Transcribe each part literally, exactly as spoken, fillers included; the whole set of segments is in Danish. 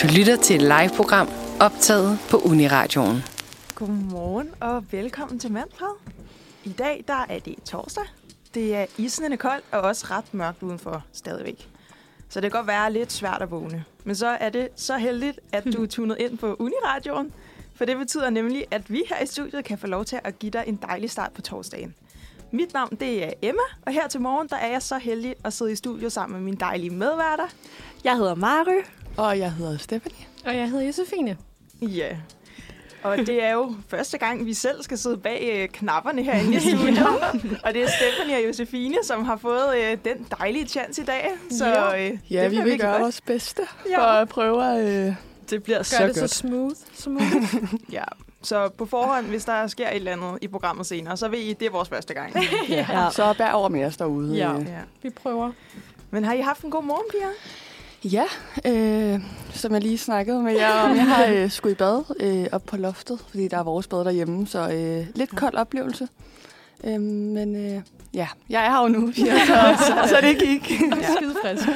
Du lytter til et live-program optaget på Uniradioen. Godmorgen og velkommen til Manfred. I dag der er det torsdag. Det er isnende koldt og også ret mørkt udenfor stadigvæk. Så det kan godt være lidt svært at vågne. Men så er det så heldigt, at du er tunet ind på Uniradioen. For det betyder nemlig, at vi her i studiet kan få lov til at give dig en dejlig start på torsdagen. Mit navn det er Emma, og her til morgen der er jeg så heldig at sidde i studio sammen med mine dejlige medværter. Jeg hedder Mary. Og jeg hedder Stephanie. Og jeg hedder Josefine. Ja, og det er jo første gang, vi selv skal sidde bag øh, knapperne herinde i studiet. Og det er Stephanie og Josefine, som har fået øh, den dejlige chance i dag. Så øh, ja, det vi vil gøre godt. vores bedste Ja. for at prøve at... Øh, Det bliver Gør så det godt. så smooth. smooth. Ja. Så på forhånd, hvis der sker et eller andet i programmet senere, så ved I, det er vores første gang. ja. Ja. Så bær over med os derude. Ja. Øh. Ja. Vi prøver. Men har I haft en god morgen, piger? Ja, øh, som jeg lige snakkede med jer om. Jeg har øh, skulle i bad øh, op på loftet, fordi der er vores bad derhjemme, så øh, lidt kold oplevelse. Øh, men øh, ja, jeg er her jo nu, piger, så, så, så det gik. Ja. Skide frisk.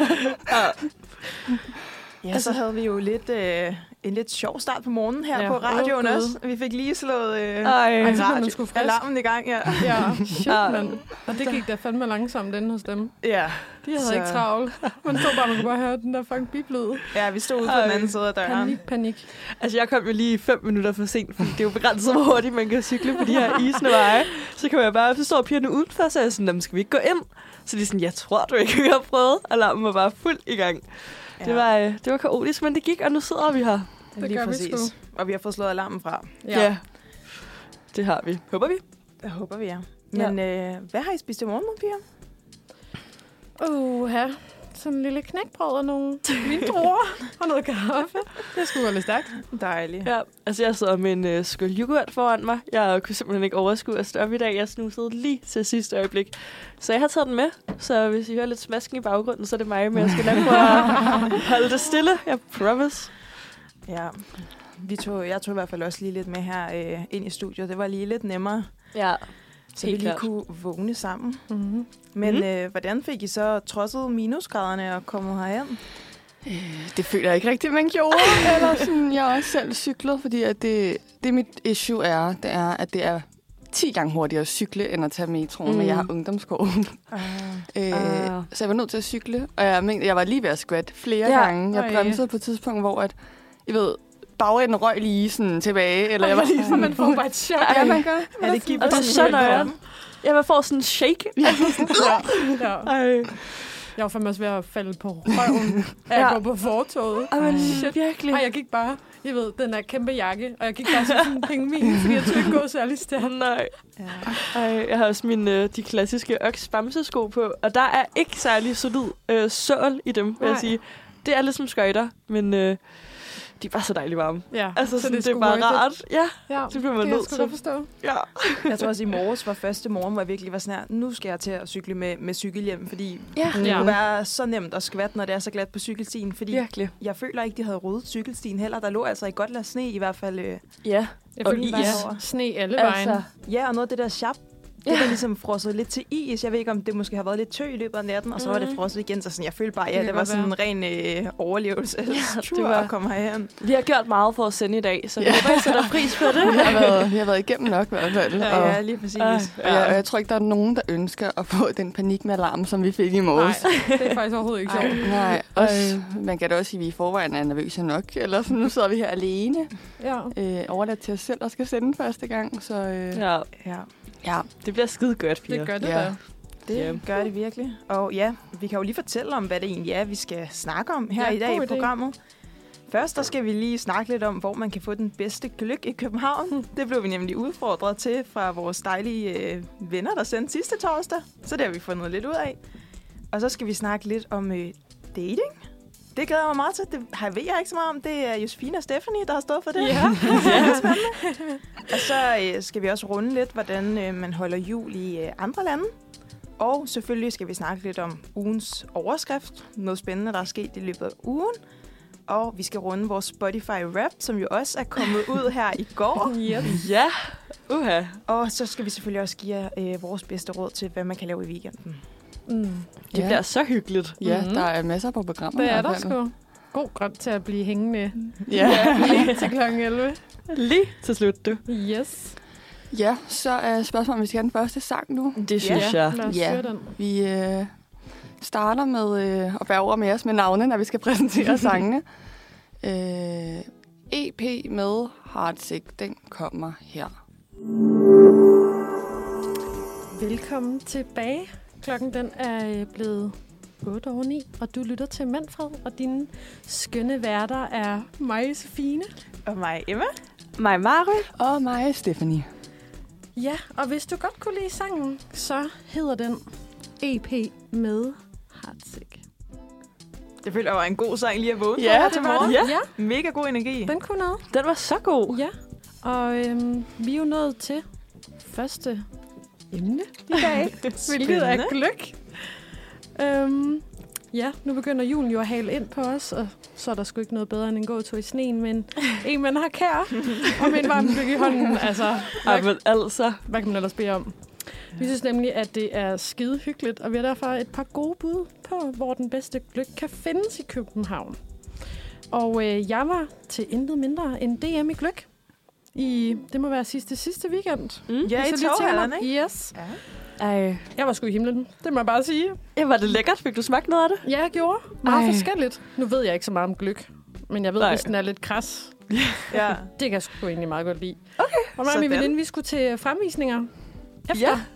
Ja, så havde vi jo lidt, øh, en lidt sjov start på morgenen her Ja. på radioen Åh, også. Vi fik lige slået øh, Ej, så blev man radio- sgu frisk. alarmen i gang. Ja, Ja, shit, mand. Og det gik da fandme langsomt inde hos dem. ja. De havde Så- ikke travlt. Man stod bare, man kunne bare høre den der fucking biblyd. ja vi stod ude på den anden side af døren. Panik, panik. Altså, jeg kom jo lige fem minutter for sent, fordi det er jo begrænset, hvor hurtigt man kan cykle på de her isende veje. Så kan jeg bare, så står pigerne udenfor, så er jeg sådan, jamen, skal vi ikke gå ind? Så de er sådan, jeg tror du ikke, vi har prøvet. Alarmen var bare fuld i gang. Ja. Det, var, øh, det var kaotisk, men det gik, og nu sidder vi her. Det Lige gør vi præcis. sgu. Og vi har fået slået alarmen fra. Ja. ja. Det har vi. Håber vi. Det håber vi, ja. Men øh, hvad har I spist i morgen, piger? Uh, her. Sådan en lille knækbrød og nogle vindruer og noget kaffe. Det skulle gå lidt stærkt. Dejligt. Ja, altså jeg sidder med en øh, skål yoghurt foran mig. Jeg kunne simpelthen ikke overskue at stå op i dag. Jeg snusede lige til sidste øjeblik. Så jeg har taget den med. Så hvis I hører lidt smasken i baggrunden, så er det mig. Men jeg skal nok prøve at holde det stille. Jeg promise. Ja. Vi tog, jeg tog i hvert fald også lige lidt med her øh, ind i studiet. Det var lige lidt nemmere, Ja, så vi helt lige klart. kunne vågne sammen. Mm-hmm. Men Mhm. øh, hvordan fik I så trodset minusgraderne og kommet herhen? Øh, det føler jeg ikke rigtigt, man gjorde. Eller sådan, jeg har også selv cyklet, fordi at det, det mit issue er, det er, at det er ti gange hurtigere at cykle, end at tage metroen, mm. men jeg har ungdomsskolen. Uh, Øh, Ah. Så jeg var nødt til at cykle, og jeg, men, jeg var lige ved at skvatte flere Ja. gange. Jeg Ej. bremsede på et tidspunkt, hvor at, jeg ved, bagenden røg lige sådan tilbage, eller jeg var lige sådan... Man får bare et chok. Ja, man gør. ja, det giver Og det er så nøjeren. Jeg vil få sådan en shake. Ja. Ja. Ej. Jeg var fandme også ved at falde på røven, at jeg Ja. går på fortoget. Ej, men Shit. virkelig. Ej, jeg gik bare, jeg ved, den der kæmpe jakke, og jeg gik bare som sådan en pingvin, fordi jeg skulle ikke gå særlig stærkt. Nej. Ja. Ej, jeg har også mine, øh, de klassiske Ox bamsesko på, og der er ikke særlig solid øh, sål i dem, vil jeg Nej. sige. Det er lidt som skøjter, men øh, de er bare så dejligt varme. Ja, Altså, sådan, det, er sgu bare worth it. rart. Ja, Ja, det bliver man det kan jeg nødt sgu til. godt forstå. Ja. Jeg tror også, i morges var første morgen, hvor jeg virkelig var sådan her, nu skal jeg til at cykle med, med cykelhjelm, fordi Ja, det Ja. kunne være så nemt at skvatte, når det er så glat på cykelstien, fordi virkelig. jeg føler ikke, de havde ryddet cykelstien heller. Der lå altså i godt lade sne i hvert fald. Øh, Ja, Jeg Og følte, is. det var sne alle vejen. altså. ja, og noget af det der sharp, det Ja. var ligesom frosset lidt til is. Jeg ved ikke, om det måske har været lidt tø i løbet af natten, og så var det Mhm. frosset igen. Så sådan, jeg følte bare, Det ja, kan det var godt sådan en ren øh, overlevelse. Ja, tur det var- at komme herhen. Vi har gjort meget for at sende i dag, så jeg Ja. håber, I sætter pris på det. Vi har været, vi har været igennem nok i hvert fald. Ja, og, ja, lige præcis. Ej. og, jeg, og jeg tror ikke, der er nogen, der ønsker at få den panik med alarm, som vi fik i morges. Nej, det er faktisk overhovedet ikke sjovt. Nej, også, man kan da også sige, at vi i forvejen er nervøse nok. Eller så nu sidder vi her alene, Ja. øh, overladt til os selv og skal sende første gang. Så øh, ja. Ja, Ja, ja. det bliver skide godt, piger. Det gør det Ja. da. det Ja. gør det virkelig. Og ja, vi kan jo lige fortælle om, hvad det egentlig er, vi skal snakke om her Ja, i dag god i idé. programmet. Først der skal vi lige snakke lidt om, hvor man kan få den bedste gløgg i København. Det blev vi nemlig udfordret til fra vores dejlige øh, venner, der sendte sidste torsdag. Så det har vi fundet lidt ud af. Og så skal vi snakke lidt om øh, dating. Det glæder jeg mig meget til. Det har ved jeg ikke så meget om. Det er Josefine og Stephanie, der har stået for det. Ja. Ja. Og så øh, skal vi også runde lidt, hvordan øh, man holder jul i øh, andre lande. Og selvfølgelig skal vi snakke lidt om ugens overskrift. Noget spændende, der er sket i løbet af ugen. Og vi skal runde vores Spotify Rap, som jo også er kommet ud her i går. Yep. Ja, uha. Og så skal vi selvfølgelig også give jer øh, vores bedste råd til, hvad man kan lave i weekenden. Mm. Det Ja. bliver så hyggeligt. Ja, Mhm. der er masser på programmet. Det i er hvert der fald. sgu. god grund til at blive hængende Ja. lige til klokken elleve. Lige til slut, du. Yes. Ja, så er spørgsmålet, om vi skal have den første sang nu. Det synes Ja. jeg. Lad os Ja. høre den. Vi øh, starter med øh, at bære over med os med navne, når vi skal præsentere sangene. øh, E P med Heartsick, den kommer her. Velkommen tilbage. Klokken den er øh, blevet otte over ni, og du lytter til Manfred, og dine skønne værter er mig, Sofine. Og mig, Emma. Mig, Mary. Og mig, Stephanie. Ja, og hvis du godt kunne lide sangen, så hedder den E P med Heartsick. Det føler jeg var en god sang lige at vågne Ja, for det til var morgen. det. Ja, Mega god energi. den kunne noget. Den var så god. Ja, og øhm, vi er jo nået til første emne i dag, hvilket er gløgg. Øhm, ja, nu begynder julen jo at hale ind på os, og så er der sgu ikke noget bedre end en gåtur i sneen, men en, man har kær, og med en varm gløgg i hånden. Altså, Ej, hvad, men altså. hvad kan man ellers bede om? Vi synes nemlig, at det er skide hyggeligt, og vi har derfor et par gode bud på, hvor den bedste gløgg kan findes i København. Og øh, jeg var til intet mindre end D M i gløgg. I, det må være sidste sidste weekend. Mm. Ja, Hvis i jeg lige tænker toghallerne, mig- ikke? Yes. Ja. Ej. Jeg var sgu i himlen. Det må jeg bare sige. Ja, var det lækkert? Fik du smagt noget af det? Ja, jeg gjorde. Meget Ej. forskelligt. Nu ved jeg ikke så meget om gløgg. Men jeg ved, Nej. hvis den er lidt kras. Ja. Det kan jeg sgu egentlig meget godt lide. Okay. Og mig og min Sådan. veninde, vi skulle til fremvisninger. Efter. Ja.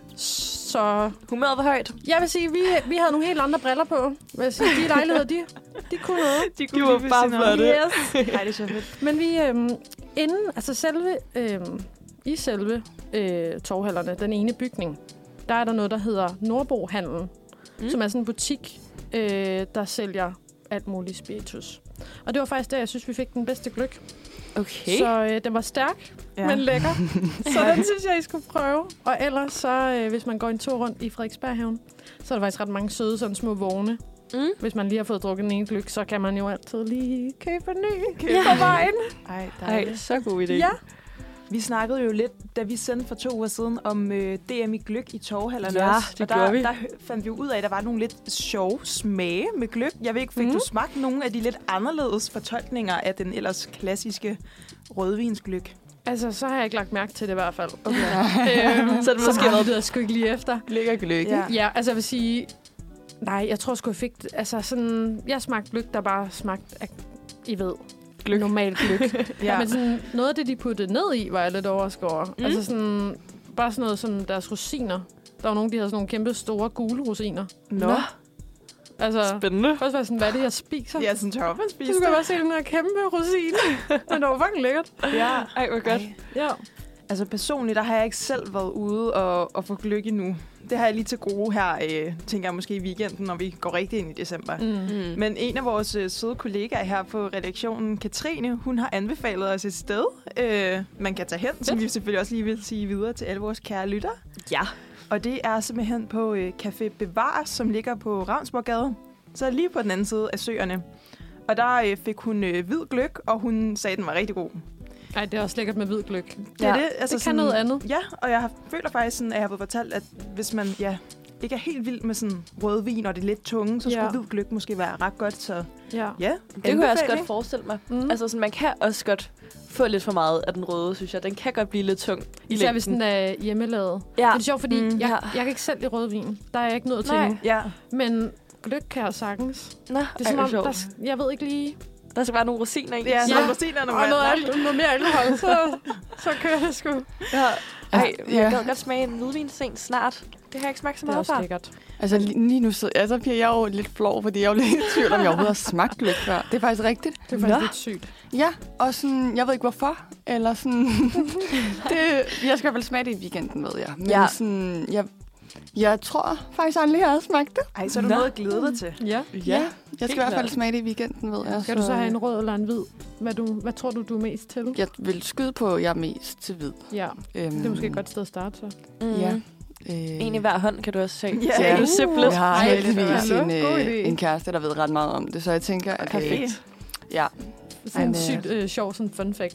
Så Humøret var højt. jeg vil sige, vi, vi havde nogle helt andre briller på. Vil jeg sige, de lejligheder, de, de kunne noget. De, De var bare flotte. Yes. Ej, det er så fedt. Men vi, øhm, inden, altså selve, øhm, i selve øh, torvhallerne, den ene bygning, der er der noget, der hedder Nordbohandlen, mm. som er sådan en butik, øh, der sælger alt muligt spiritus. Og det var faktisk der, jeg synes, vi fik den bedste gløgg. Okay. Så øh, den var stærk, Ja. ja. men lækker. Så den synes jeg, I skulle prøve. Og ellers, så, øh, hvis man går en tur rundt i Frederiksberghaven, så er der faktisk ret mange søde sådan små vogne. Mm. Hvis man lige har fået drukket den ene gløgg, så kan man jo altid lige købe en ny Købe på vejen. Ej, Ej, dejligt. så god idé. Ja. Vi snakkede jo lidt, da vi sendte for to uger siden, om øh, D M i gløgg i torvhallerne Ja, også. det og der, gjorde vi. der hø- fandt vi jo ud af, at der var nogle lidt sjove smage med gløgg. Jeg ved ikke, fik Mhm. mm. du smagt nogle af de lidt anderledes fortolkninger af den ellers klassiske rødvinsgløgg? Altså, så har jeg ikke lagt mærke til det i hvert fald. Okay. øhm, Så er det måske så noget- meget sgu ikke lige efter. Lækker gløgg, Ja. ja. Ja, altså jeg vil sige... Nej, jeg tror sgu, jeg fik... Altså sådan... Jeg smagte gløgg, der bare smagte af... I ved... Gløgg. Normal gløgg. Ja. ja. Men sådan, noget af det, de puttede ned i, var jeg lidt overrasket over. Mm. Mm. Altså sådan... Bare sådan noget som deres rosiner. Der var nogen, de havde sådan nogle kæmpe store gule rosiner. Nå. Nå. Altså... Spændende. Først var jeg sådan, hvad er det, jeg spiser? Ja, sådan tør at Så spise skulle jeg bare se den her kæmpe rosine. Men det var fucking lækkert. Ja. Ej, hvor godt. Ej. Ja. Altså personligt, der har jeg ikke selv været ude og, og få gløgg endnu. Det har jeg lige til gode her, øh, tænker jeg måske i weekenden, når vi går rigtig ind i december. Mm. Mm. Mm. Men en af vores øh, søde kollegaer her på redaktionen, Katrine, hun har anbefalet os et sted, øh, man kan tage hen, som vi selvfølgelig også lige vil sige videre til alle vores kære lyttere. Ja. Og det er simpelthen på øh, Café Bevares, som ligger på Ravnsborggade. Så lige på den anden side af søerne. Og der øh, fik hun øh, hvid gløgg, og hun sagde, at den var rigtig god. Ej, det er også lækkert med hvid gløgg. Det, er det, altså det kan noget andet. Ja, og jeg har, føler faktisk, sådan, at jeg har fået fortalt, at hvis man ja, ikke er helt vild med sådan rødvin, og det er lidt tunge, så skulle Ja. hvid gløgg måske være ret godt. Så Ja. ja, Det kunne jeg også anbefaling. godt forestille mig. Mm. Altså, sådan, man kan også godt få lidt for meget af den røde, synes jeg. Den kan godt blive lidt tung i Især hvis længden. den er hjemmelavet. Ja. Det er sjovt, fordi Mm, mm, jeg, ja. jeg kan ikke selv lide rødvin. Der er jeg ikke nået til Nej. endnu. Ja, Men gløgg kan jeg sagtens. Nå, Det er som ej, om, hvor der, sjovt. jeg ved ikke lige... Der skal være nogle rosiner i. ja, Ja. så rosinerne må Og noget, være- al- noget mere alkohol, så, så kører det sgu. Ja. Ej, Ja. jeg kan godt smage en hvidvinsseng snart. Det har jeg ikke smagt så Det er meget også før. lækkert. Altså lige lige nu sidder altså, bliver jeg jo lidt flov, fordi jeg er jo lidt i tvivl, om jeg overhovedet har smagt gløgg før. Det er faktisk rigtigt. Det er faktisk Nå. lidt sygt. Ja, og sådan, jeg ved ikke hvorfor, eller sådan, det, jeg skal i hvert fald smage det i weekenden, ved jeg. Men Ja. sådan, jeg, jeg tror faktisk aldrig, jeg har smagt det. Ej, så er du Nå. noget at glæde dig til. Ja. Ja, jeg skal i hvert fald klart. smage det i weekenden, ved jeg. Skal du så have en rød eller en hvid? Hvad, du, hvad tror du, du er mest til? Jeg vil skyde på, at jeg er mest til hvid. Ja, Øhm, det er måske et godt sted at starte, så. Mm. Ja. Øh, En i hver hånd kan du også se. Ja. Så kan du Uh. sippe lidt. Jeg har Ej, heldigvis hallo, en, god idé. øh, en kæreste, der ved ret meget om det, så jeg tænker, at... øh, Perfekt. Ja, Sådan en Men, sygt øh, sjov sådan fun fact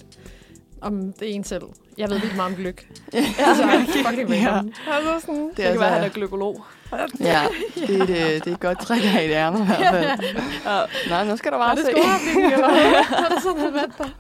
om det ene selv. Jeg ved vildt meget om gløgg. Ja. Altså, fucking velkommen. Ja. Altså sådan. Det det kan er være, at han er altså... glykolog. Ja, det er, et, øh, det er et godt træk af et ærme i hvert fald. Ja. Nej, nu skal du bare Er det se. skoafdeling, eller hvad? Er det sådan, han vandt dig?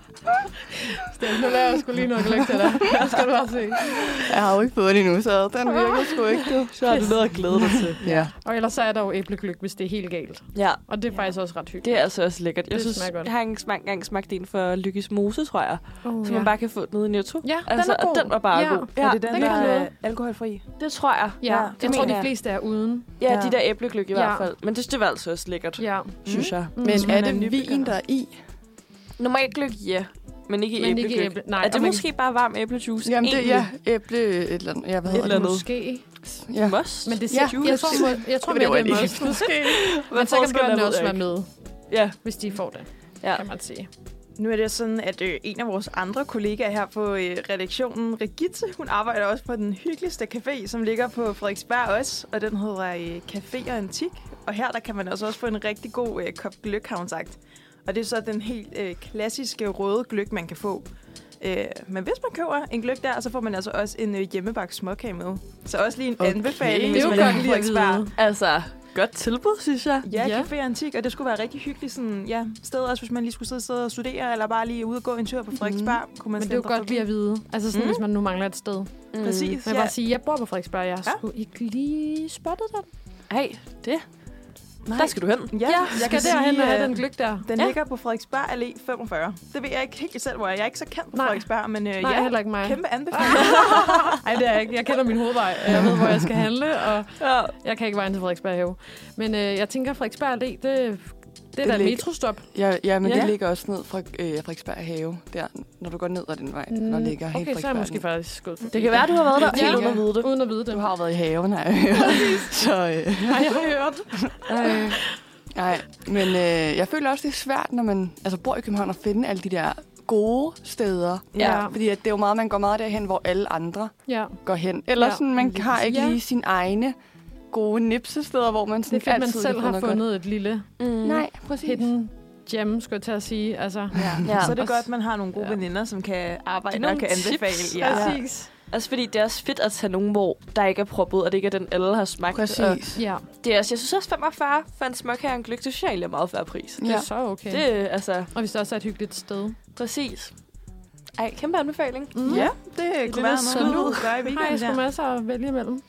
Stem, nu laver jeg sgu lige noget gløk til dig. Nu skal du bare se. Jeg har jo ikke fået det endnu, så den virker sgu ikke. Du. Så har du noget at glæde dig til. Ja. Og ellers så er der jo æblegløk, hvis det er helt galt. Ja, Og det er faktisk også ret hyggeligt. det er altså også lækkert. Jeg Det synes, smager godt. jeg har engang gang smagt en for Lykkes Mose, tror jeg. Oh, Som man bare kan få nede i Netto. Ja, Altså, den er god. og den var bare ja. god. Ja, er det den, den der kan er noget. alkoholfri? Det tror jeg. Ja, Ja, jeg det tror, mener de jeg. fleste er uden. Ja, Ja. de der æblegløk i Ja. hvert fald. Men det, det var altså også lækkert, Ja. synes jeg. Mm. Men Hvis man er er det nybegynder. vin, der er i? Normalt gløk, ja. Men ikke Men ikke æblegløk. æble. Nej, Er det og man- måske bare varm æblejuice? Jamen, det Egentlig? ja, æble et eller andet. Ja, hvad hedder Et eller andet. Måske. det? Ja. Most? Men det Ja, siger, jeg, tror, må- jeg tror Det var mere, det det er ikke. most. Måske. Hvad Men så kan forskellen er, børnene ved også jeg være ikke. med, Ja, hvis de får det, ja. kan man sige. Nu er det sådan, at øh, en af vores andre kollegaer her på øh, redaktionen, Regitte, hun arbejder også på den hyggeligste café, som ligger på Frederiksberg også, og den hedder øh, Café og Antik. Og her der kan man altså også få en rigtig god øh, kop gløk, har hun sagt. Og det er så den helt øh, klassiske røde gløk, man kan få. Øh, men hvis man køber en gløk der, så får man altså også en øh, hjemmebagt småkage med. Så også lige en Okay. anbefaling, Det er hvis jo man er godt på lige at Frederiksberg. vide. Altså, godt tilbud, synes jeg. Ja, Ja. Café Antik, og det skulle være rigtig hyggeligt sådan, ja, sted også, hvis man lige skulle sidde, sidde og studere, eller bare lige ude og gå en tur på Frederiksberg. Mm. Kunne man Men det er jo sende godt lige at vide. Altså sådan, Mm. hvis man nu mangler et sted. Mm. Præcis. Men jeg vil bare sige, jeg bor på Frederiksberg. Jeg har Ja. sgu ikke lige spottet den. Hey, det. Nej. Der skal du hen. Ja, jeg jeg skal kan derhen sige, og have øh, den gløk der. Den Ja. ligger på Frederiksberg Allé femogfyrre. Det ved jeg ikke helt selv, hvor jeg er. Jeg er ikke så kendt på Nej. Frederiksberg, men øh, Nej, ja, heller ikke mig. kæmpe anbefaling. Nej, det er jeg ikke. Jeg kender min hovedvej, og jeg ved, hvor jeg skal handle, og Ja. jeg kan ikke vejen til Frederiksberg Have. Men øh, jeg tænker, Frederiksberg Allé, det, det er Det da et ligger- metrostop. Ja, ja, men Ja. det ligger også ned fra øh, Frederiksberg Have, der, når du går ned ad den vej, der ligger helt Mm, Okay, så er jeg måske Frederiksberg. faktisk gået forbi. Det kan være, du har været der Ja. helt uden at vide det. Uden at vide det. Du har jo været i haven, har jeg hørt. Så, øh, Nej, jeg har hørt. øh, nej, men øh, jeg føler også, det er svært, når man altså, bor i København, at finde alle de der gode steder. Ja. Fordi at det er jo meget, man går meget derhen, hvor alle andre Ja. går hen. Eller Ja. sådan, man Lige har ikke præcis. lige sine egne gode nipsesteder, hvor man Det sådan er fedt, man altid selv kan få har noget fundet et lille Mm. godt. Nej, præcis. hidden gem, skulle jeg til at sige. Altså, Ja. Ja. Så er det Også- godt, at man har nogle gode Ja. veninder, som kan arbejde Nogle og kan anbefale. tips. Ja. præcis. Altså, fordi det er også fedt at tage nogen, hvor der ikke er proppet, og det ikke er den, alle har smagt. Og Præcis. Ja, det er også, jeg synes også femogfyrre for en småkage og en gløk, det synes jeg egentlig er meget færre pris. det Ja. er så okay. Det er altså Og hvis det også er et hyggeligt sted. præcis. Ej, kæmpe anbefaling. Mm. Ja, det kunne være Så noget, nu du gør i har jeg weekenden. sgu Ja. masser at vælge imellem.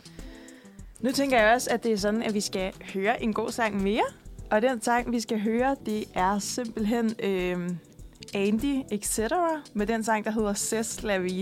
Nu tænker jeg også, at det er sådan, at vi skal høre en god sang mere. Og den sang, vi skal høre, det er simpelthen øh, Andy et cetera med den sang, der hedder C'est la vie.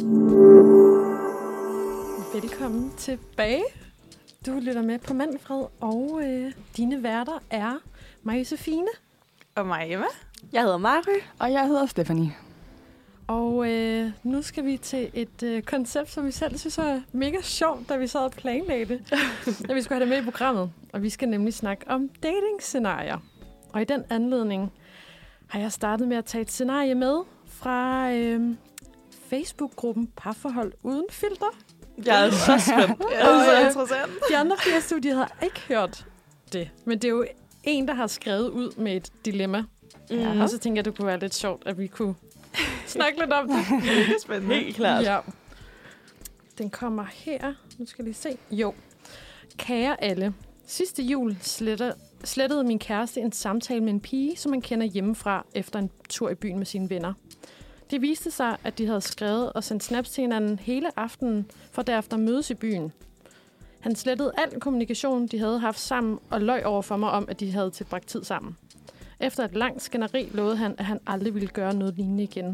Velkommen tilbage. Du lytter med på Manfred, og øh, dine værter er mig, Josefine. Og mig, Emma. Jeg hedder Mary. Og jeg hedder Stephanie. Og øh, nu skal vi til et øh, koncept, som vi selv synes er mega sjovt, da vi sad og planlagde det. Da vi skulle have det med i programmet. Og vi skal nemlig snakke om dating-scenarier. Og i den anledning har jeg startet med at tage et scenarie med fra øh, Facebook-gruppen Parforhold Uden Filter. Jeg er så spændt. Ja, det er interessant. De andre fire studier har ikke hørt det. Men det er jo en, der har skrevet ud med et dilemma. Mm. Og så tænker jeg, det kunne være lidt sjovt, at vi kunne snakke lidt om det. Det er spændende. Helt klart. Ja. Den kommer her. Nu skal jeg lige se. Jo. Kære alle. Sidste jul sletter, slettede min kæreste en samtale med en pige, som man kender hjemmefra efter en tur i byen med sine venner. Det viste sig, at de havde skrevet og sendt snaps til hinanden hele aftenen, for derefter mødes i byen. Han slettede al kommunikation, de havde haft sammen, og løj over for mig om, at de havde tilbragt tid sammen. Efter et langt skænderi lovede han, at han aldrig ville gøre noget lignende igen.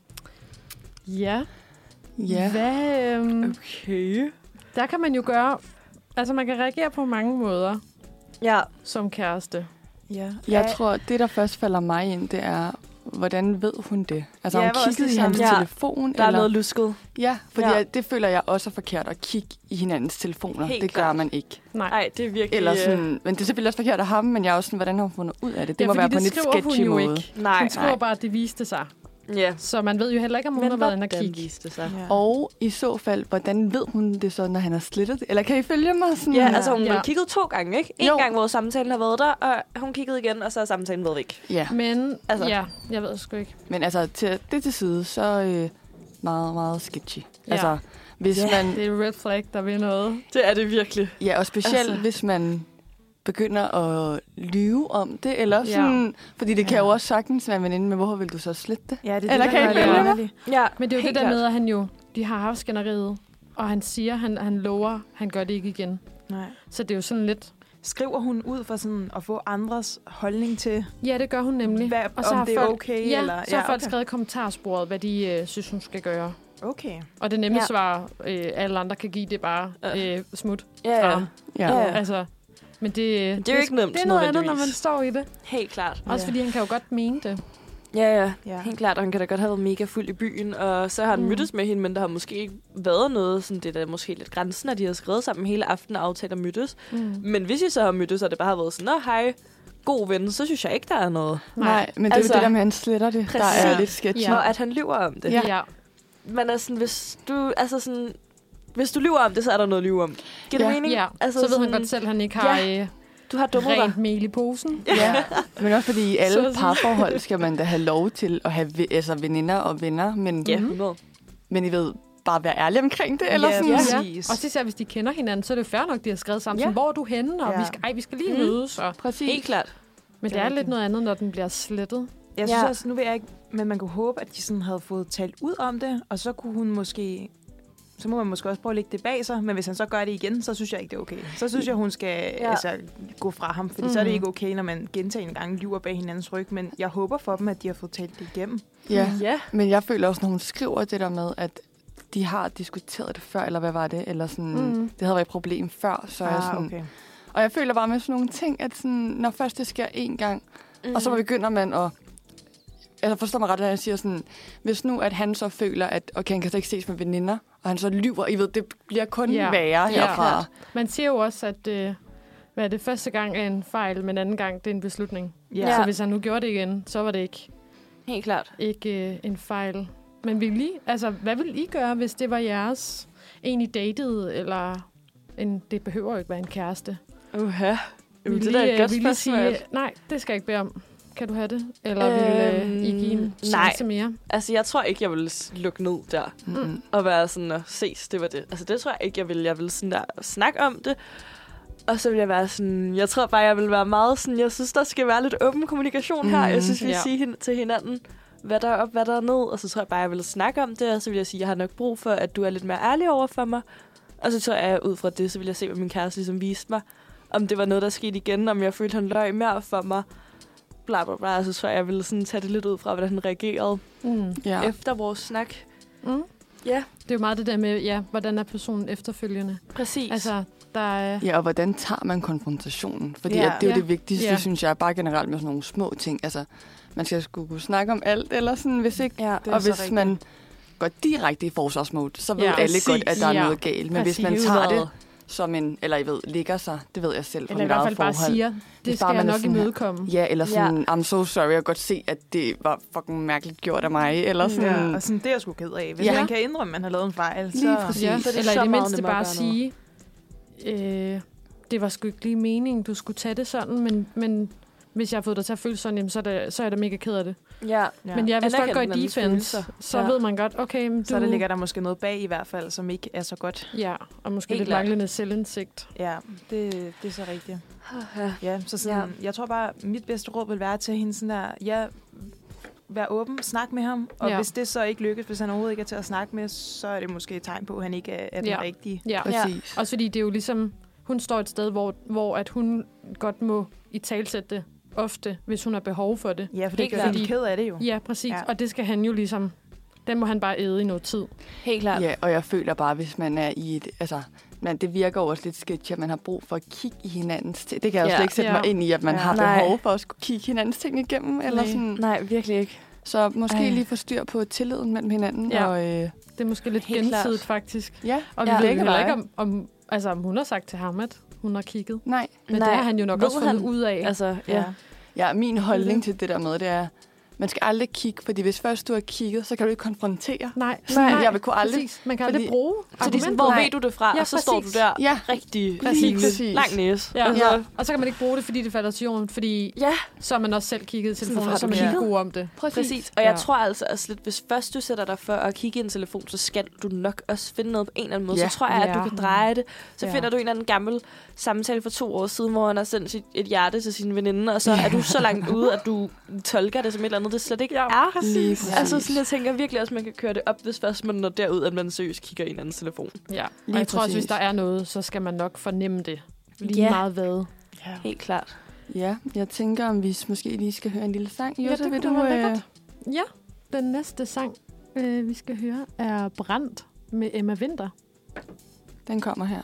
Ja. Ja. Hvad, øhm, Okay. der kan man jo gøre... Altså, man kan reagere på mange måder Ja. som kæreste. Ja. Jeg tror, det der først falder mig ind, det er, hvordan ved hun det? Altså, Ja, ja, jeg var hun også kiggede i det hans samme. Ja, telefon? Der er eller? noget lusket. Ja, fordi Ja. ja. det føler jeg også er forkert at kigge i hinandens telefoner. Helt det gør klart. man ikke. Nej. Nej, det er virkelig... Eller øh, sådan, men det er selvfølgelig også forkert af ham, men jeg er også sådan, hvordan har hun fundet ud af det? Det Ja, må fordi være på det en lidt skriver hun sketchy jo måde. ikke. Nej, Hun skriver nej. bare, at det viste sig. Ja. Så man ved jo heller ikke, om hun har været inde og kigge. viste det sig? Ja. Og i så fald, hvordan ved hun det så, når han har slettet det? Eller kan I følge mig? Sådan, Ja, altså hun Ja. har kigget to gange, ikke? En Jo. gang, hvor samtalen har været der, og hun kiggede igen, og så er samtalen været væk. ja. Men Altså. altså. ja, jeg ved sgu ikke. Men altså, til det til side, så øh, meget, meget sketchy. Ja. Altså, hvis Ja, man... Det er red flag, der vil noget. Det er det virkelig. Ja, og specielt Altså. hvis man begynder at lyve om det, eller sådan... Ja. Fordi det kan Ja. jo også sagtens være en veninde, men hvorfor vil du så slette det? Ja, det er Eller det, kan der I gør følge det mig? underligt. Ja, Men det er jo helt det der klart. med, at han jo... De har haft skænderiet, og han siger, han, han lover, han gør det ikke igen. Nej. Så det er jo sådan lidt... Skriver hun ud for sådan at få andres holdning til, Ja, det gør hun nemlig. hvad, Og så om har det er folk, okay? Ja, eller, så har folk okay. skrevet i kommentarsporet, hvad de øh, synes, hun skal gøre. Okay. Og det nemme Ja. svar, øh, alle andre kan give, det er bare øh, smut Ja, fra ja. ham. Ja. Ja. Altså, men det, Det er jo ikke nemt, det er noget andet, når man nødvendigvis. står i det. Helt klart. Også Ja. fordi han kan jo godt mene det. Ja, ja. Ja. Helt klart, og han kan da godt have været mega fuld i byen, og så har han Mm. mm. mødtes med hende, men der har måske ikke været noget, sådan det er da måske lidt grænsen, at de har skrevet sammen hele aftenen og aftalt at mødtes. Mm. Men hvis I så har mødtes, og det bare har været sådan, nå hej, god ven, så synes jeg ikke, der er noget. Nej, men det er Altså, jo det der med, at han sletter det, der er præcis. lidt sketchy. Ja. Og at han lyver om det. Ja. ja. Men altså, sådan, hvis du, altså sådan, hvis du lyver om det, så er der noget at lyve om. Giver Ja. det mening? ja. Altså, Så ved han sådan, godt selv, at han ikke har Ja. øh, Du har dummet dig. rent mel i posen. Ja, men også fordi i Så alle at sige. parforhold skal man da have lov til at have ve- altså veninder og venner, men, Ja, Mhm. hundrede. men I ved, bare være ærlige omkring det, eller Ja, sådan. Ja. præcis. Også især, hvis de kender hinanden, så er det fair nok, de har skrevet sammen. Ja. Ja. Hvor er du henne? Og Ja. vi skal, ej, vi skal lige Mm. mødes. Og, Præcis. Helt klart. men Det det er er lidt rigtigt. noget andet, når den bliver slettet. Jeg synes Ja. også, nu ved jeg ikke, men man kunne håbe, at de sådan havde fået talt ud om det, og så kunne hun måske, så må man måske også prøve at lægge det bag sig, men hvis han så gør det igen, så synes jeg ikke, det er okay. Så synes jeg, hun skal Ja. altså, gå fra ham, fordi mm. så er det Mhm. ikke okay, når man gentagende gange lyver bag hinandens ryg, men jeg håber for dem, at de har fået talt det igennem. Ja, Ja. men jeg føler også, når hun skriver det der med, at de har diskuteret det før, eller hvad var det? Eller sådan, Mm. det havde været et problem før, så er jeg sådan... okay. Og jeg føler bare med sådan nogle ting, at sådan, når først det sker én gang, mm. og så begynder man at... Altså forstår mig ret, at jeg siger sådan, hvis nu at han så føler, at okay, han kan så ikke ses med veninder, og han så lyver, I ved, det bliver kun Ja. værre Ja. herfra. Man siger jo også, at øh, hvad er det første gang er en fejl, men anden gang det er en beslutning. Ja. Ja. Så Ja. hvis han nu gjorde det igen, så var det ikke, Helt klart. ikke øh, en fejl. Men vil I, altså, hvad vil I gøre, hvis det var jeres en I datede, eller en, det behøver jo ikke være en kæreste? Uha. Vil Det I, der er et øh, godt vil I spørgsmål. sige, nej, det skal jeg ikke bede om. Kan du have det? Eller vil øh, I give en Øhm, chance mere? Altså, jeg tror ikke, jeg vil s- lukke ned der. Mm. Og være sådan, og ses, det var det. Altså, det tror jeg ikke, jeg vil. Jeg vil sådan der snakke om det. Og så vil jeg være sådan, jeg tror bare, jeg vil være meget sådan, jeg synes, der skal være lidt åben kommunikation her. Mhm. Jeg synes, vi vil Ja. sige hin- til hinanden, hvad der er op, hvad der er ned. Og så tror jeg bare, jeg vil snakke om det. Og så vil jeg sige, jeg har nok brug for, at du er lidt mere ærlig over for mig. Og så tror jeg, ud fra det, så vil jeg se, hvad min kæreste ligesom viste mig. Om det var noget, der skete igen, om jeg følte, han løg mere for mig. Bla, bla, bla. Og så tror jeg, jeg ville sådan tage det lidt ud fra, hvordan han reagerede Mm. Ja. efter vores snak. Mm. Ja, Det er jo meget det der med, ja, hvordan er personen efterfølgende? præcis. Altså, der er... Ja, og hvordan tager man konfrontationen? Fordi Ja. ja. at det er jo Ja. det vigtigste, Ja. synes jeg, bare generelt med sådan nogle små ting. Altså, man skal sgu kunne snakke om alt, eller sådan, hvis ikke... Ja, Det er Og så hvis rigtigt. man går direkte i forsvarsmode, så ved Ja, ja, alle præcis. godt, at der er Ja, noget galt. Men hvis man præcis. tager det Udvaret. som en, eller I ved, ligger sig, det ved jeg selv fra Eller i mit hvert eget fald bare forhold. siger, det Hvis skal bare jeg man er nok sådan her- imødekomme. Ja, eller sådan, I'm so sorry, jeg kan godt se, at det var fucking mærkeligt gjort af mig, eller sådan... Ja, og sådan, det er jeg sgu ked af. Hvis Ja. ja. man kan indrømme, at man har lavet en fejl, Lige så... præcis. Ja, Så er det eller i så det meget mindste nemmere bare at sige, øh, det var sgu ikke lige meningen, du skulle tage det sådan, men, men hvis jeg har fået dig til at føle sådan, jamen, så, er det, så er jeg da mega ked af det. Ja. Ja. Men ja, hvis folk Anerkend går i hinandens defense, følelser. så Ja. ved man godt, okay, men du... Så der ligger der måske noget bag i hvert fald, som ikke er så godt. Ja, og måske Helt lidt klart. manglende selvindsigt. Ja, det, det er så rigtigt. Ja. Ja, så sådan, ja. Jeg tror bare, mit bedste råd vil være til hende sådan der, ja, vær åben, snak med ham, og Ja. ja. hvis det så ikke lykkes, hvis han overhovedet ikke er til at snakke med, så er det måske et tegn på, at han ikke er, er den Ja. rigtige. Ja. Præcis. Også fordi det er jo ligesom, hun står et sted, hvor, hvor at hun godt må i talsætte det ofte, hvis hun har behov for det. Ja, for det Helt gør klart. hende ked af det jo. Ja, præcis. Ja. Ja. Og det skal han jo ligesom, den må han bare æde i noget tid. Helt klart. Ja, og jeg føler bare, hvis man er i et... Altså, men det virker jo også lidt sketchy, at man har brug for at kigge i hinandens ting. Det kan jeg jo Ja. slet ikke sætte Ja. mig ind i, at man Ja. har Nej. behov for at skulle kigge hinandens ting igennem. Eller Nej. sådan. Nej, virkelig ikke. Så måske Ej. lige få styr på tilliden mellem hinanden. Ja. Og, øh, Det er måske lidt Helt klart. gensidigt, faktisk. ja, Og Ja. vi ved Begge heller veje. ikke, om, om, altså, om hun har sagt til ham, at hun har kigget. nej. Men Nej. det har han jo nok Ved også fundet han? ud af. Altså, ja. Ja. Ja, min holdning Mhm. til det der med, det er, man skal aldrig kigge, fordi hvis først du har kigget, så kan du ikke konfrontere. Nej, Så nej, jeg vil kunne aldrig... præcis. Man kan fordi- aldrig bruge Så det er sådan, argumentet. hvor Nej. ved du det fra? Ja, og så står du præcis. der Ja, rigtig Præcis. præcis. lang næse. Ja. Altså, Ja. Og så kan man ikke bruge det, fordi det falder til jorden, fordi ja, så har man også selv kigget i telefonen, har og så er du man ikke kigget? god om det. Præcis. præcis. Og jeg Ja. tror altså også lidt, hvis først du sætter dig for at kigge i en telefon, så skal du nok også finde noget på en eller anden måde. Ja. Så tror jeg, at Ja. du kan dreje det. Så Ja. finder du en eller anden gammel samtale for to år siden, hvor han har sendt sit, et hjerte til sine veninder, og så er du så langt ude, at du tolker det som et eller andet, det slet ikke Ja, er. Lige præcis. Altså, sådan, jeg tænker virkelig også, at man kan køre det op, hvis først man når derud, at man seriøst kigger i en anden telefon. Ja, og Lige jeg tror også, hvis præcis. der er noget, så skal man nok fornemme det. Lige Ja. meget hvad. Ja. Helt klart. Ja, jeg tænker, om vi måske lige skal høre en lille sang. Ja, Jose, det vil kunne du, være øh, lækkert. Ja, den næste sang, øh, vi skal høre, er Brændt med Emma Winther. Den kommer her.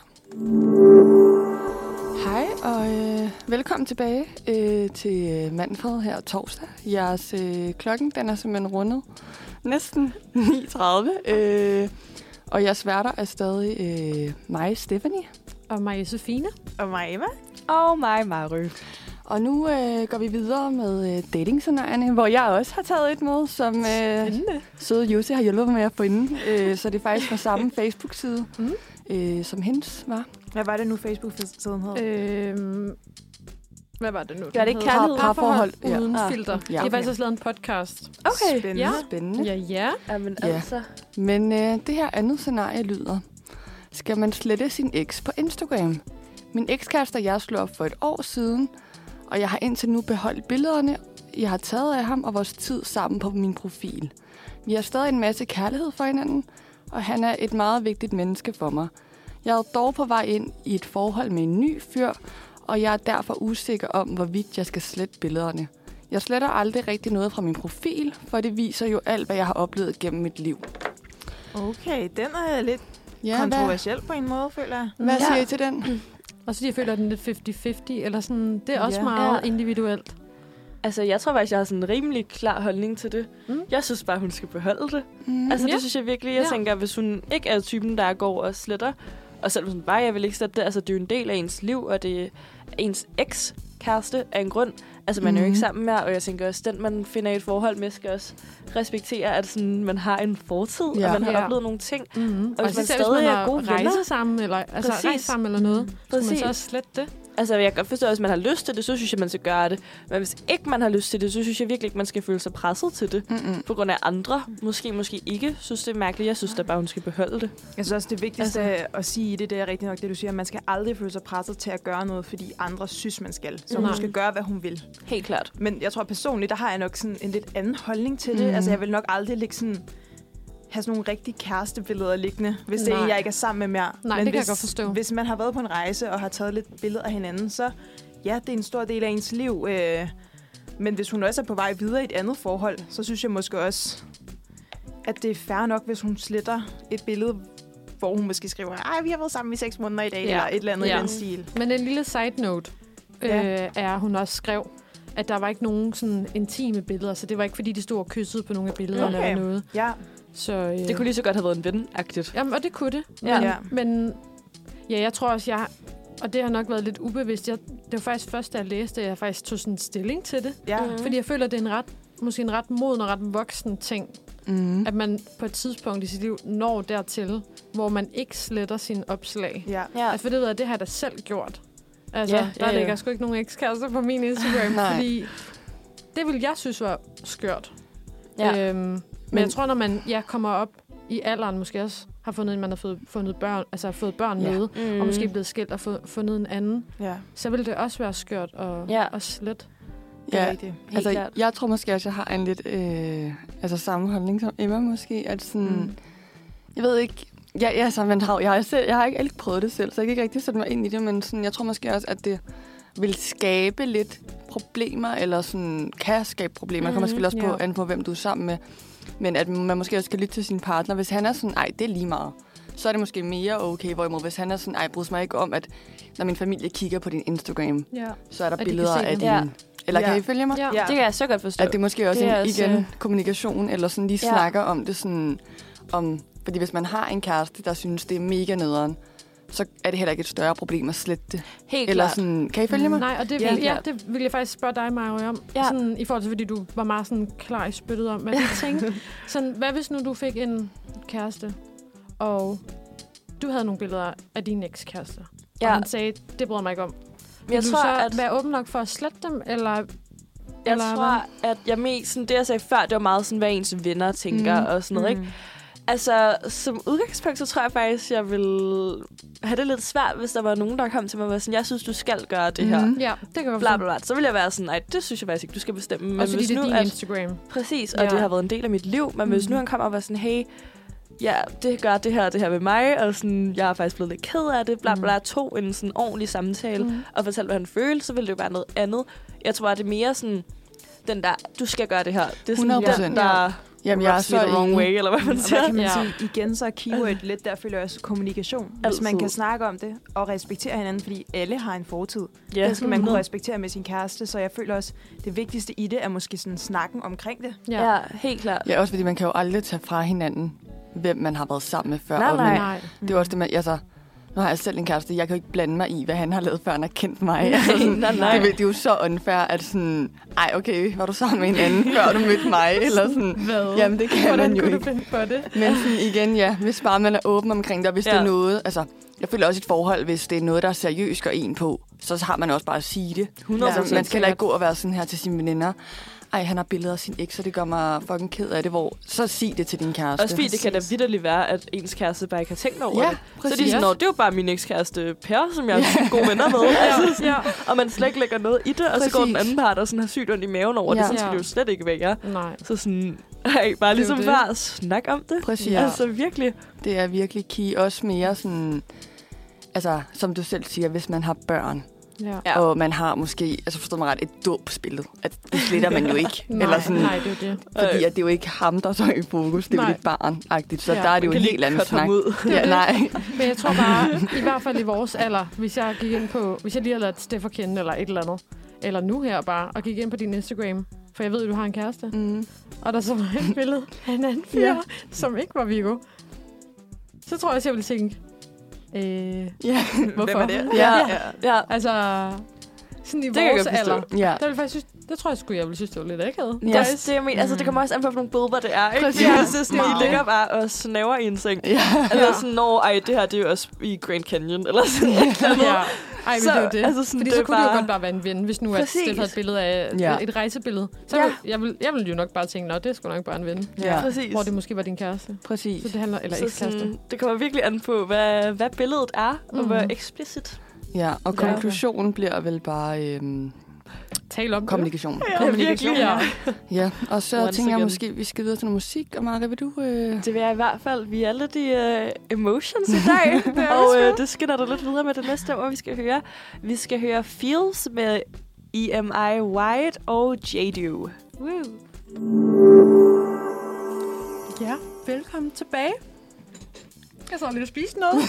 Hej, og øh, velkommen tilbage øh, til Manfred her torsdag. Jeres øh, klokken, den er simpelthen rundet næsten ni tredive. Øh, og jeres værter er stadig øh, mig, Stephanie. Og mig, Josefine. Og mig, Emma. Og mig, Mary. Og nu øh, går vi videre med øh, dating-scenarierne, hvor jeg også har taget et med, som øh, søde Jussi har hjulpet mig med at finde. Øh, så det er faktisk på samme Facebook-side, Mm. øh, som hendes var. Hvad var det nu, Facebook-siden hed? Øhm, hvad var det nu? Gør det ikke Den hed kærlighed? Parforhold Ja. uden Ah. filter. Ja. De har faktisk også lavet en podcast. Okay. Spændende. Ja. Spændende. Ja, ja. Jamen, Ja. altså. Men øh, det her andet scenarie lyder: skal man slette sin eks på Instagram? Min ekskæreste og jeg slog op for et år siden, og jeg har indtil nu beholdt billederne, jeg har taget af ham og vores tid sammen på min profil. Vi har stadig en masse kærlighed for hinanden, og han er et meget vigtigt menneske for mig. Jeg er dog på vej ind i et forhold med en ny fyr, og jeg er derfor usikker om, hvorvidt jeg skal slette billederne. Jeg sletter aldrig rigtig noget fra min profil, for det viser jo alt, hvad jeg har oplevet gennem mit liv. Okay, den er lidt Ja, kontroversiel på en måde, føler jeg. Hvad, hvad Ja. siger I til den? Og så de føler den lidt halvtreds halvtreds, eller sådan. Det er også Ja. meget Ja. individuelt. Altså, jeg tror faktisk, jeg har sådan en rimelig klar holdning til det. Mm. Jeg synes bare, hun skal beholde det. Mm. Altså, Ja. det synes jeg virkelig. Jeg Ja. tænker, hvis hun ikke er typen, der går og sletter, og selv hvis hun bare, jeg vil ikke slette det, altså, det er jo en del af ens liv, og det er ens eks-kæreste af en grund. Altså, man mm. er jo ikke Mhm. sammen med, og jeg tænker også, den, man finder i et forhold med, skal også respektere, at sådan, man har en fortid, Ja. og man har Ja. oplevet nogle ting. Mm-hmm. Og hvis man især, stadig man er har gode venner. rejse sammen, eller altså Præcis. rejse sammen eller noget, så man Præcis. så også slette det. Altså, jeg kan godt forstå, at hvis man har lyst til det, så synes jeg, man skal gøre det. Men hvis ikke man har lyst til det, så synes jeg virkelig ikke, man skal føle sig presset til det. Mm-mm. På grund af andre. Måske, måske ikke. Synes det er mærkeligt. Jeg synes da bare, hun skal beholde det. Jeg synes også, det vigtigste altså, at sige i det, det er rigtig nok det, du siger. Man skal aldrig føle sig presset til at gøre noget, fordi andre synes, man skal. Så Nej. hun skal gøre, hvad hun vil. Helt klart. Men jeg tror personligt, der har jeg nok sådan en lidt anden holdning til det. Mhm. Altså, jeg vil nok aldrig lægge sådan have sådan nogle rigtige kærestebilleder liggende, hvis det er Nej. en, jeg ikke er sammen med mere. Nej, Men det kan hvis, jeg godt forstå. Hvis man har været på en rejse og har taget lidt billeder af hinanden, så ja, det er en stor del af ens liv. Øh, men hvis hun også er på vej videre i et andet forhold, så synes jeg måske også, at det er fair nok, hvis hun sletter et billede, hvor hun måske skriver, ej, vi har været sammen i seks måneder i dag, Ja. eller et eller andet Ja. i den stil. Men en lille side note øh, Ja. er, at hun også skrev, at der var ikke nogen sådan intime billeder, så det var ikke, fordi de stod og kyssede på nogle af billederne Okay. eller noget. Ja, Så, øh, Det kunne lige så godt have været en ven-agtigt. Jamen, og det kunne det. Ja. Men, Ja. men ja, jeg tror også, jeg... Og det har nok været lidt ubevidst. Jeg, det var faktisk først, da jeg læste, at jeg faktisk tog sådan en stilling til det. ja. Mhm. Fordi jeg føler, at det er en ret, måske en ret moden og ret voksen ting, Mm. at man på et tidspunkt i sit liv når dertil, hvor man ikke sletter sine opslag. ja. Ja. Altså, for det ved jeg, det har jeg da selv gjort. Altså, Ja, ja, ja, der ja. ligger sgu ikke nogen ekskærester på min Instagram, Nej. fordi det ville jeg synes var skørt. Ja. Øhm, men, men Men- jeg tror, når man ja, kommer op i alderen, måske også har fundet en, man har fået, fundet børn, altså har fået børn Ja. med, Mm. og måske er blevet skilt og få, fundet en anden, ja. så vil det også være skørt og, Ja. og slet. Det er Ja, rigtigt. Helt altså, klart. jeg tror måske også, jeg har en lidt øh, altså samme holdning som Emma måske. At sådan, Mm. Jeg ved ikke... Ja, ja, så man har, jeg, har selv, jeg har ikke, ikke prøvet det selv, så jeg kan ikke rigtig sætte mig ind i det, men sådan, jeg tror måske også, at det vil skabe lidt problemer, eller sådan, kan skabe problemer. Mm, kommer Mhm, selvfølgelig også på, ja. an på, hvem du er sammen med. Men at man måske også skal lytte til sin partner. Hvis han er sådan, nej, det er lige meget, så er det måske mere okay. Hvorimod, hvis han er sådan, ej, bryder mig ikke om, at når min familie kigger på din Instagram, Ja. så er der At de kan billeder se af det. din... Ja. Eller kan Ja. I følge mig? Ja. Ja. Det kan jeg så godt forstå. At det måske også Det er er en, også, igen øh, kommunikation, eller sådan lige Ja. snakker om det sådan, om, fordi hvis man har en kæreste, der synes, det er mega nederen, så er det heller ikke et større problem at slette det. Helt Eller klart. sådan, kan I følge mig? Nej, og det, Ja. vil, ja, det vil jeg faktisk spørge dig, Mario, om. Ja. Sådan, i forhold til, fordi du var meget sådan klar i spyttet om, hvad du tænkte. Sådan, hvad hvis nu du fik en kæreste, og du havde nogle billeder af din ekskæreste, Ja. og han sagde, det bryder mig ikke om. Men jeg Vil du tror, så at... være åben nok for at slette dem, eller... Jeg eller tror, at jeg mest, sådan, det jeg sagde før, det var meget sådan, hvad ens venner tænker Mm. og sådan noget, ikke? Altså, som udgangspunkt, så tror jeg faktisk, jeg vil have det lidt svært, hvis der var nogen, der kom til mig og var sådan, jeg synes, du skal gøre det her. Mhm. Ja, det kan jeg Bla, forstå. bla, bla. Så vil jeg være sådan, nej, det synes jeg faktisk ikke, du skal bestemme. Men Også fordi hvis det er nu, din at, Instagram. præcis, og Ja. det har været en del af mit liv. Men mm. hvis Mhm. nu han kommer og var sådan, hey, ja, det gør det her og det her ved mig, og sådan, jeg er faktisk blevet lidt ked af det, bla, bla, bla, tog en sådan ordentlig samtale, Mhm. og fortalte, hvad han følte, så ville det jo være noget andet. Jeg tror, at det er mere sådan, den der, du skal gøre det her. Det er sådan hundrede den, procent. der Jamen, jeg er rubs me så the wrong enig. way, eller hvad man Og siger. hvad kan man Ja. sige? Igen så er keyword lidt der, føler jeg også kommunikation. Hvis Altid. man kan snakke om det og respektere hinanden, fordi alle har en fortid. Ja, Den skal man kunne hundrede. respektere med sin kæreste, så jeg føler også, det vigtigste i det er måske sådan snakken omkring det. Ja. Ja, helt klart. Ja, også fordi man kan jo aldrig tage fra hinanden, hvem man har været sammen med før. Nej, Og nej. man- Nej. Det er jo også det med, altså, nu har jeg selv en kæreste, jeg kan jo ikke blande mig i, hvad han har lavet, før han har kendt mig. Nej, altså, sådan, nej, nej. Det, det er jo så unfair, at sådan, ej okay, var du sammen med en anden, før du mødte mig? Eller sådan, Hvad? jamen det kan Hvordan man jo kunne ikke. du finde på det? Men sådan, igen, ja, hvis bare man er åben omkring det, og hvis Ja. det er noget, altså, jeg føler også et forhold, hvis det er noget, der seriøst går en på, så har man også bare at sige det. hundrede Altså, procent. man skal heller ikke gå og være sådan her til sine veninder. Ej, han har billeder af sin eks, og det gør mig fucking ked af det. Hvor, så sig det til din kæreste. Også fordi det kan da vitterligt være, at ens kæreste bare ikke har tænkt over Ja, det. Så præcis. de er sådan, "Nå, det er jo bare min ekskæreste Per, som jeg er sygt gode venner med. Altså, Ja. og man slet ikke lægger noget i det, og så går den Præcis. anden part og sådan har sygt ondt i maven over Ja. det. Sådan skal Ja. det jo slet ikke være. Nej. Så sådan, ej, bare ligesom det. før, snak om det. Præcis. Ja. Altså virkelig. Det er virkelig key. Også mere sådan, altså, som du selv siger, hvis man har børn, Ja. Ja. og man har måske, altså forstår mig ret, et dåbsbillede, at det sletter man jo ikke. Nej, Eller sådan, nej, det er jo det. fordi at det er jo ikke ham, der så er i fokus, det er jo Nej. dit barn-agtigt. Så Ja. der er det jo Man en kan helt lige anden cutte ham snak. ud. Ja, nej. Men jeg tror bare, i hvert fald i vores alder, hvis jeg gik ind på, hvis jeg lige havde ladet Steff at kende, eller et eller andet, eller nu her bare, og gik ind på din Instagram, for jeg ved jo, du har en kæreste, Mm. og der så var et billede af en anden fyr, Ja. som ikke var Viggo, så tror jeg, at jeg ville tænke, øh, Ja. hvorfor? Hvem er det? Ja. Ja. ja. Altså, sådan i Det kan jeg vores godt forstå. alder, Ja. der ville jeg faktisk synes, det tror jeg sgu, jeg ville synes, det var lidt akavet. Det er også det, jeg mener. Altså, det kommer også an på, hvilke billeder det er, ikke? Præcis. Fordi hvis det er sådan, Meget. I ligger bare og snaver i en seng. Ja. Eller sådan, når, ej, det her, det er jo også i Grand Canyon, eller sådan et eller andet. Ja. Ej, men Så, det er jo det. altså sådan, Fordi det så er kunne det jo bare- godt bare være en ven, hvis nu at Præcis. Steff havde et billede af Ja. et rejsebillede. Så Ja. vil, jeg, vil, jeg ville jo nok bare tænke, nå, det er sgu nok bare en ven. Ja. Præcis. Hvor det måske var din kæreste. Præcis. Så det handler, eller Så ekskæreste. sådan, det kommer virkelig an på, hvad, hvad billedet er, og Mhm. hvor eksplicit. Ja, og Ja. konklusionen bliver vel bare øhm, Tal om kommunikation. Ja, Kommunikation. virkelig. Ja. Ja, og så Once tænker jeg again. måske, at vi skal videre til noget musik. Og Maria, vil du... Øh... Det vil jeg i hvert fald. Vi er lidt i uh, emotions i dag. og uh, det skinner der lidt videre med det næste år, vi skal høre. Vi skal høre Feels med E M I White og Jadu. Woo. Ja, velkommen tilbage. Jeg så lige at spise noget.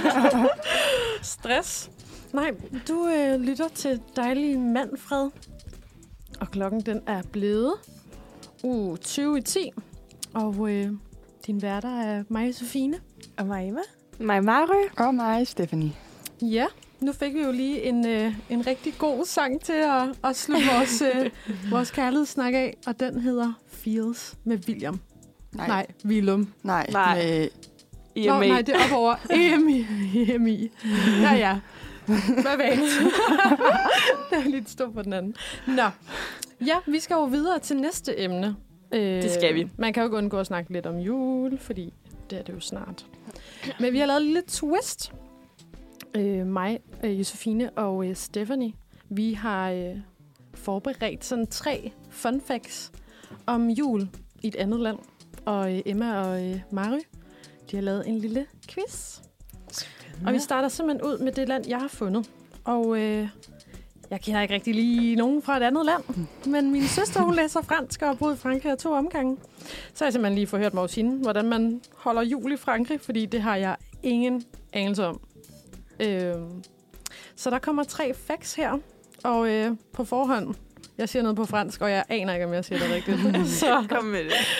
Stress. Nej, du øh, lytter til dejlige Manfred. Og klokken den er blevet uh, tyve i ti. Og øh, din værter er mig, Sofine. Og mig, Emma? Mig, Mary. Og mig, Stephanie. Ja, nu fik vi jo lige en, øh, en rigtig god sang til at, at slutte vores, øh, vores kærlighedssnak af. Og den hedder Feels med William. Nej, nej Willum. Nej. Nej. Med, E Nå, M I. nej, det er op over E M I. E M I. Ja, ja. Hvad vant? Det er lidt stå på den anden. Nå. Ja, vi skal jo videre til næste emne. Øh, Det skal vi. Man kan jo ikke undgå at snakke lidt om jul, fordi det er det jo snart. Men vi har lavet en lille twist. Øh, mig, øh, Josefine og øh, Stephanie, vi har øh, forberedt sådan tre fun facts om jul i et andet land. Og øh, Emma og øh, Mary, de har lavet en lille quiz. Og vi starter simpelthen ud med det land, jeg har fundet. Og øh, jeg kender ikke rigtig lige nogen fra et andet land. Men min søster, hun læser fransk og har boet i Frankrig to omgange. Så har jeg simpelthen lige forhørt mig hos hende, hvordan man holder jul i Frankrig. Fordi det har jeg ingen anelse om. Øh, så der kommer tre facts her. Og øh, på forhånd, jeg siger noget på fransk, og jeg aner ikke, om jeg siger det rigtigt. Så Kom med det.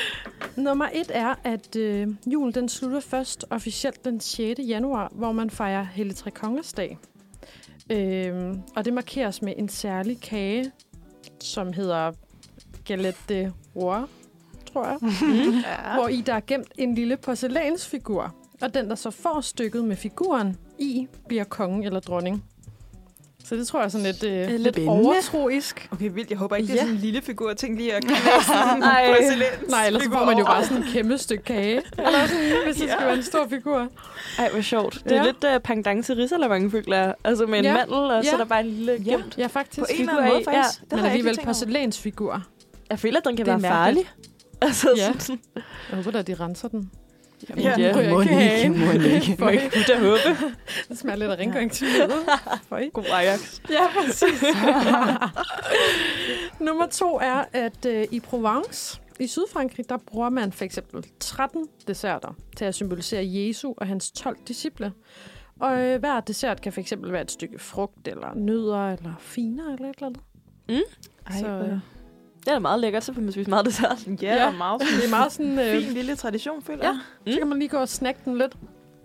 Nummer et er, at øh, julen den slutter først officielt den sjette januar, hvor man fejrer Helligtrekongers dag. Øh, og det markeres med en særlig kage, som hedder Galette de Roi, tror jeg. Mm. Ja. Hvor i der er gemt en lille porcelænsfigur. Og den, der så får stykket med figuren i, bliver konge eller dronning. Så det tror jeg er sådan lidt, øh, lidt overtroisk. Okay, vildt. Jeg håber ikke, Ja. det er sådan en lille figur. Tænk lige at knæse sådan en porcelænsfigur. Nej, ellers får man jo bare sådan en kæmpe stykke kage. Eller sådan, hvis det Ja. skal være en stor figur. Ej, hvor sjovt. Det er Ja. lidt uh, pendant til risalamande, føler jeg. Altså med en Ja. mandel, og så Ja. er der bare en lille Ja. gemt. Ja, faktisk. På en eller figur anden måde, i, faktisk. ja. Det Men har jeg ikke alligevel tænkt over. porcelænsfigur. Jeg føler, at den kan Det er være farlig. Altså, Ja. sådan, Jeg håber da, at de renser den. Ja. Ja, Ja. ryger ikke hagen. må ikke. man kunne da håbe. Det smager lidt af rengøringsmiddel. Føj. God Ajax. Ja, præcis. Nummer to er, at øh, i Provence, i Sydfrankrig, der bruger man for eksempel tretten desserter til at symbolisere Jesu og hans tolv disciple. Og øh, hver dessert kan for eksempel være et stykke frugt, eller nødder, eller finer, eller et eller andet. Ej, Så, hvor- øh, Det er da meget lækkert, så får man spise meget dessert. Ja, Ja. og meget det er meget sådan... Øh, fin lille tradition, føler Ja. jeg. Så kan man lige gå og snakke den lidt.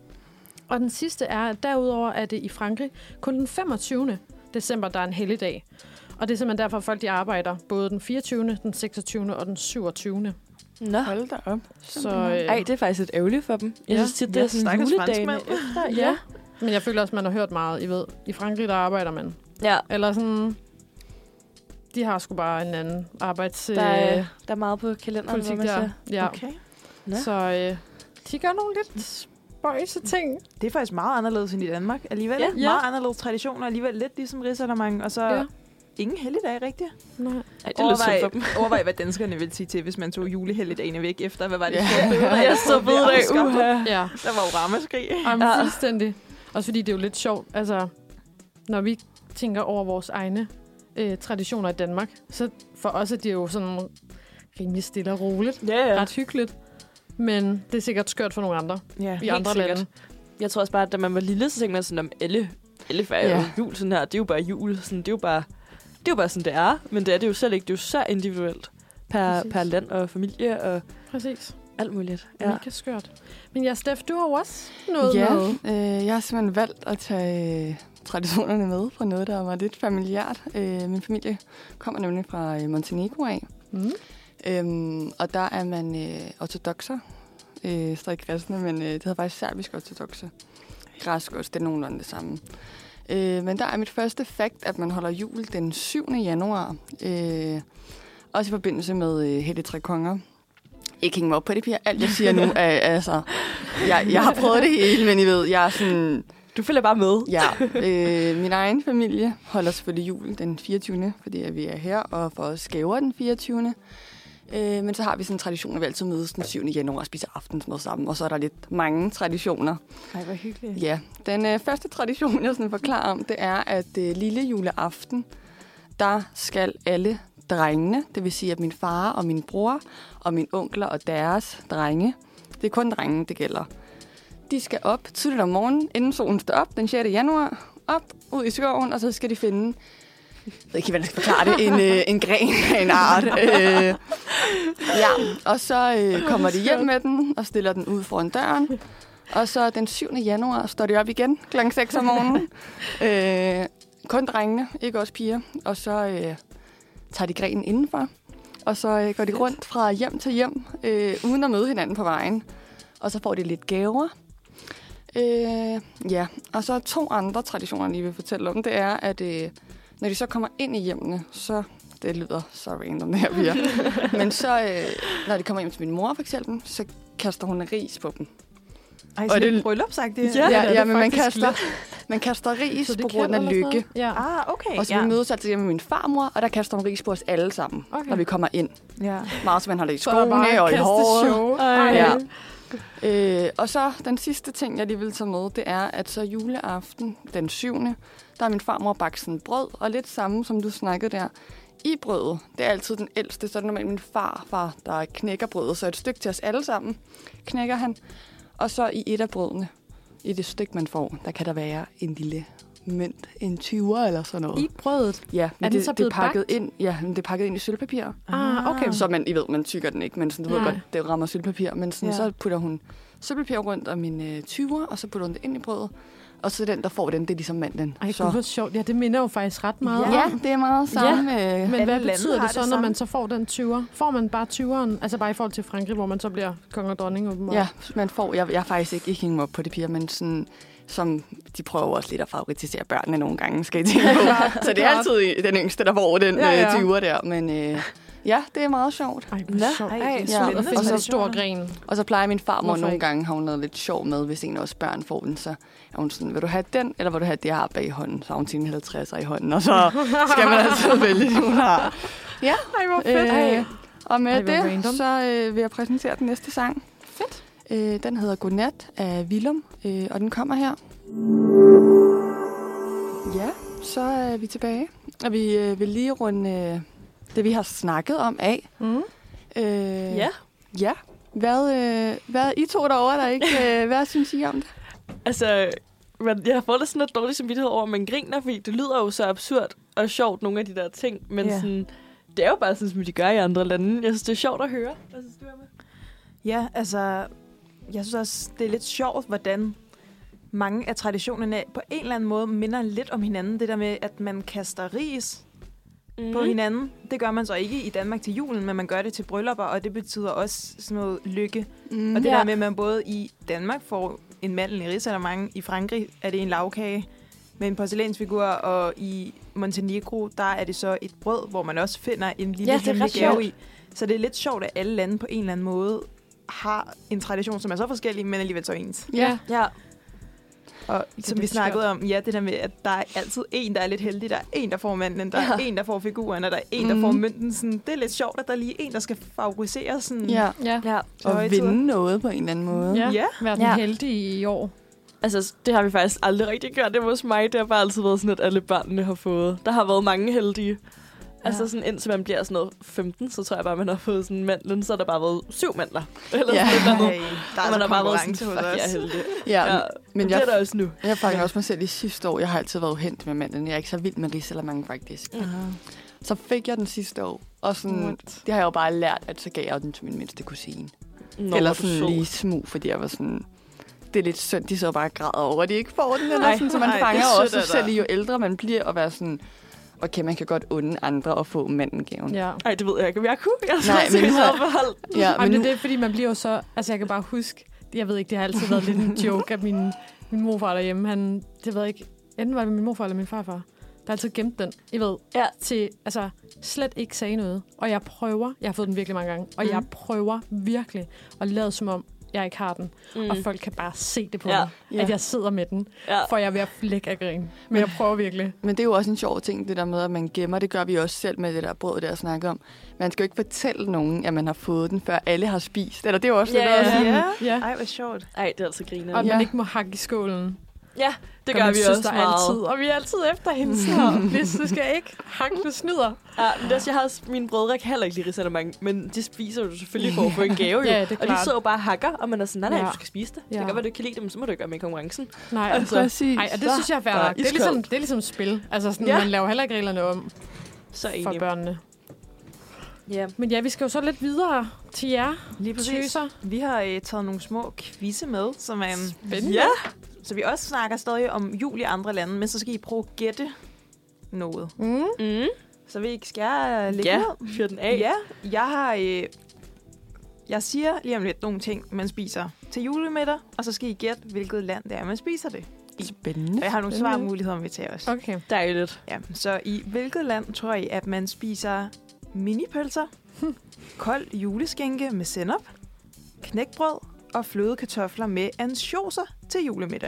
Og den sidste er, at derudover er det i Frankrig kun den femogtyvende december, der er en helligdag. Og det er simpelthen derfor, at folk de arbejder både den fireogtyvende, den seksogtyvende og den syvogtyvende. Nå. Hold da op. Så, Ej, det er faktisk lidt ærgerligt for dem. Jeg Ja. synes tit, det er Ja, sådan stakkels juledagene franskmænd. efter. ja. Men jeg føler også, man har hørt meget. I ved, i Frankrig, der arbejder man. Ja. Eller sådan... De har sgu bare en anden arbejds... Der er, øh, der er meget på kalenderen, politik hvor man der. siger. Ja. Okay. Nå. Så øh, de gør nogle lidt spøjse ting. Det er faktisk meget anderledes end i Danmark alligevel. Ja. Ja. Meget anderledes traditioner, alligevel lidt ligesom risalamande, og så Ja. ja. ingen helligdag rigtigt. Nej. Ej, det er lidt synd for dem. overvej, hvad danskerne vil sige til, hvis man tog julehelligdagene væk efter. Hvad var det? Ja. Store bededag, Jeg der så blev bededag. afskaffet. Uha. Ja. Der var jo ramaskrig. Jamen, Ja. fuldstændig. Også fordi det er jo lidt sjovt, altså, når vi tænker over vores egne øh, traditioner i Danmark, så for os er det jo sådan rimelig stille og roligt. Ja, ja. Ret hyggeligt. Men det er sikkert skørt for nogle andre Ja. i Helt andre sikkert. lande. Jeg tror også bare, at da man var lille, så tænkte man sådan om alle, alle fejrer Ja. ja. jul sådan her. Det er jo bare jul. Sådan, det er jo bare, det er jo bare sådan, det er. Men det er det jo selv ikke. Det er jo så individuelt per, Præcis. per land og familie og Præcis. alt muligt. Ja. Ja. Mega skørt. Men ja, Steff, du har jo også noget Ja, med. øh, jeg har simpelthen valgt at tage øh, traditionerne med fra noget, der var lidt familiært. Øh, min familie kommer nemlig fra øh, Montenegro af. Mm. Øhm, og der er man øh, ortodokser. Øh, stadig kristne, men øh, det hedder faktisk serbisk ortodokser. Græsk også, det er nogenlunde det samme. Øh, men der er mit første fakt, at man holder jul den syvende januar. Øh, også i forbindelse med øh, Helligtrekonger. Ikke hænge mig op på det, piger. Alt, jeg siger nu, er altså... Jeg, jeg har prøvet det hele, men I ved, jeg er sådan... Du følger bare med. Ja, øh, min egen familie holder selvfølgelig jul den fireogtyvende, fordi at vi er her, og får os gaver den fireogtyvende. Øh, men så har vi sådan en tradition, at vi altid mødes den syvende januar og spiser aftensmad sammen, og så er der lidt mange traditioner. Ej, hvor hyggeligt. Ja, den øh, første tradition, jeg sådan forklarer om, det er, at øh, lille juleaften, der skal alle drengene, det vil sige, at min far og min bror og mine onkler og deres drenge, det er kun drenge, det gælder. De skal op tidligt om morgenen, inden solen står op, den sjette januar, op, ud i skoven, og så skal de finde, jeg ved ikke, hvordan jeg skal forklare det, en, øh, en gren af en art. Øh, ja, og så øh, kommer de hjem med den og stiller den ud foran døren. Og så den syvende januar står de op igen klokken seks om morgenen. Øh, kun drengene, ikke også piger. Og så øh, tager de grenen indenfor. Og så øh, går de rundt fra hjem til hjem, øh, uden at møde hinanden på vejen. Og så får de lidt gaver. Øh, ja, og så to andre traditioner, jeg lige vil fortælle om, det er, at øh, når de så kommer ind i hjemmene, så, det lyder så random det her, vi er. Men så, øh, når de kommer hjem til min mor for eksempel, så kaster hun ris på dem. Ej, Og sådan det- lidt bryllupsagtigt. Ja, Ja, det er ja, det men man faktisk kaster, lidt. man kaster ris Så det på grund kan af eller sådan lykke. noget? Ja. Ah, okay. Og så ja. vi mødes altid hjemme med min farmor, og der kaster hun ris på os alle sammen, Okay. okay. når vi kommer ind. Ja. Meget som man holder i Så er der bare skoene og i håret. kasteshow. Ej. Ja. Øh, og så den sidste ting, jeg lige vil tage med, det er, at så juleaften den syvende, der er min farmor bagt sådan brød, og lidt samme, som du snakkede der. I brødet, det er altid den ældste, så er det normalt min farfar, der knækker brødet, så et stykke til os alle sammen knækker han. Og så i et af brødene, i det stykke, man får, der kan der være en lille mint, en tyver eller sådan noget. I brødet? Ja, men Er den det, så det er blevet pakket bagt? ind. Ja, men det er pakket ind i sølvpapir. Ah, okay. Så man, I ved, man tykker den ikke, men sådan, du ved Nej. godt, det rammer sølvpapir. Men sådan, Ja. så putter hun sølvpapir rundt om min øh, tyver, og så putter hun det ind i brødet. Og så den, der får den, det er ligesom mandlen. Ej, så, gud, hvor sjovt. Ja, det minder jo faktisk ret meget Ja. om. ja, det er meget samme. Ja. Øh, Men Alle hvad lande betyder har det det så, når samme. man så får den tyver? Får man bare tyveren? Altså bare i forhold til Frankrig, hvor man så bliver konge og dronning åbenbart? ja, man får, jeg, jeg er faktisk ikke, ikke hængt mig op på det piger, men sådan, som de prøver også lidt at favoritisere børnene nogle gange, skal I tænke på. Så det er altid den yngste, der får den Ja, ja. øh, tyver der. Men øh, ja, det er meget sjovt. Ej, hvor Nå, sjovt. ej, Ej, det er ja. spændende. Og finde Og sådan så- en stor gren. Og så plejer min farmor Hvorfor nogle ikke? gange, har hun noget lidt sjov med, hvis en af os børn får den, så er hun sådan, vil du have den, eller vil du have det, jeg har bag i hånden? Så har hun sine halvtredser i hånden, og så skal man altså vælge det, hun har. Ja, Ej, hvor fedt. øh, og med Ej, hvor det, random. så øh, vil jeg præsentere den næste sang. Fedt. Øh, den hedder Godnat af Willum, øh, og den kommer her. Ja, så er vi tilbage, og vi øh, vil lige runde øh, det, vi har snakket om af. Mm. Øh, Ja. Ja. Hvad, øh, hvad I to derovre, der ikke? Øh, hvad synes I om det? Altså, men jeg har fået lidt sådan lidt dårlig samvittighed over, at man griner, fordi det lyder jo så absurd og sjovt, nogle af de der ting. Men Ja. sådan, det er jo bare sådan, som de gør i andre lande. Jeg synes, det er sjovt at høre. Hvad synes du, Emma? Ja, altså, jeg synes også, det er lidt sjovt, hvordan mange af traditionerne på en eller anden måde minder lidt om hinanden. Det der med, at man kaster ris mm. på hinanden. Det gør man så ikke i Danmark til julen, men man gør det til bryllupper, og det betyder også sådan noget lykke. Mm. Og det Ja. der med, at man både i Danmark får en mandel i risalamande, i Frankrig er det en lavkage med en porcelænsfigur, og i Montenegro, der er det så et brød, hvor man også finder en lille Ja, det er hemmelig ret gave sjovt. i. Så det er lidt sjovt, at alle lande på en eller anden måde har en tradition, som er så forskellig, men alligevel så ens. Ja. Ja. Og Det er som vi lidt snakkede skørt. om, ja, det der med, at der er altid en, der er lidt heldig, der er en, der får mandlen, der Ja. er en, der får figuren, og der er en, der Mhm. får mønten. Sådan, det er lidt sjovt, at der lige er en, der skal favorisere sådan Ja. Ja. Ja. til Og højtider. vinde noget på en eller anden måde. Ja. Ja. Vær den Ja. heldige i år. Altså, det har vi faktisk aldrig rigtig gjort det hos mig. Det har bare altid været sådan, at alle børnene har fået. Der har været mange heldige. Altså Ja. sådan, indtil man bliver sådan noget femten, så tror jeg bare, man har fået sådan mandlen, så har der bare været syv mandler. Eller Ja. sådan et eller andet. Ej, der er Og man altså har bare været sådan, konkurrence hos fuck, jeg er os. heldig. Ja, Ja, men men jeg, det er der også nu. jeg fanger også mig selv i sidste år. Jeg har altid været uheldig med manden. Jeg er ikke så vild med risalamande, faktisk. Mm. Så fik jeg den sidste år. Og sådan, det har jeg jo bare lært, at så gav jeg den til min mindste kusine. Nå, Eller hvor er du sådan sød. lige smug, fordi jeg var sådan... Det er lidt synd, de så bare græder over, at de ikke får den. Eller Ej, sådan, så man ej, fanger det er også sødt sig af selv dig. i, jo ældre man bliver, og være sådan... Okay, man kan godt unde andre at få mandengaven. Ja. Ej, det ved jeg ikke, om jeg kunne. Jeg Nej, Nej, men men nu jeg har- havde beholdt. Ja, Ej, men men nu, det er, fordi man bliver jo så... Altså, jeg kan bare huske... Jeg ved ikke, det har altid været lidt en joke, at min, min morfar derhjemme, han... Det ved jeg ikke... Enten var det min morfar eller min farfar, der altid gemte den, I ved, Ja. til... Altså, slet ikke sagde noget. Og jeg prøver... Jeg har fået den virkelig mange gange. Og mm. jeg prøver virkelig at lade som om, jeg ikke har den. Mm. Og folk kan bare se det på Ja. mig, Ja. at jeg sidder med den. Ja. For jeg er ved at flække af grin. Men jeg prøver virkelig. men det er jo også en sjov ting, det der med, at man gemmer. Det gør vi også selv med det der brød, der jeg snakker om. Man skal jo ikke fortælle nogen, at man har fået den, før alle har spist. Eller det er jo også Ja, lidt noget at ja. sige. Ja. Ej, hvor sjovt. Ej, det er altså griner. Og at Ja. man ikke må hakke i skålen. Ja, det Gør gør min vi søster også meget. altid. Og vi er altid efter hende så. Hvis du skal ikke hakke med snyder. Ja, men det er også, jeg har også, mine brødre kan heller ikke lide risalamande, men de spiser jo selvfølgelig for at få en gave, jo. Ja, det er Og de klart. sidder jo bare og hakker, og man er sådan, nej, nej, Ja. du skal spise det. Det Ja. kan godt være, du ikke kan lide dem, så må du ikke gøre med i konkurrencen. Nej, Altså, Præcis. Ej, og det synes jeg er fair bare nok. Det er, iskoldt. ligesom, det er ligesom spil. Altså, sådan, Ja. man laver heller ikke reglerne om Så for enig. børnene. Ja. Men ja, vi skal jo så lidt videre til jer. Lige præcis. Tøser. Vi har øh, taget nogle små quizze med, som er en... Spændende. Ja. Så vi også snakker stadig om jul i andre lande, men så skal I prøve at gætte noget. Mm. Mm. Så vi ikke skal jeg lægge Ja, ned? fyr den af. Ja, jeg har... Øh, jeg siger lige om lidt nogle ting, man spiser til julemiddag, og så skal I gætte, hvilket land det er, man spiser det. Spændende. Og jeg har nogle Spændende. svarmuligheder, om vi tager os. Okay. Dejligt. Ja, så i hvilket land tror I, at man spiser minipølser, kold juleskænke med sennep, knækbrød og flødekartofler med ansjoser til julemiddag?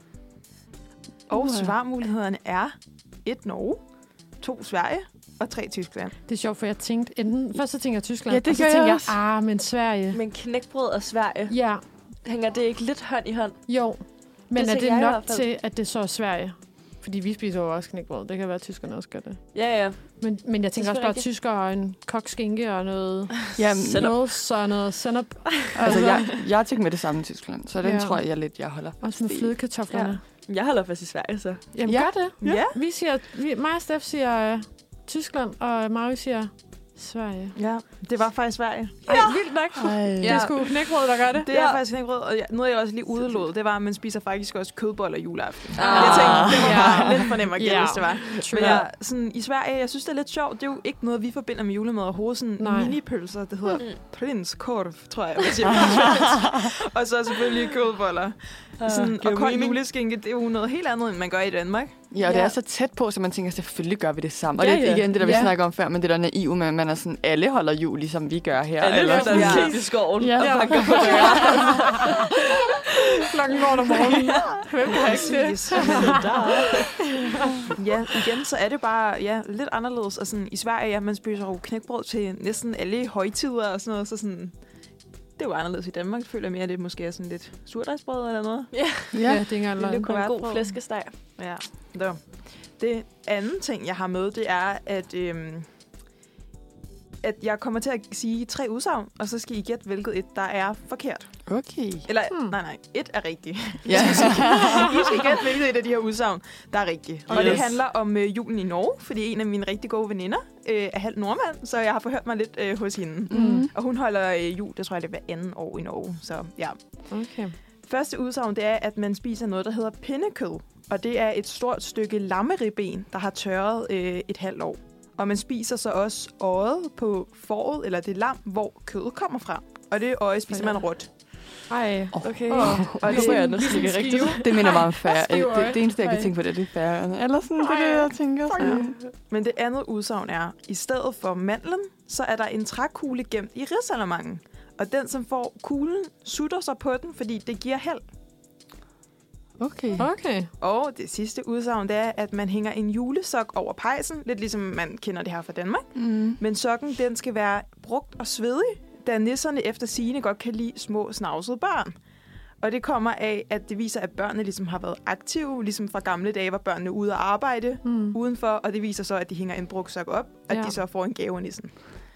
Og Uha. svarmulighederne er et Norge, to Sverige og tre Tyskland. Det er sjovt, for jeg tænkte enten... Først så tænker jeg Tyskland, Ja, det og så gør tænker jeg jeg, også. ah, men Sverige. Men knækbrød og Sverige, Ja, hænger det ikke lidt hånd i hånd? jo. Men Det er tænker det jeg i nok hvert fald. til, at det så er Sverige? Fordi vi spiser jo også knækbrød. Det kan være, at tyskerne også gør det. Ja, ja. Men, men jeg tænker også bare, at selvfølgelig tysker og en kokskinke og noget Jamen, nåls og noget sennep. altså, jeg, jeg tænker med det samme i Tyskland, så den Ja. tror jeg lidt, jeg holder. Også med fast i. flødekartoflerne. Jeg holder fast i Sverige, så. Jamen, Ja. gør det. Ja. Vi siger, vi, mig og Steff siger øh, Tyskland, og Marie siger Sverige. Ja, det var faktisk Sverige. Ej, vildt nok. Ej. Det er sgu knækbrød, der gør det. Det er Ja. faktisk ikke rød, og jeg, noget jeg også lige udelod, det var, at man spiser faktisk også kødboller juleaften. Ah. Jeg tænkte, det var bare Ja. lidt for nemt at gætte, Ja. hvis det var. True. Men jeg, sådan, i Sverige, jeg synes, det er lidt sjovt. Det er jo ikke noget, vi forbinder med julemad overhovedet. Sådan Nej. mini-pølser, det hedder prinskorv, tror jeg, man siger. på svensk. Og så selvfølgelig kødboller. Sådan, giver og kold mening. juleskinke, det er jo noget helt andet, end man gør i Danmark. Ja, og det Ja. er så tæt på, så man tænker, selvfølgelig gør vi det sammen. Og Ja, det er ja. igen det, der vi Ja. snakker om før, men det der naive med, at man er sådan, alle holder jul, ligesom vi gør her. Alle eller løber sådan. der Ja. ja. i skoven Ja. og banker på døren. Klokken går om morgenen. Hvem kan ikke det? Præcis. Ja, igen, så er det bare ja, lidt anderledes. Og sådan, i Sverige, ja, man spiser jo knækbrød til næsten alle højtider og sådan noget. Så sådan, det er jo anderledes i Danmark. Jeg føler mere, at det måske er sådan lidt surdejsbrød eller noget. Ja, Ja. det er ikke engang Lille løgn. Og en god Kuvertbrød. flæskesteg. Ja, det Det anden ting, jeg har med, det er, at, øhm, at jeg kommer til at sige tre udsagn, og så skal I gætte, hvilket et, der er forkert. Okay. Eller, Hmm. hmm. nej, nej, et er rigtigt. Ja. I skal gætte, hvilket et af de her udsagn, der er rigtigt. Og Yes. det handler om øh, julen i Norge, fordi en af mine rigtig gode veninder øh, er halv nordmand, så jeg har forhørt mig lidt øh, hos hende. Mm. Og hun holder øh, jul, det tror jeg, det er hver anden år i Norge. Så ja. Okay. Første udsagn, det er, at man spiser noget, der hedder pinnekød. Og det er et stort stykke lammeribben, der har tørret øh, et halvt år. Og man spiser så også øjet på fåret, eller det lam, hvor kødet kommer fra. Og det øje spiser man råt. Ej. Okay. Åh, Og og det det- er jeg næsten ikke rigtigt. Det minder mig om færre. Stiv Det, øje. det eneste, jeg kan Ej. tænke på, det er det færre. Eller sådan, det er det, jeg tænker. Sådan. Men det andet udsagn er, i stedet for mandlen, så er der en trækugle gemt i ridsalermangen. Og den, som får kuglen, sutter sig på den, fordi det giver held. Okay. Okay. Og det sidste udsagn, det er, at man hænger en julesok over pejsen, lidt ligesom man kender det her fra Danmark. Mm. Men sokken, den skal være brugt og svedig, da nisserne efter sigende godt kan lide små snavsede børn. Og det kommer af, at det viser, at børnene ligesom har været aktive, ligesom fra gamle dage var børnene ude at arbejde Mm. udenfor, og det viser så, at de hænger en brugt sok op, og Ja. de så får en gave af nissen.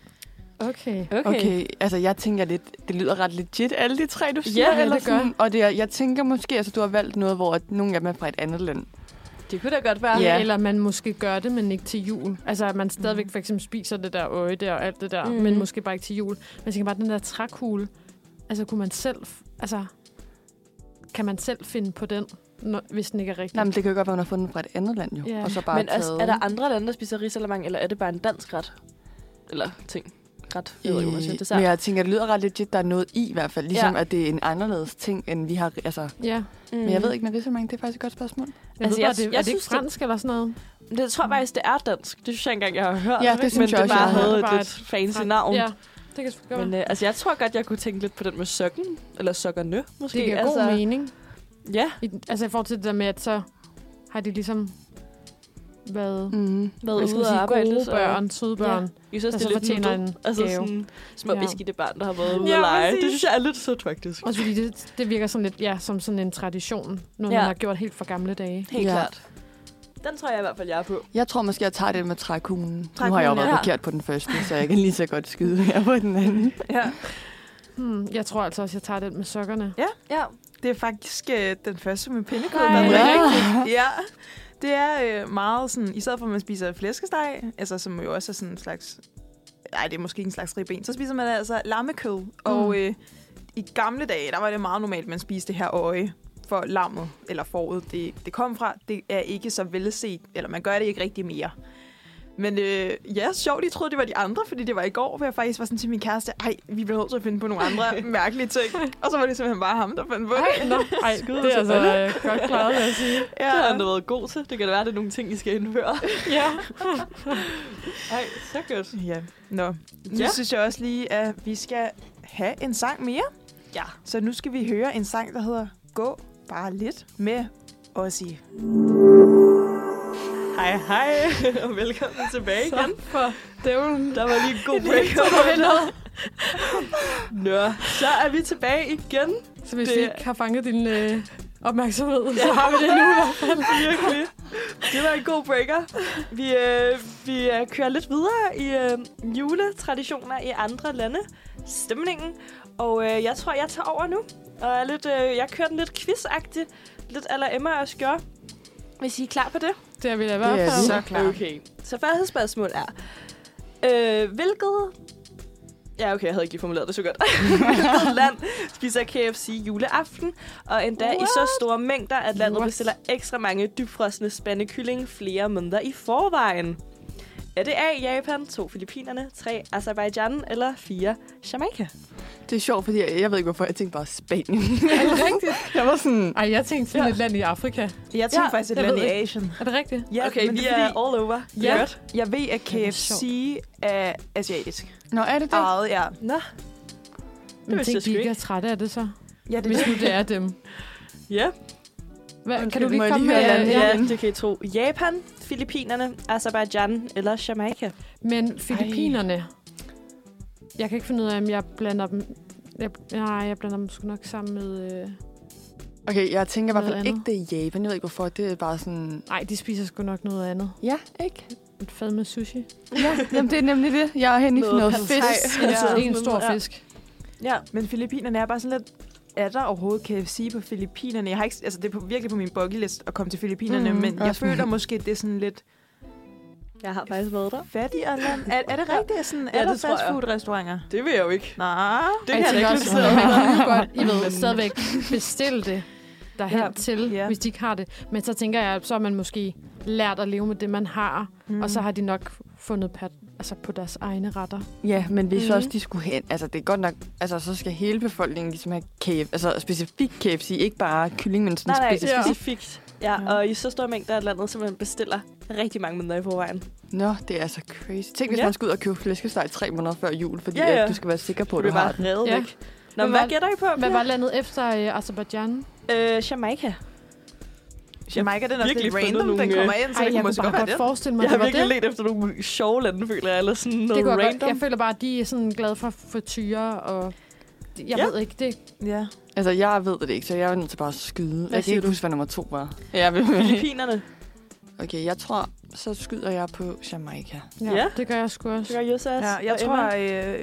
Okay. Okay. Okay, altså jeg tænker lidt, det lyder ret legit, alle de tre, du siger. ja, eller det gør. sådan. Og det er, jeg tænker måske, altså du har valgt noget, hvor at nogle af dem er fra et andet land. Det kunne da godt være. Ja. Eller man måske gør det, men ikke til jul. Altså, at man stadigvæk for eksempel spiser det der øje der og alt det der, Mhm. mm. men måske bare ikke til jul. Men jeg tænker bare, den der trækugle, altså kunne man selv, altså, kan man selv finde på den, når, hvis den ikke er rigtig? Nej, men det kan jo godt være, man har fundet den fra et andet land jo. Ja. Og så bare Men taget. altså, er der andre lande, der spiser risalamang, eller er det bare en dansk ret? Eller ting? Ret? Jeg ved ikke, hvad man siger. Øh, Dessert. men jeg tænker, det lyder ret legit, der er noget i i hvert fald. Ligesom Ja. at det er en anderledes ting, end vi har... Altså, Ja. Mm. Men jeg ved ikke med risalemang, det er faktisk et godt spørgsmål. Jeg Altså, ved bare, jeg- det, jeg er det synes, ikke fransk eller sådan noget? Det tror jeg faktisk, det er dansk. Det synes jeg ikke engang, jeg har hørt. Ja, det synes men jeg det også, bare jeg har havde hørt. et Bare lidt fancy navn. Ja, det kan sgu godt Men være. øh, altså, jeg tror godt, jeg kunne tænke lidt på den med sokken. Eller sokkerne, måske. Det giver altså, god mening. Ja, I, altså i forhold til det der med, at så har de ligesom været Mm. været hvad skal ude man og sige, arbejde. gode så- børn, søde børn. Jeg synes, der det så er lidt fortjener nuttet. en Altså gave. sådan små Ja. beskidte børn, der har været ude Ja, at lege. præcis. Det synes jeg er lidt sødt, faktisk. Også fordi det, det virker sådan lidt, ja, som sådan en tradition, noget Ja. man har gjort helt fra gamle dage. Helt Ja. klart. Den tror jeg i hvert fald, jeg er på. Jeg tror måske, jeg tager det med trækuglen. Nu har Trækuglen, jeg jo været ja. forkert på den første, så jeg kan lige så godt skyde her på den anden. Ja. Hmm, jeg tror altså også, jeg tager den med sokkerne. Ja. Det er faktisk øh, den første med pindekød, Nej, der er det er rigtigt. Ja. Det er øh, meget sådan, i stedet for at man spiser flæskesteg, altså som jo også er sådan en slags, nej, det er måske ikke en slags ribben, så spiser man altså lammekød. Mm. Og øh, i gamle dage, der var det meget normalt, at man spiste det her øje for lammet, eller fåret, det, det kom fra. Det er ikke så velset, eller man gør det ikke rigtig mere. Men øh, ja, sjovt, jeg troede, det var de andre, fordi det var i går, hvor jeg faktisk var sådan til min kæreste, ej, vi bliver nødt til at finde på nogle andre mærkelige ting. Og så var det simpelthen bare ham, der fandt på det. Ej, nå, ej det er altså øh, godt klaret, vil jeg sige. Det har han da været god til. Det kan da være, at det er nogle ting, I skal indføre. Ja. Ej, så godt. Ja, nå. Nu Ja. synes jeg også lige, at vi skal have en sang mere. Ja. Så nu skal vi høre en sang, der hedder Gå bare lidt med Ozzy. Hej, hej. Og velkommen tilbage igen. Så for dævlen. Der var lige en god break. Nå, så er vi tilbage igen. Så hvis Det- vi ikke har fanget din øh, opmærksomhed, så har vi det nu i hvert fald. Virkelig. Det var en god breaker. Vi, øh, vi øh, kører lidt videre i øh, juletraditioner i andre lande. Stemningen. Og øh, jeg tror, jeg tager over nu. Og er lidt, øh, jeg kører den lidt quiz-agtigt. Lidt a la Emma og Skjør. Hvis I er klar på det? Det er vi da i hvert fald. Så klar. Okay. Så første spørgsmål er, øh, hvilket... Ja, okay, jeg havde ikke lige formuleret det så godt. Hvilket land spiser K F C juleaften, og endda What? i så store mængder, at landet What? bestiller ekstra mange dybfrosne spande kylling flere måneder i forvejen? Er det A, Japan, to Filippinerne, tre Azerbaijan eller fire Jamaica? Det er sjovt, fordi jeg, jeg ved ikke, hvorfor jeg tænkte bare Spanien. Er det rigtigt? Jeg var sådan... Ej, jeg tænkte sådan Ja. et land i Afrika. Jeg tænkte Ja, faktisk et jeg land ved i ikke. Asien. Er det rigtigt? Ja, Okay, men vi det er er all over. Ja. Godt. Jeg ved, at Ja, K F C er asiatisk. Nå, er det det? Ejet, ja. Nå, Men vidste jeg tænk, sgu de ikke ikke. er trætte af det så. Ja, det Hvis er nu det er dem. ja. Hvad, Okay, kan du må lige jeg komme lige med? høre Ja, landet ja. Ja, det kan I tro. Japan, Filippinerne, Azerbaijan eller Jamaica? Men Filippinerne... Jeg kan ikke finde ud af, om jeg blander dem... Jeg, nej, jeg blander dem sgu nok sammen med... Øh... Okay, jeg tænker i hvert fald Noget ikke, det er Japan. Jeg ved ikke, hvorfor. Det er bare sådan... Nej, de spiser sgu nok noget andet. Ja, ikke? Et fad med sushi. Ja, jamen det er nemlig det. Jeg er hen i Noget noget pad fisk. thai. Ja. Ja. En stor Ja. fisk. Ja. Men Filippinerne er bare sådan lidt... Er der overhovedet K F C på Filippinerne? Jeg har ikke, altså det er på, virkelig på min bucket list at komme til Filippinerne, Mm, mm, men jeg også. føler måske, det er sådan lidt Jeg har faktisk været der. fattigere land. Er, er det rigtigt? Sådan, Ja, er der det tror jeg. fastfood-restauranter? Det vil jeg jo ikke. Nej. Det Ej, kan jeg jeg ikke tænker lide. også, man kan godt, I ved, Men- stadigvæk bestille det derhen Ja. til, Ja. hvis de ikke har det. Men så tænker jeg, så har man måske lært at leve med det, man har, Mm. og så har de nok fundet pat, altså på deres egne retter. Ja, men hvis Mhm. også de skulle hen... Altså, det er godt nok... Altså, så skal hele befolkningen ligesom have K F C. Altså, specifikt K F C. Ikke bare kylling, men sådan Nej, nej, specifikt. specifikt. Ja, Ja. og i så store mængder af landet, simpelthen bestiller rigtig mange måneder i forvejen. Nå, det er så crazy. Tænk, hvis Ja. man skal ud og købe flæskesteg tre måneder før jul, fordi Ja, ja. at du skal være sikker på, Du at du er har bare den. reddet Ja. væk. Nå, Men hvad hvad- gætter I på? Hvad var landet efter øh, Azerbaijan? Øh, Jamaica. Jamaica, den er også virkelig lidt fundet random, nogle, den kommer øh, ind, så Ej, det jeg kunne måske kunne godt bare være godt den. forestille mig, Jeg at har det var virkelig det. let efter nogle sjove lande, føler jeg, eller sådan noget Det kunne jeg, random. godt. Jeg føler bare, at de er sådan glade for frityrer, og jeg Ja. ved ikke, det Ja. Altså, jeg ved det ikke, så jeg er nødt til bare at skyde. Jeg kan siger ikke du? huske, hvad nummer to var. Ja, vil Filippinerne. Okay, jeg tror, så skyder jeg på Jamaica. ja, Ja. det gør jeg sgu Det også. gør Josas Ja, jeg og tror, Emma. øh,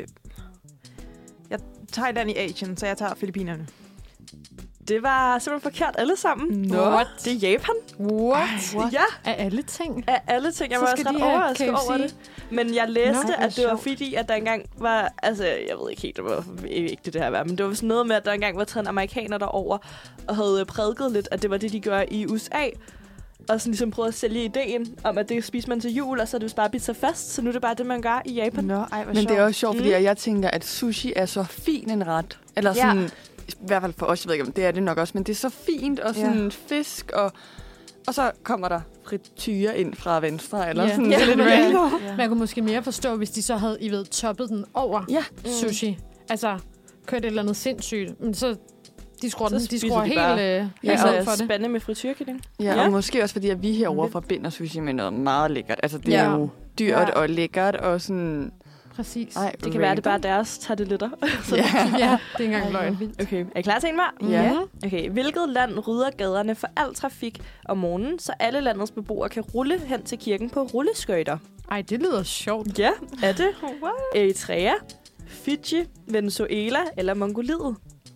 jeg tager et land i Asien, så jeg tager Filippinerne. Det var simpelthen forkert alle sammen. Nå. What? Det er Japan. What? What? Ja, Af alle ting? af alle ting. Jeg Så var skal også ret de have overrasket K F C. over det. Men jeg læste, Nå, Nå, hvor at det var sjovt. fordi, at der engang var... Altså, jeg ved ikke helt, hvor vigtigt det her var, men det var sådan noget med, at der engang var taget en amerikaner derover og havde prædiket lidt, at det var det, de gør i U S A. Og sådan ligesom prøvede at sælge ideen om, at det spiser man til jul, og så er det jo bare bidt sig fast. Så nu er det bare det, man gør i Japan. Nå, ej, hvor Men det er også sjovt, fordi Mm. jeg tænker, at sushi er så fin en ret. Eller Ja. sådan, i hvert fald for os, jeg ved ikke, om det er det nok også, men det er så fint, og sådan Ja. fisk, og, og så kommer der frityre ind fra venstre, eller Ja. sådan Ja, det er lidt men- random. Ja. Man kunne måske mere forstå, hvis de så havde, I ved, toppet den over Ja. sushi. Altså, kørt et eller andet sindssygt. Men så, de skruer, Så den, de spiser skruer de helt bare- øh, Ja, ja, Altså, ned for det. spande med frityrkylling. Ja, Ja. og måske også, fordi at vi herovre Lidt. forbinder sushi med noget meget lækkert. Altså, det Ja. er jo dyrt Ja. og lækkert, og sådan... Præcis. Ej, Det kan være, at det bare er deres tarteletter. Ja. Ja, det er ikke engang Ej, løgn. hvor vildt. Okay, er I klar til en mere? Ja. Mhm. Okay, hvilket land rydder gaderne for al trafik om morgenen, så alle landets beboere kan rulle hen til kirken på rulleskøjter? Ej, det lyder sjovt. Ja, er det Eritrea, Fiji, Venezuela eller Mongoliet?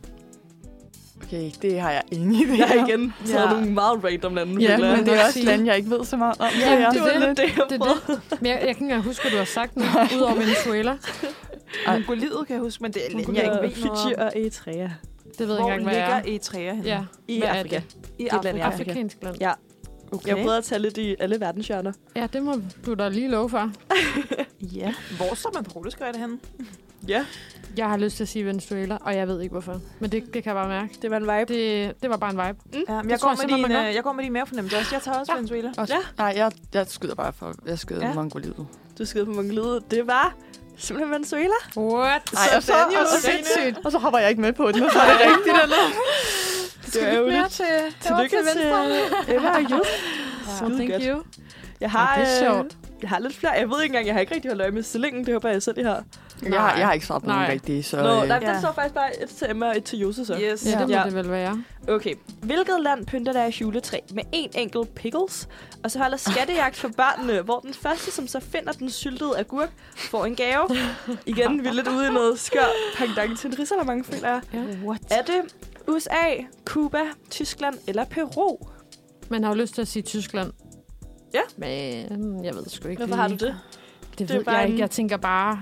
Okay, det har jeg ingen idé. Jeg har igen taget Ja. nogle meget random lande. Ja, føler jeg. men det er nok også sige. lande, jeg ikke ved så meget om. Ja, så jeg det det er var det. lidt det, jeg Det er prøvede. det. Men jeg, jeg kan ikke engang huske, hvad du har sagt nu, udover Venezuela. Mongoliet kan jeg huske, men det er lande, jeg ikke ved noget Fiji om. og Eritrea Det ved jeg Hvor ikke engang, hvad ligger er. Eritrea henne? Ja, i hvad er Afrika. det? I et land i Afrika. Afrika. Afrikansk land. Ja. Okay. Jeg prøvede at tage lidt i alle verdenshjørner. Ja, det må du da lige love for. Ja. Hvor står man på rulleskøjter henne? Ja, Jeg har lyst til at sige Venezuela, og jeg ved ikke hvorfor. Men det, det kan jeg bare mærke. det var en vibe. Det, det var bare en vibe. Ja, men Det jeg, tror går jeg med simpelthen, din, man gør. øh, jeg går med din mavefornemmelse også. Jeg tager også Ja. Venezuela. Også, Ja. Nej, jeg, jeg skyder bare for... Jeg skyder Ja. ja. Mongoliet. Du skød på Mongoliet. Det var simpelthen Venezuela. What? Ej, og så, Sådan, og, så, Josefine. sindssygt. og så hopper jeg ikke med på den, og så er det rigtigt, eller? Det er jo mere lidt. til, Tillykke til Emma og Jus. So Skide thank godt. you. Jeg har, Ja, det er øh, sjovt. jeg har lidt flere. Jeg ved ikke engang, jeg har ikke rigtig holdt øje med stillingen. Det håber jeg selv, I har. Jeg, har, jeg har ikke svaret på nogen Nej. rigtige, så... Nå, øh, der, Ja. der står faktisk bare et til Emma og et til Jose, så. Yes. Ja, det må Ja. det vel være. Okay. Hvilket land pynter deres juletræ med én enkelt pickles, og så holder skattejagt for børnene, hvor den første, som så finder den syltede agurk, får en gave. Igen, vi er lidt ude i noget skør pendant til en risalamande, føler jeg. Ja. What? Er det U S A, Cuba, Tyskland eller Peru? Man har jo lyst til at sige Tyskland. Ja. Men jeg ved sgu ikke Hvorfor lige. har du det? Det Det er ved bare jeg en- ikke. Jeg tænker bare...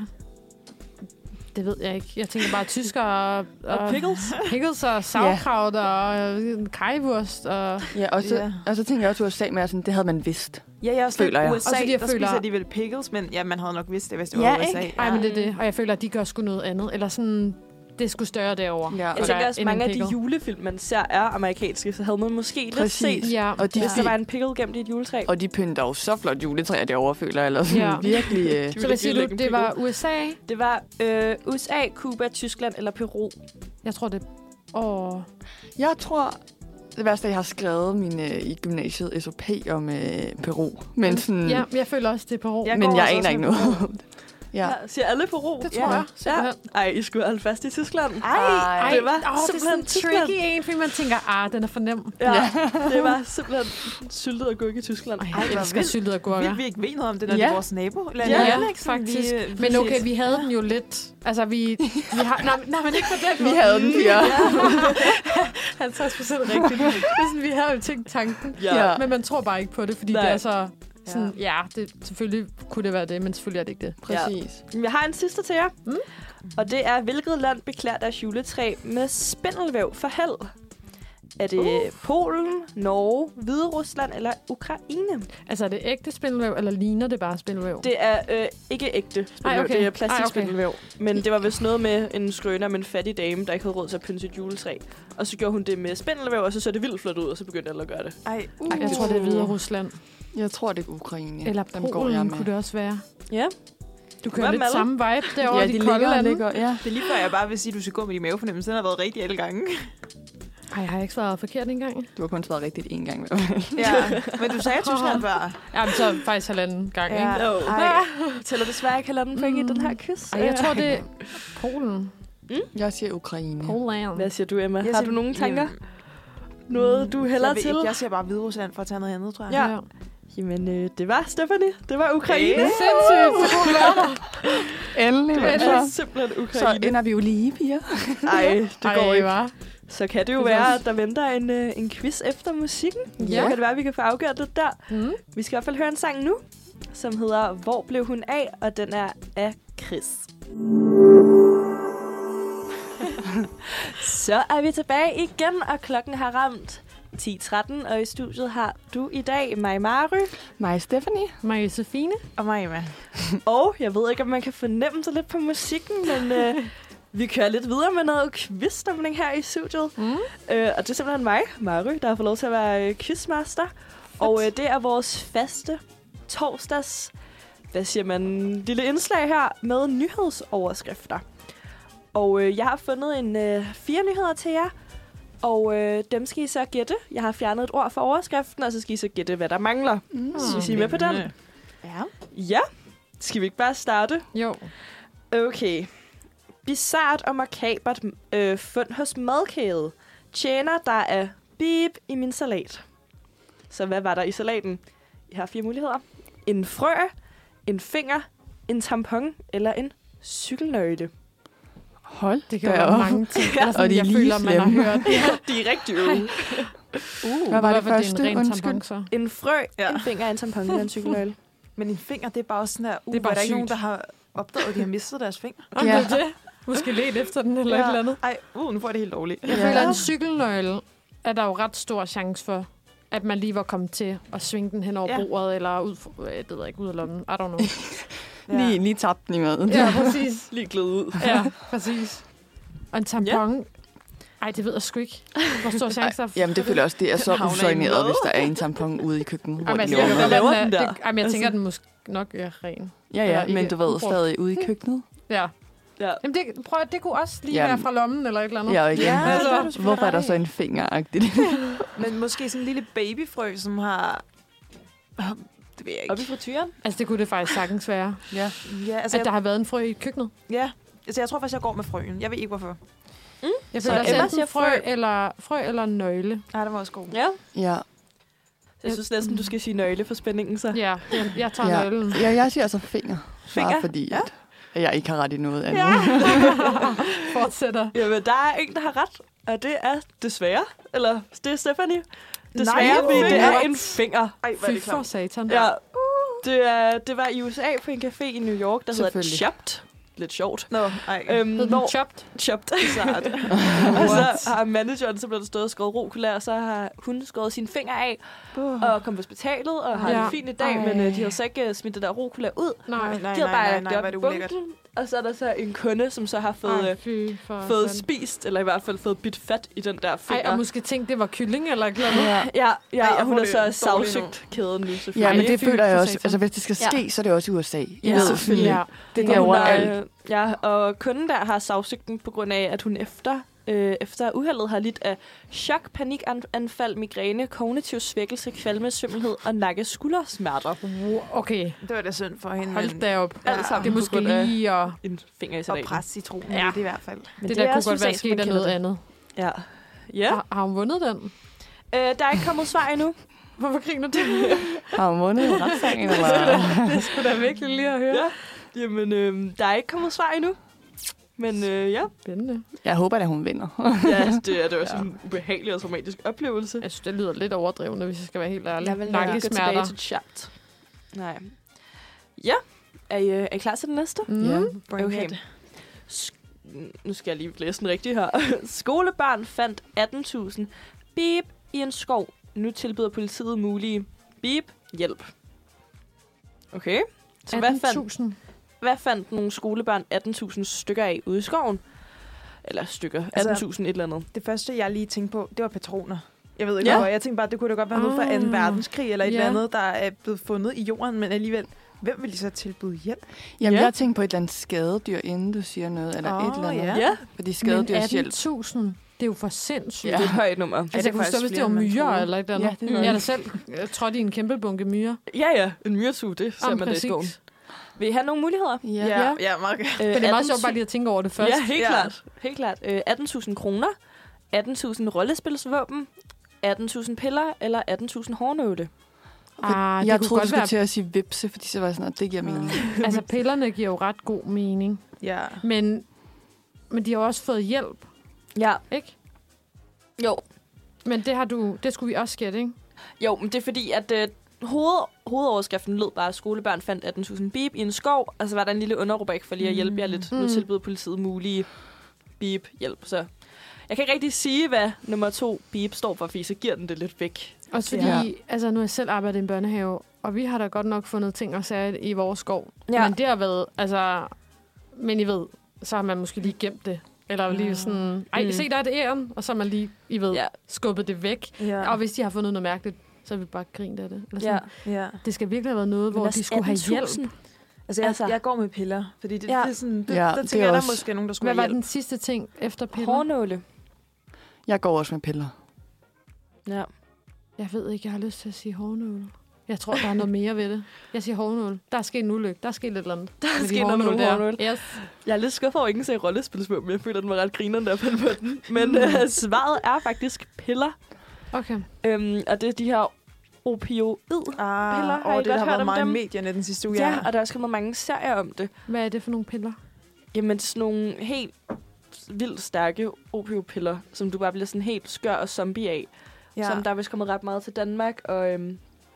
Det ved jeg ikke. Jeg tænker bare tysker og... Og pickles? Pickles og sauerkraut og øh, kajwurst og... Ja, og så, Ja. og så tænker jeg også, at U S A med, at sådan, det havde man vidst. Ja, jeg er også Føler jeg. lidt U S A, Også fordi jeg der føler- spiser de vel pickles, men ja, man havde nok vidst det, hvis det Ja, var U S A. ikke? Ej, men det er det. Og jeg føler, at de gør sgu noget andet. Eller sådan... Det er sgu større derovre. Ja, Jeg og, der tænker er også, en mange af de pickle. julefilm, man ser, er amerikanske, så havde man måske lidt Præcis. set, Ja. og, de, hvis der var en pickle gemt i et juletræ. og de pynter jo så flot juletræer derovre, føler jeg. Eller sådan, Ja. virkelig... Øh, Så hvad siger du? Det var U S A? Det var øh, U S A, Cuba, Tyskland eller Peru. Jeg tror, det... Åh... jeg tror... Det værste, jeg har skrevet min, øh, i gymnasiet S O P om øh, Peru. Men, sådan, Ja, jeg føler også, det er Peru. Jeg men går jeg også aner også ikke med noget Peru. om det. Ja. Ja, siger alle Peru? Det tror ja. jeg. Simpelthen. Ja. Ej, I skulle holde fast i Tyskland. Ej, Ej, det var åh, det er simpelthen sådan en Tyskland. tricky en, fordi man tænker, ah, den er for nem. Ja, ja. Det var simpelthen syltet agurk i Tyskland. Ej, Ej, jeg hvor elsker vildt. syltede agurker. Vildt, vi ikke ved noget om det, når Ja. det er vores nabo. Eller Ja, ja, ikke? Sådan, faktisk. Vi, Men okay, vi havde den jo lidt. Altså, vi, vi har... Nej, nej, men ikke på den Vi måde. havde den, ja. halvtreds procent rigtigt. Det er sådan, vi havde jo tænkt tanken. Ja. Men man tror bare ikke på det, fordi Nej. det er så... Sådan, ja, det, selvfølgelig kunne det være det, men selvfølgelig er det ikke det. Præcis. Jeg har en sidste til jer. Mm. Og det er, hvilket land beklæder deres juletræ med spindelvæv for held? Er det uh. Polen, Norge, Hvide Rusland eller Ukraine? Altså, er det ægte spindelvæv, eller ligner det bare spindelvæv? Det er øh, ikke ægte spindelvæv, Ej, okay. det er plastisk Ej, okay. spindelvæv. Men det var vist noget med en skrøner med en fattig dame, der ikke havde råd til at pynte sit juletræ. Og så gjorde hun det med spindelvæv, og så så det vildt flot ud, og så begyndte alle at gøre det. Ej, uh. Ej, jeg tror, det er Hvide Rusland. Jeg tror, det er Ukraine. Eller Dem går jeg Polen med. kunne det også være. Ja. Du Hvad kører lidt med alle? samme vibe derovre, Ja, de, de kolde ligger, lande. ligger, ja. Det er lige før, jeg bare vil sige, at du skal gå med de mavefornemmelser. Den har været rigtig alle gange. Ej, har jeg ikke svaret forkert engang? Du har kun svaret rigtigt én gang. Ja, men du sagde Tyskland før. Ja, men så faktisk halvanden gang, Ja. ikke? Jo. Ej. Jeg tæller desværre ikke halvanden point i den her quiz. Ej, jeg tror, det er Polen. Jeg siger Ukraine. Poland. Hvad siger du, Emma? Jeg Har siger- du nogle tanker? Jamen, Noget, du hælder jeg ved til? Ikke. Jeg siger bare Hvide Rusland for at tage noget andet, tror jeg. Ja. Jamen, øh, det var Stephanie. Det var Ukraine. Hey. Sindssygt. Så kunne det være der. Endelig, Det mand. var Så, simpelthen så Ukraine. ender vi jo lige, piger. Ej, det går Ej, ikke. var. Så kan det jo Det er være, også- at der venter en, øh, en quiz efter musikken. Ja. Så kan det være, at vi kan få afgjort det der. Mm. Vi skal i hvert fald høre en sang nu, som hedder Hvor blev hun af? Og den er af Chris. Så er vi tilbage igen, og klokken har ramt ti tretten, og i studiet har du i dag mig, Mary. Mig, Stephanie. Maja Josefine. Og mig, Emma. Og jeg ved ikke, om man kan fornemme sig lidt på musikken, men øh, vi kører lidt videre med noget quizstemning her i studiet. Mm. Øh, og det er simpelthen mig, Mary, der har fået lov til at være øh, quizmaster. Og øh, det er vores faste torsdags, hvad siger man, lille indslag her med nyhedsoverskrifter. Og øh, jeg har fundet en øh, fire nyheder til jer, og øh, dem skal I så gætte. Jeg har fjernet et ord fra overskriften, og så skal I så gætte, hvad der mangler. Mm. Hvis I er med på den? Ja. Ja. Skal vi ikke bare starte? Jo. Okay. Bizart og makabert øh, fund hos madkæde. Tjener, der er beep i min salat. Så hvad var der i salaten? I har fire muligheder. En frø, en finger, en tampon eller en cykelnøgle. Hold Det kan da jo være op. mange ting. Eller Og sådan, de er jeg lige føler, man har slemme. hørt. Ja. De er rigtig øve. Uh, hvad var det Hvorfor første? Det er en ren Undskyld. tampon, så. En frø, Ja. en finger, en tampon eller en cykelnøgle. Men en finger, det er bare også sådan der, uh, Det er bare er der ikke sygt. nogen, der har opdaget, at de har mistet deres finger? Om Ja. det er det. Måske let efter den, eller ja. et eller andet. Ej, uh, nu får jeg det helt dårligt. Jeg Ja. føler, at en cykelnøgle er der jo ret stor chance for, at man lige var kommet til at svinge den hen over Ja. bordet, eller ud, for, øh, det ved jeg ikke, ud af lommen. I don't know. Lige, lige tabte den i maden. Ja, præcis. Lige glæde ud. Ja, præcis. Og en tampon. Ej, det ved jeg sgu ikke. Hvor stor chance der er. Jamen, det føler jeg også, det er så Havner i usoigneret, mad. hvis der er en tampon ude i køkkenet, hvor Jamen, de altså, laver jeg, mad. Hvad laver den den der? der? Det, jamen, jeg Altså- tænker, den måske nok er ren. Ja, Eller ja, men ikke du ved, ubrugt. stadig ude i køkkenet. Ja. Ja. Jamen, det, prøv, at- det kunne også lige Jamen. være fra lommen, eller et eller andet. Ja, og igen. Ja, Altså, det er du selvfølgelig Hvorfor er der ret så i. en finger-agtigt? Men måske sådan en lille babyfrø, som har... Det ved jeg ikke. Op i frityren? Altså, det kunne det faktisk sagtens være. Ja. Ja, altså, At jeg, der har været en frø i køkkenet. ja, altså, jeg tror faktisk, jeg går med frøen. Jeg ved ikke, hvorfor. Jeg Så føler Emma selv siger en frø, frø. eller, frø eller nøgle. Nej, det var også god. Ja. Ja. Jeg synes næsten, du skal sige nøgle for spændingen, så. Ja, jeg, jeg tager Ja. nøglen. ja, jeg siger altså finger. Finger? Bare fordi, Ja. at, at jeg ikke har ret i noget andet. Ja. Fortsætter. Jamen, der er en, der har ret, og det er desværre. Eller det er Stephanie. Desværre, Nej, fordi det finger. er en finger. Ej, hvor er Fy det for klamt. satan. Ja. Det, er, det var i U S A på en café i New York, der hedder Selvfølgelig. Chopped. Lidt sjovt. Nå, ej. Øhm, Hed den hvor chopped? Chopped. Sart. Og så har manageren så blevet stået og skåret rucola, og så har hun skåret sine fingre af og kom på hospitalet og har Ja. en fin i dag, Ej. men øh, de havde så ikke øh, smidt det der rucola ud. Nej, Nej, De nej, havde bare nej, lagt nej, det hvor er op det i ulækkert. bunken, og så er der så en kunde, som så har fået, Ej, øh, fy for fået satan. spist, eller i hvert fald fået bidt fat i den der Ej, finger. og måske tænkte, det var kylling eller et eller andet. Ja. Ja, ja, Ej, jeg og hun får er så det dårligt sagsøgt kæden nu, Ja, selvfølgelig. men det fy føler jeg for også. satan. Altså, hvis det skal ske, Ja. så er det også i U S A. I Ja, ved, selvfølgelig. Ja. Det Og er hun overalt. øh, Ja, og kunden der har sagsøgt den på grund af, at hun efter, øh, efter uheldet har lidt af chok, panikanfald, migræne, kognitiv svækkelse, kvalme, svimmelhed og nakke-skuldersmerter. Wow, okay, Det var da synd for hende. hold men- da op. Alt sammen Det er på måske grund af lige at... en finger i Og salaten. pres citronen Ja. lidt i hvert fald. Men Det, er der kunne også godt være U S A, som man sket af kender noget det. andet. Ja. Ja. Har, har hun vundet den? Øh, der er ikke kommet svar endnu. Hvorfor griner du? Har hun vundet en retssag, eller? Det skulle da virkelig lige at høre. Ja. Jamen, øh, der er ikke kommet svar endnu. Men øh, ja. Spændende. Jeg håber, at hun vinder. ja, det er det også Ja. en ubehagelig og traumatisk oplevelse. Jeg synes, det lyder lidt overdrivende, hvis jeg skal være helt ærlig. Jeg vil nok gå tilbage Nakkesmerter. til Chopped. Nej. Ja. Er I, øh, er I klar til den næste? Mm. Ja. Bring Okay. it. Sk- nu skal jeg lige læse den rigtige her. Skolebørn fandt atten tusind bip i en skov. Nu tilbyder politiet mulige bip hjælp. Okay. Så hvad atten fandt, tusind. hvad fandt nogle skolebørn atten tusind stykker af ude i skoven? Eller stykker. Altså- atten tusind et eller andet. Det første, jeg lige tænkte på, det var patroner. Jeg ved ikke, Ja. ja. hvorfor. Jeg tænkte bare, det kunne da godt være noget fra Ah. anden verdenskrig, eller et Ja. eller andet, der er blevet fundet i jorden, men alligevel, hvem vil de så tilbyde hjælp? Jamen, Ja. jeg tænker på et eller andet skadedyr, inden du siger noget, eller Åh, et eller andet. ja. Ja. Fordi Men skadedyrshjælp. atten tusind, det er jo for sindssygt. Ja. Det er et højt nummer. Altså, jeg det er kunne forstå, faktisk hvis det var flere, end man myrer troede. eller et eller andet. Ja, det er jeg har da det. selv øh, trådt i en kæmpe bunke myrer. Ja, ja. En myretue, det ser Om man da i præcis. skoven. Vil I have nogle muligheder? Ja. ja, ja meget godt. Øh, Men det er meget atten sjovt bare lige at tænke over det først. Ja, helt Ja. klart. Helt klart. Øh, atten tusind kroner, atten tusind rollespilsvåben, atten tusind piller eller atten tusind hårnåle. Ah, det Jeg kunne troede, du godt skulle være... til at sige vipse, fordi så var jeg sådan, at det giver mening. Altså, pillerne giver jo ret god mening. Ja. Men, men de har jo også fået hjælp, Ja. ikke? Jo. Men det har du, det skulle vi også gætte, ikke? Jo, men det er fordi, at øh, hoved, hovedoverskriften lød bare, at skolebørn fandt atten tusind bip i en skov, og så var der en lille underrubrik for lige at hjælpe jer lidt. Nu Mm. tilbyder politiet mulige bip hjælp. Så jeg kan ikke rigtig sige, hvad nummer to bip står for, fordi så giver den det lidt væk. Også fordi, Ja. ja. altså nu har jeg selv arbejdet i en børnehave, og vi har da godt nok fundet ting og sager i vores skov. Ja. Men det har været, altså... Men I ved, så har man måske lige gemt det. Eller lige sådan, ej, Mm. se, der er det æren, og så har man lige, I ved, Ja. ja. skubbet det væk. Ja. Og hvis de har fundet noget mærkeligt, så har vi bare grint af det. Eller sådan. Ja. ja. Det skal virkelig have været noget, hvor de skulle have hjælp. Altså, jeg, Altså- jeg går med piller, fordi det, Ja. ja. det er sådan, det, Ja, der det er tænker jeg, der også- måske nogen, der skulle Hvad have var hjælp. den sidste ting efter piller? Hårnåle. Jeg går også med piller. Ja. Jeg ved ikke, jeg har lyst til at sige hårnåle. Jeg tror, der er noget mere ved det. Jeg siger hårnåle. Der er sket en ulykke. Der er sket et eller andet. Der er med de sket noget med hårnåle nogle der. hårnåle. Yes. Jeg er lidt skuffet over, at ingen sagde rollespilsvåben, men jeg føler, at den var ret grineren, der fandt på den. Men øh, svaret er faktisk piller. Okay. Øhm, og det er de her opioid. Ah, Piller, har I og det der godt har hørt været om meget dem? i medierne den sidste uge. Ja, og der er også kommet mange serier om det. Hvad er det for nogle piller? Jamen, sådan nogle helt vildt stærke opioidpiller, som du bare bliver sådan helt skør og zombie af. Ja. ja. Som der er vist kommet ret meget til Danmark. Og øhm,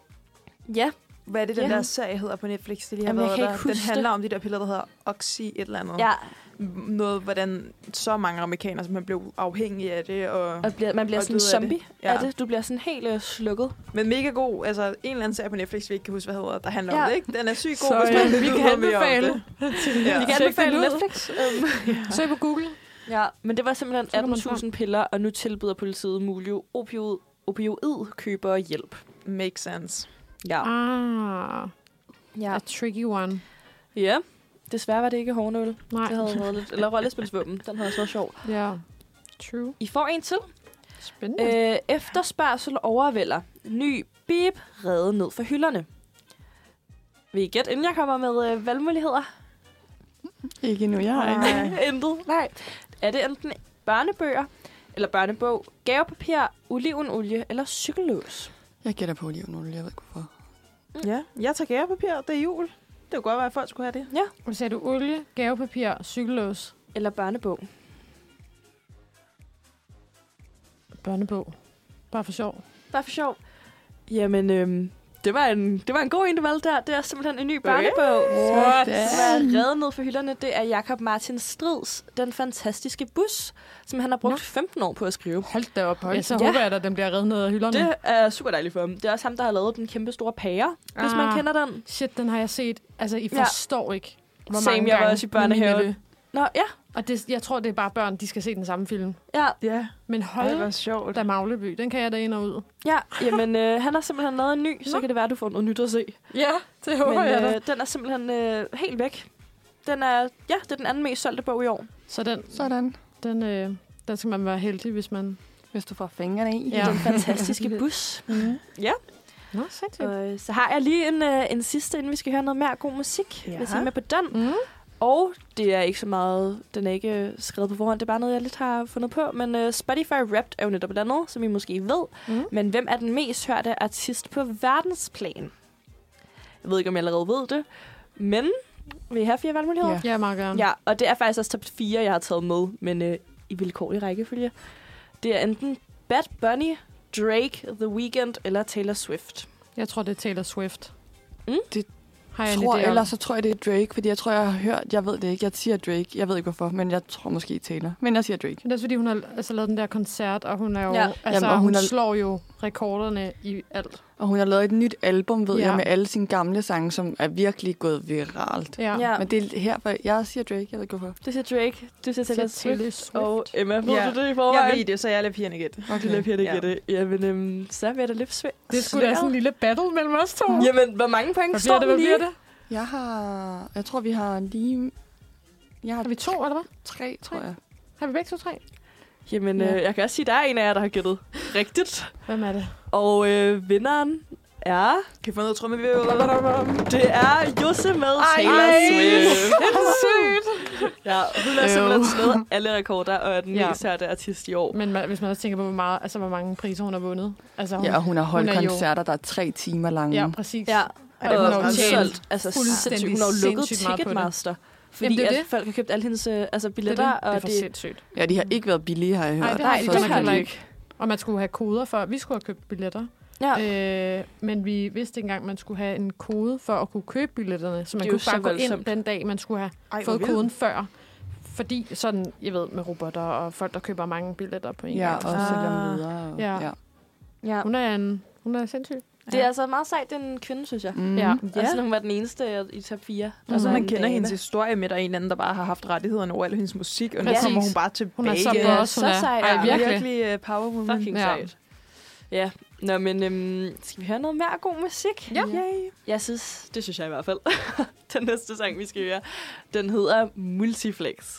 ja, Hvad er det, den Ja. der serie hedder på Netflix? Det lige har Jamen, jeg været kan der. ikke Den huske handler om de der piller, der hedder Oxy et eller andet. ja. Noget, hvordan så mange amerikanere, som man blev afhængige af det. Og, Og bliver, man bliver Og sådan en døde af det. zombie Ja. af det. Du bliver sådan helt øh, slukket. men mega god. Altså, en eller anden serie på Netflix, vi ikke kan huske, hvad hedder, der handler Ja. om det, ikke? Den er sygt god, Så, hvis man øh, vil vi vide kan noget mere om anbefale. det. Ja. Vi kan Tjek anbefale det ud. Netflix. Øhm, Søg på Google. ja, men det var simpelthen Så kan atten man tusind piller, og nu tilbyder politiet mulige opioid, opioid-købere hjælp. Makes sense. Ja. Ah, ja. a tricky one. Ja. Desværre var det ikke hårnåle. Nej. Det havde været lidt. Eller rollespilsvåben. Den havde også været sjov. Ja, true. I får en til. Spændende. Øh, efterspørgsel overvælder. Ny bip reddet ned for hylderne. Vil I gætte, inden jeg kommer med øh, valgmuligheder? Ikke nu, jeg har ikke. Nej. Intet. Nej. Er det enten børnebøger, eller børnebog, gavepapir, olivenolie eller cykellås? Jeg gætter på olivenolie, jeg ved ikke hvorfor. Ja, jeg tager gavepapir. Det er jul. Det kunne godt være, at folk skulle have det. Ja. Hvad sagde du? Olie, gavepapir, cykellås, Eller børnebog? børnebog. Bare for sjov. Bare for sjov. Jamen, øhm, det, var en, det var en god en, du valgte der. Det er simpelthen en ny børnebog. What? Det er reddet ned for hylderne. Det er Jakob Martin Strids Den Fantastiske Bus, som han har brugt Nå. femten år på at skrive. Hold da op. Hold Ja, så Ja. håber jeg, at den bliver reddet ned af hylderne. Det er super dejligt for ham. Det er også ham, der har lavet Den Kæmpe Store Pære, hvis Ah. man kender den. Shit, den har jeg set. Altså, I Ja. forstår ikke, hvor Same, mange jeg var gange også i min børnehave. nevø- Nå, ja. Og det, jeg tror, det er bare børn, de skal se den samme film. Ja, Ja, Men det var hold sjovt. da Magleby, den kan jeg da ind og ud. ja. Jamen, øh, han har simpelthen lavet en ny, så Nå. kan det være, at du får noget nyt at se. Ja, det håber Men jeg da. øh, den er simpelthen øh, helt væk. Den er, ja, det er den anden mest solgte bog i år. Så den, Sådan. den, øh, den skal man være heldig, hvis man... Hvis du får fingrene i. Ja. Den fantastiske bus. Mm. Ja. Nå, sindssygt. Og øh, så har jeg lige en, øh, en sidste, inden vi skal høre noget mere god musik. Ja. Hvis I er med på den. Mm. Og det er ikke så meget, den er ikke øh, skrevet på forhånd, det er bare noget, jeg lidt har fundet på. Men uh, Spotify Wrapped er jo netop et andet, som I måske ved. Mm. Men hvem er den mest hørte artist på verdensplan? Jeg ved ikke, om jeg allerede ved det. Men vil I have fire valgmuligheder? Ja. Ja, meget gerne. Ja, og det er faktisk også top fire, jeg har taget med, men øh, i vilkårlig rækkefølge. Det er enten Bad Bunny, Drake, The Weeknd eller Taylor Swift. Jeg tror, det er Taylor Swift. Mm? Det har jeg en tror, idé om. ellers så tror jeg, det er Drake, fordi jeg tror, jeg har hørt, jeg ved det ikke, jeg siger Drake, jeg ved ikke hvorfor, men jeg tror måske Taylor. Men jeg siger Drake. Men det er også, fordi hun har altså, lavet den der koncert, og hun er jo... Ja. Ja. Altså, Jamen, og hun, hun hun er- slår jo rekorderne i alt. Og hun har lavet et nyt album, ved Ja. jeg, med alle sine gamle sange, som er virkelig gået viralt. Ja. Ja. Men det er her, hvor jeg siger Drake, jeg ved ikke hvorfor. Du siger Drake, du siger Taylor Til Swift. Taylor Swift. Og Emma, ved Ja. du det i forvejen? Jeg ved det, så jeg lader pigerne gætte. Okay. Det er Ja. det. Jamen, øhm, så vil jeg da lidt svært. Det er sgu da sådan en lille battle mellem os to. Jamen, hvor mange point Hvad står bliver det? Hvad lige? bliver det? Jeg har, jeg tror, vi har lige, jeg har Har vi to, eller hvad? tre, tror jeg. Har vi begge to tre? Jamen, Ja. øh, jeg kan også sige, at der er en af jer, der har gættet rigtigt. Hvem er det? Og øh, vinderen er... Kan I få noget trummevirvel? Det er Josse med Taylor ej. Swift. Det er sygt. Ja, hun har Øv. simpelthen slået alle rekorder og er den Ja. mest hørte artist i år. Men man, hvis man også tænker på, hvor, meget, altså, hvor mange priser hun har vundet. Altså, hun, Ja, og hun har holdt hun er jo- koncerter, der er tre timer lange. ja, præcis. Ja, Ej, det og er hun har også tjent solgt altså, fuldstændig sindssygt. Hun har jo lukket sindssygt meget på det. Ticketmaster. Fordi Jamen, det er at det. folk har købt alle hendes øh, altså, Det er, billetter. det. det er Og for det, sindssygt. Ja, de har ikke været billige, har jeg hørt. Nej, det har Nej, de det godt har nok de heller ikke. ikke. Og man skulle have koder for. Vi skulle have købt billetter. Ja. Øh, men vi vidste ikke engang, at man skulle have en kode for at kunne købe billetterne. Så man Det er kunne jo bare så gå ind voldsomt. den dag, man skulle have Ej, fået hvor vildt. koden før. Fordi sådan, jeg ved, med robotter og folk, der køber mange billetter på en Ja, gang. og Ah. sælger dem videre. Og, Ja. ja. Ja. Hun er en, hun er sindssyg. Det er altså meget sejt, den kvinde, synes jeg. Mm. Ja. Ja. Altså, hun var den eneste i top fire. Og så Mhm. man kender hendes historie med, at der er en eller anden, der bare har haft rettighederne over al hendes musik, og nu Præcis. kommer hun bare tilbage. Hun er så igen. boss, hun så er. sejt. Ej, Ja, virkelig. Virkelig uh, power woman. Fucking Ja. sejt. Ja, nå, men øhm, skal vi høre noget mere god musik? Ja. Yay. Jeg synes, det synes jeg i hvert fald. Den næste sang, vi skal høre, den hedder Multiflex.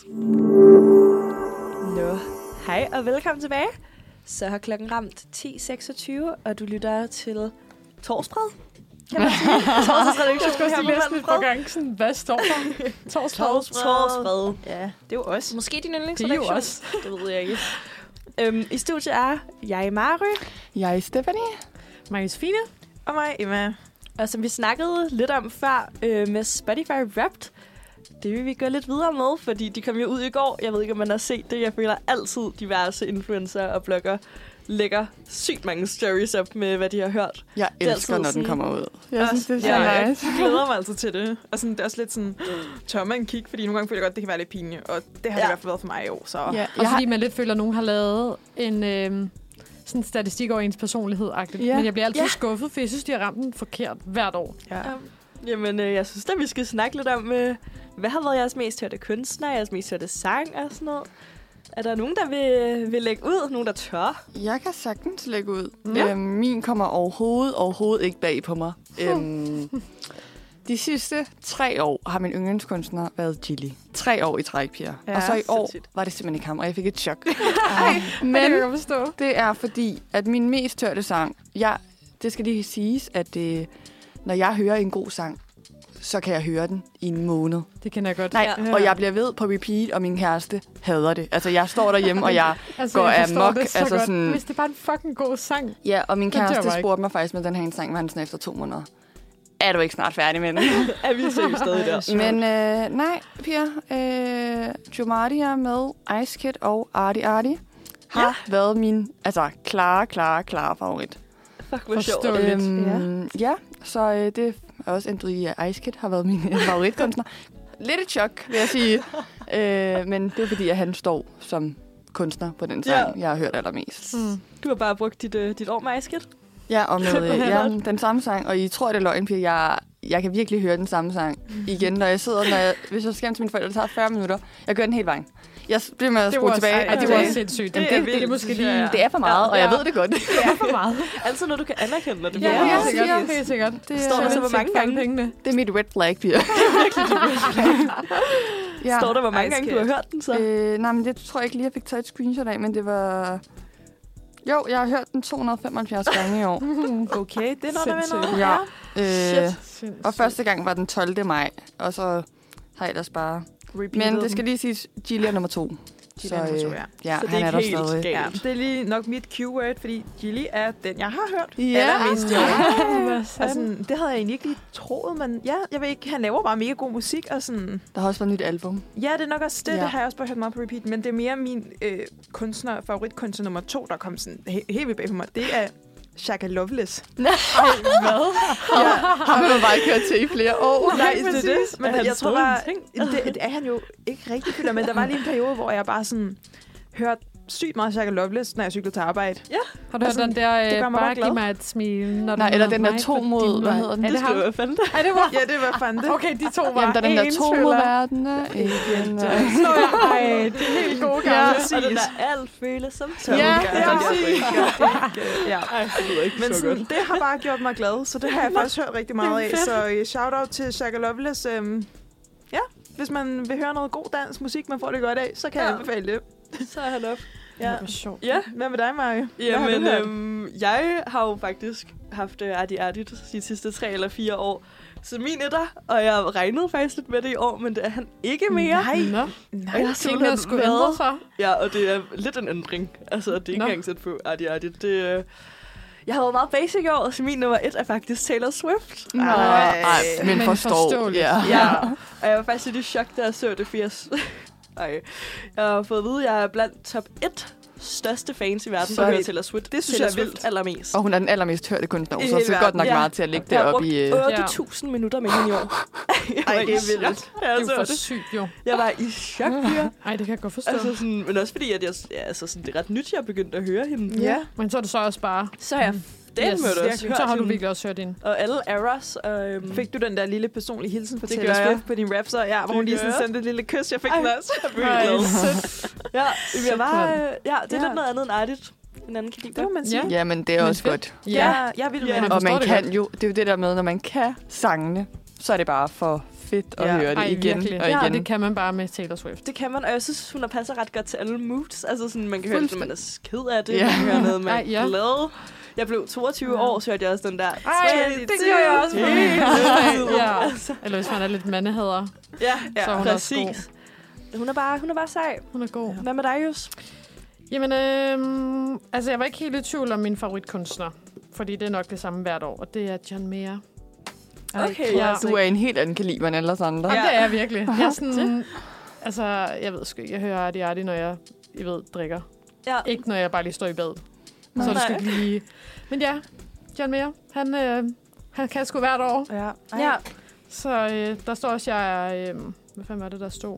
Nå, hej og velkommen tilbage. Så har klokken ramt ti seksogtyve, og du lytter til Torsbred. Kan man sige? Torsdagsredaktion her på Manfred. gang sådan, hvad står der? Torsdag. Torsbred. Ja, det er jo også. Måske din Det er yndlingsredaktion. jo os. Det ved jeg ikke. Øhm, I studiet er jeg, Mary, Jeg er Stephanie. Maris Fine. Og mig, Emma. og som vi snakkede lidt om før øh, med Spotify Wrapped, det vil vi gå lidt videre med, fordi de kom jo ud i går. Jeg ved ikke, om man har set det. Jeg føler altid diverse influencer og blogger lægger sygt mange stories op med, hvad de har hørt. Jeg Det er elsker, altid når den sådan- kommer ud. Jeg synes, det er så Ja, nice. jeg glæder mig altså til det. Og sådan, det er også lidt sådan, tør man kigge, fordi nogle gange føler jeg godt, det kan være lidt pinligt. Og det har det Ja. i hvert fald været for mig i år. Så Ja, Og jeg fordi har, man lidt føler, at nogen har lavet en øh, sådan statistik over ens personlighed-agtigt. Ja. Men jeg bliver altid Ja. skuffet, for jeg synes, de har ramt den forkert hvert år. ja. Um, jamen, øh, jeg synes da, vi skal snakke lidt om, øh, hvad har været jeres mest hørte kunstner, jeres mest hørte sang og sådan noget. Er der nogen, der vil, vil lægge ud? Nogen, der tør? jeg kan sagtens lægge ud. Ja. Øhm, min kommer overhovedet, overhovedet ikke bag på mig. Øhm, de sidste tre år har min yndlingskunstner været Gilly. Tre år i træk, Pia. Ja, og så i år sindssygt. var det simpelthen ikke ham, og jeg fik et chok. Men, Men det kan jeg godt forstå. det er fordi, at min mest hørte sang, jeg, det skal lige siges, at det, når jeg hører en god sang, så kan jeg høre den i en måned. Det kender jeg godt. Nej, Ja. og jeg bliver ved på repeat, og min kæreste hader det. Altså, jeg står derhjemme, og jeg altså, går jeg forstår amok. det så Altså, godt. sådan, Hvis det er bare en fucking god sang. ja, og min Det dør kæreste bare ikke. spurgte mig faktisk med den her en sang, var han sådan efter to måneder. Er du ikke snart færdig med den? Er vi seriøst stadig der? Men øh, nej, Pia. Øh, Jumadia med Ice Kid og Arti Arti har ja. været min altså, klare, klare, klare favorit. Fuck, hvor sjovt. Forståeligt. Øhm, ja. ja, så øh, det er også endt i, at Ice Kid har været min øh, favoritkunstner. Lidt et chok, vil jeg sige. øh, men det er fordi, at han står som kunstner på den sang, ja. jeg har hørt allermest. Mm. Du har bare brugt dit, uh, dit år med Ice Kid. Ja, og med øh, ja, den samme sang, og I tror, det er løgn, fordi jeg, jeg kan virkelig høre den samme sang igen, når jeg sidder, når jeg, hvis jeg skal hjem til mine forældre, det tager fyrre minutter. Jeg gør den helt vejen. Jeg bliver med at Det spole var tilbage. sejt. og Det tilbage. var sindssygt. Det Det, er det, det, vildt, det er måske synes jeg, lige... ja. Det er for meget, Ja, og jeg ja. ved det godt. Det er for meget. Altid noget, du kan anerkende, når det Ja, bliver helt ja, sikkert. ja. Helt sikkert. Det Står der så, hvor mange gange- pengene. Det er mit red flag, Pia. ja. Står der, hvor mange Ice gange Kid. du har hørt den så? Øh, nej, men det tror jeg ikke lige, jeg fik taget et screenshot af, men det var... Jo, jeg har hørt den to hundrede og femoghalvfjerds gange i år. Okay, det er noget, der vil noget. Ja. Øh, Sindssygt. og første gang var den tolvte maj, og så har jeg ellers bare... Repeated Men det skal lige siges, Gilly er nummer to. Gilly er nummer to, ja. ja, Så det han er er der ikke helt stadig. galt. Ja, det er lige nok mit keyword, fordi Gilly er den, jeg har hørt Ja. allermest i år. Ej, Altså, det havde jeg egentlig ikke lige troet, men ja, jeg ved ikke, han laver bare mega god musik, og sådan... Der har også været et nyt album. Ja, det er nok også det, Ja. ja. det har jeg også bare hørt meget på repeat, men det er mere min øh, kunstner, favoritkunstner nummer to, der kom sådan he- helt vildt bag på mig. Det er Shaka Loveless. Ej, hvad? Ja, har man bare ikke hørt til i flere år. Nej, det er det. præcis. Men Er han jeg tror stadig bare, en ting? det, det er han jo ikke rigtig fylder, men der var lige en periode, hvor jeg bare sådan hørte sygt meget Shaka Loveless, når jeg cyklede til arbejde. Har du hørt Altså, den der, det gør øh, mig bare bare glad. giv mig et smil? Når Nej, du eller møder den der mig to på mod- din hvad vej. hedder den? Er det Det ham? skulle jeg fandme. Ej, det var... Ja, det var fandme. Okay, de to var Jamen, der er den der ens to mod følger. verden. Ikke en, Så øh, jeg, ej, det er helt gode Ja, gamle. præcis. Og den der alt føles som tøv. Ja, det er præcis. Ja. Ej, det lyder ikke Men så sådan, godt. det har bare gjort mig glad, så det har jeg faktisk hørt rigtig meget af. fedt. Så uh, shout-out til Shaka Loveless. Um, ja, hvis man vil høre noget god dansk musik, man får det godt af, så kan ja. jeg anbefale det. Så er han op. Ja. Ja. Det var sjovt. Ja, Hvad med dig, Marie? Hvad har du jamen, hørt? øhm, jeg har jo faktisk haft uh, Arti Arti de sidste tre eller fire år. Så min etter, og jeg regnede faktisk lidt med det i år, men det er han ikke mere. Nej. Nå, Og Nej, jeg har tingene simpelthen skulle været- ændre sig. Ja, og det er lidt en ændring. Altså, det er ikke Nå. engang sæt på Arti Arti. Det, øh, jeg har været meget basic i år, så min nummer et er faktisk Taylor Swift. Nå, Ej. ej, men Men forstår. forståeligt. Ja. Ja, og jeg var faktisk lidt i chok, da jeg så det, for jeg, s- Ej. jeg har fået at vide, at jeg er blandt top et største fans i verden, Så der hører vildt. Taylor Swift. Det synes Taylor jeg er Swift vildt. allermest. Og hun er den allermest hørte kunstner, I så hele det er godt nok verden. meget til at lægge Jeg det har op brugt i... øh, otte tusind minutter med hende i år. Jeg var Ej, det er i chok, vildt. da jeg Det så er jo for det. sygt, jo. Jeg var i chok, Pia. Ej, det kan jeg godt forstå. Altså sådan, men også fordi, at jeg, ja, altså sådan, det er ret nyt, jeg er begyndt at høre hende. Ja. Men så er det så også bare... Så har jeg den Yes, yes, mødt også virkelig. hørt Så har du hende. virkelig også hørt hende. Og alle eras. Og, øhm, Fik du den der lille personlige hilsen fra Det Taylor gør jeg. Swift på din rap, så ja, hvor Det hun lige gør sådan jeg. sendte et lille kys. Jeg fik Ej. den også. jeg er virkelig glad. Ja, jamen, jeg var, Fedt, øh, ja, det er Ja. lidt noget andet end artigt. En anden kaliber. Det må man sige. Ja. Ja, men det er Men også fedt. godt. Ja. Ja, jeg vil Ja. med Man det. Og man forstår det kan godt. jo... Det er jo det der med, når man kan sangene, så er det bare for fedt at Ja. høre det Ej, igen virkelig. og Ja, igen. det kan man bare med Taylor Swift. Det kan man, og jeg synes, hun har passet ret godt til alle moods. Altså sådan, man kan høre det, når man er ked af det. Ja. Man kan høre noget, man Ej, ja. er glad. Jeg blev toogtyve Ja. år, så hørte jeg også den der. Ej, "Twenty-two." det gør jeg også på min fødselsdag. Ja. Altså, Eller hvis man er lidt mandehader. ja, Så er ja, hun også præcis. Hun er bare, hun er bare sej. Hun er god. Hvad med dig, Jus? Jamen, øhm, altså jeg var ikke helt i tvivl om min favoritkunstner. Fordi det er nok det samme hvert år, og det er John Mayer. Okay, Ja. ja. Du er en helt anden kaliber end alle os andre. Jamen, det er jeg virkelig. Jeg er sådan, altså, jeg ved sgu ikke, jeg hører Arti Arti, når jeg, jeg ved, drikker. Ja. Ikke når jeg bare lige står i bad. Nej. Så er det sgu ikke lige... Men ja, John Mayer, han, øh, han kan sgu hvert år. Ja. Ej. Ja. Så øh, der står også, jeg er... Øh, hvad fanden var det, der stod?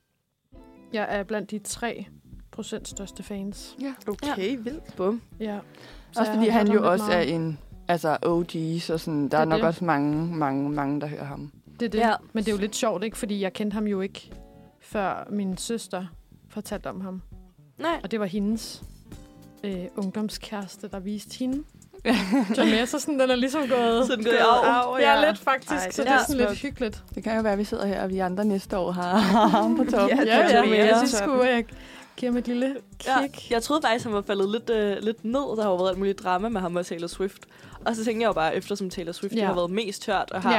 Jeg er blandt de tre procent største fans. Ja. Okay, vildt. Bum. Ja. Så Også jeg fordi har han hørt jo ham lidt også er meget. en altså O G, så sådan, der er er nok det. også mange, mange, mange, der hører ham. Det er det. Ja. Men det er jo lidt sjovt, ikke? Fordi jeg kendte ham jo ikke, før min søster fortalte om ham. Nej. Og det var hendes øh, ungdomskæreste, der viste hende. John Mayer, så sådan, den er ligesom gået... Så den går i arv. Ja, lidt faktisk. Ej, Ej, det så er det er smukt. sådan lidt hyggeligt. Det kan jo være, at vi sidder her, og vi andre næste år har ham på toppen. Ja, Ja, John ja, Mayer. men jeg Toppen. synes sgu, jeg giver mig et lille Ja, kick. jeg troede faktisk, han var faldet lidt, øh, lidt ned. Der har jo været alt muligt drama med ham og Taylor Swift. Og så tænkte jeg jo bare, eftersom Taylor Swift Ja. ja. har været mest hørt og har Ja.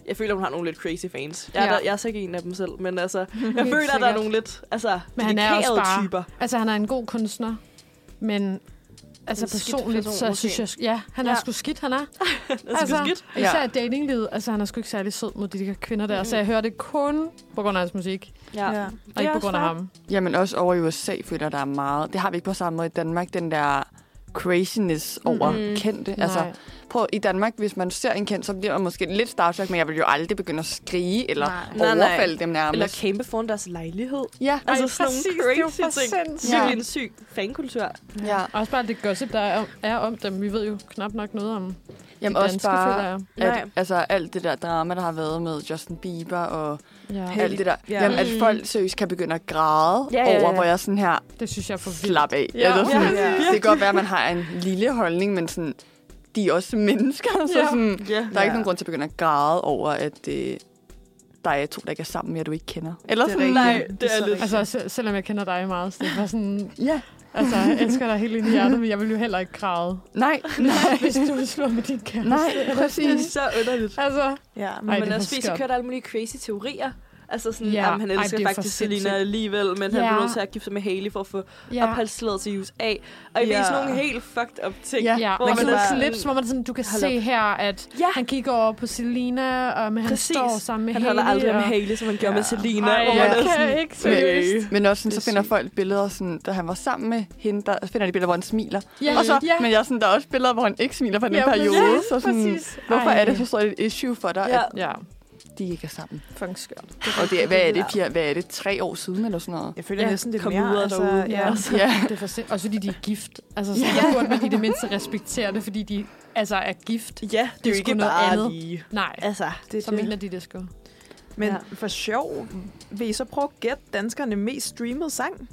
Jeg føler, hun har nogle lidt crazy fans. Jeg er, Ja. der, jeg er så ikke en af dem selv, men altså, jeg føler, at der sikkert. er nogle lidt altså, Men han er også dedikerede bare- typer. Altså, han er en god kunstner, men altså En skidt personligt, person, så måske. synes jeg... Ja, han er Ja. sgu skidt, han er. Det er altså, sgu skidt. især Ja. i datinglivet. Altså, han er sgu ikke særlig sød mod de der kvinder der. Så jeg hører det kun på grund af hans musik, Ja. Ja. og ikke på grund af ham. Jamen også over i U S A føler der er meget. Det har vi ikke på samme måde i Danmark, den der craziness over Mhm. kendte. Altså, Nej. prøv, i Danmark, hvis man ser en kendt, så bliver man måske lidt starstruck, men jeg vil jo aldrig begynde at skrige eller Nej, nej. overfalde dem nærmest. Eller campe foran deres lejlighed. Ja, Altså Ej, sådan præcis, nogle det er jo crazy for ting. sindssygt. Virkelig Ja. en syg fankultur. ja. Også bare det gossip, der er om, er om dem. Vi ved jo knap nok noget om Jamen de også danske, bare, føler jeg. Nej. at, altså alt det der drama, der har været med Justin Bieber og Ja. alt det der. Ja. Jamen, at Mm. folk seriøst kan begynde at græde Ja, ja, ja. over, hvor jeg sådan her, Det synes jeg er for vildt. slap af. Ja. Eller sådan, Ja. Det kan godt være, at man har en lille holdning, men sådan, de er også mennesker, så Ja. sådan, Ja. der er Ja. ikke nogen grund til at begynde at græde over, at øh, der er to, der ikke er sammen mere, du ikke kender. Eller Det er sådan, rigtigt. Nej, det er så lidt- rigtigt. Altså, se- selvom jeg kender dig meget, så det var sådan... ja, Altså, jeg elsker dig helt ind i hjertet, men jeg vil jo heller ikke græde, nej, hvis du vil slå med din kæreste. nej, Det er præcis. så underligt. Altså, Ja, Men Ej, man det er også for spiser skørt. kørt alle mulige crazy teorier. Altså sådan, Ja. ja. jamen, han Ej, elsker det er for faktisk Selena sindssygt. alligevel, men han Ja. bliver nødt til at gifte sig med Hailey for at få ja. opholdstilladelse i U S A. Og jeg Ja. ved sådan nogle helt fucked up ting. Ja. Ja, hvor man man kan er sådan sådan- lidt, som om man sådan, du kan Hold se her, at Ja. han kigger over på Selena, og men han Præcis. står sammen med Han Hailey. holder aldrig og... med Hailey, som han gjorde Ja. med Selena. Ej, hvor jeg man er kan sådan, ikke seriøst. Men også sådan, Det så er finder sygt. folk billeder, sådan, da han var sammen med hende, der finder de billeder, hvor han smiler. Ja, Og så, ja. men jeg er sådan, der er også billeder, hvor han ikke smiler for den Ja, periode. præcis, så sådan, præcis. hvorfor Ej. er det så stort et issue for dig, Ja. at Ja, de ikke er sammen? fucking skørt. Og det, hvad er det, Pia? Hvad er det? Tre år siden eller sådan noget? Jeg føler Ja, næsten, det er kom mere. ud af Altså, derude. ja. Altså. Ja. Det er for sind... Også fordi de er gift. Altså, så ja. burde man i det mindste respektere det, fordi de altså er gift. Ja, det er Det er jo sgu ikke noget bare andet. lige... Nej, Altså, Det så er det. mener de det sgu. Men Ja. for sjov, vil I så prøve at gætte danskerne mest streamede sang?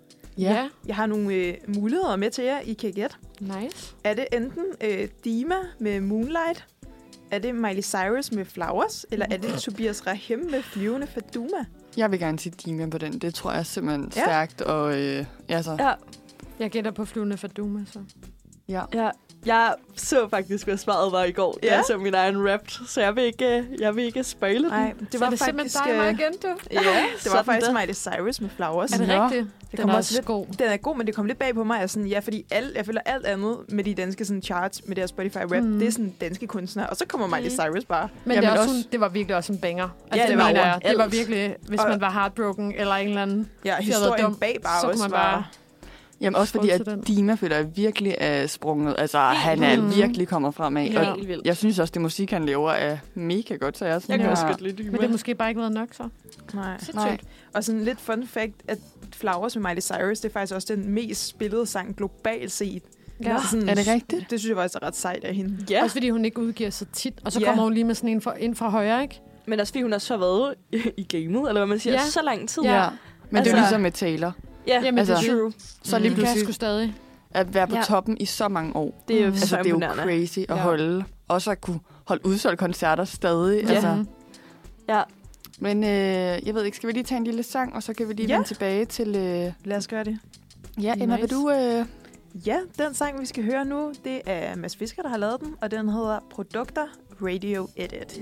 Ja. Jeg har nogle øh, muligheder med til jer, I kan gætte. Nice. Er det enten øh, Dima med Moonlight? Er det Miley Cyrus med Flowers? Eller er det Tobias Rahim med Flyvende Faduma? Jeg vil gerne sige Dimian på den. Det tror jeg er simpelthen Ja. stærkt. Og, øh, altså, ja, Jeg gætter på Flyvende Faduma, så. ja. ja. Jeg så faktisk, hvad svaret var i går, da Ja. jeg så min egen rap, så jeg vil ikke, jeg vil ikke spoile den. Nej, det så var er det faktisk... simpelthen dig og mig øh, igen, du. Ja, det var Sådan faktisk da. Miley Cyrus med Flowers. Er det Nå. rigtigt? Det Den kommer er også også lidt- god. Den er god, men det kom lidt bag på mig. Jeg, sådan, ja, fordi alt, jeg føler alt andet med de danske sådan, charts, med deres Spotify rap, Mm. mm. det er sådan danske kunstnere. Og så kommer Miley Mm. Cyrus bare. Men Jamen det, er også, også- Sådan, det var virkelig også en banger. Altså, Ja, det, det var mener jeg. overalt. Det var virkelig, hvis Og- man var heartbroken eller en eller anden. Ja, været historien dum, bag bare så kunne også man var... bare- Jamen også fordi, Skål at til den. Dima føler jeg virkelig er sprunget. Altså, han er Mm. virkelig kommet fremad. Ja. Og Helt vildt. jeg synes også, det musik, han laver, er mega godt. Så jeg, er sådan, Jeg kan Ja. også godt lide Men det er måske bare ikke været nok, så. Nej. Nej. Og sådan lidt fun fact, at Flowers med Miley Cyrus, det er faktisk også den mest spillede sang globalt set. Ja. Så sådan, Er det rigtigt? Det synes jeg faktisk er ret sejt af hende. Ja, Også fordi hun ikke udgiver sig tit. Og så Ja. kommer hun lige med sådan en fra, ind fra højre, ikke? men også fordi hun også har været i, i gamet, eller hvad man siger, Ja. så lang tid. Ja. Ja. Men det er jo Altså- ligesom med Taylor. ja. Jamen, altså- det er true. Så Mm. lige Det kan jeg pludselig sgu stadig. at være på Ja. toppen i så mange år. Det er jo Mm. så Altså, det er jo imponerende. crazy at Ja. holde. Også at kunne holde udsolgt koncerter stadig. Ja. Altså. Mhm. Ja. Men øh, jeg ved ikke, skal vi lige tage en lille sang, og så kan vi lige Ja. vende tilbage til... Øh, Lad os gøre det. ja, Emma, Nice. vil du... Øh, Ja, den sang, vi skal høre nu, det er Mads Fisker, der har lavet den, og den hedder Produkter Radio Edit.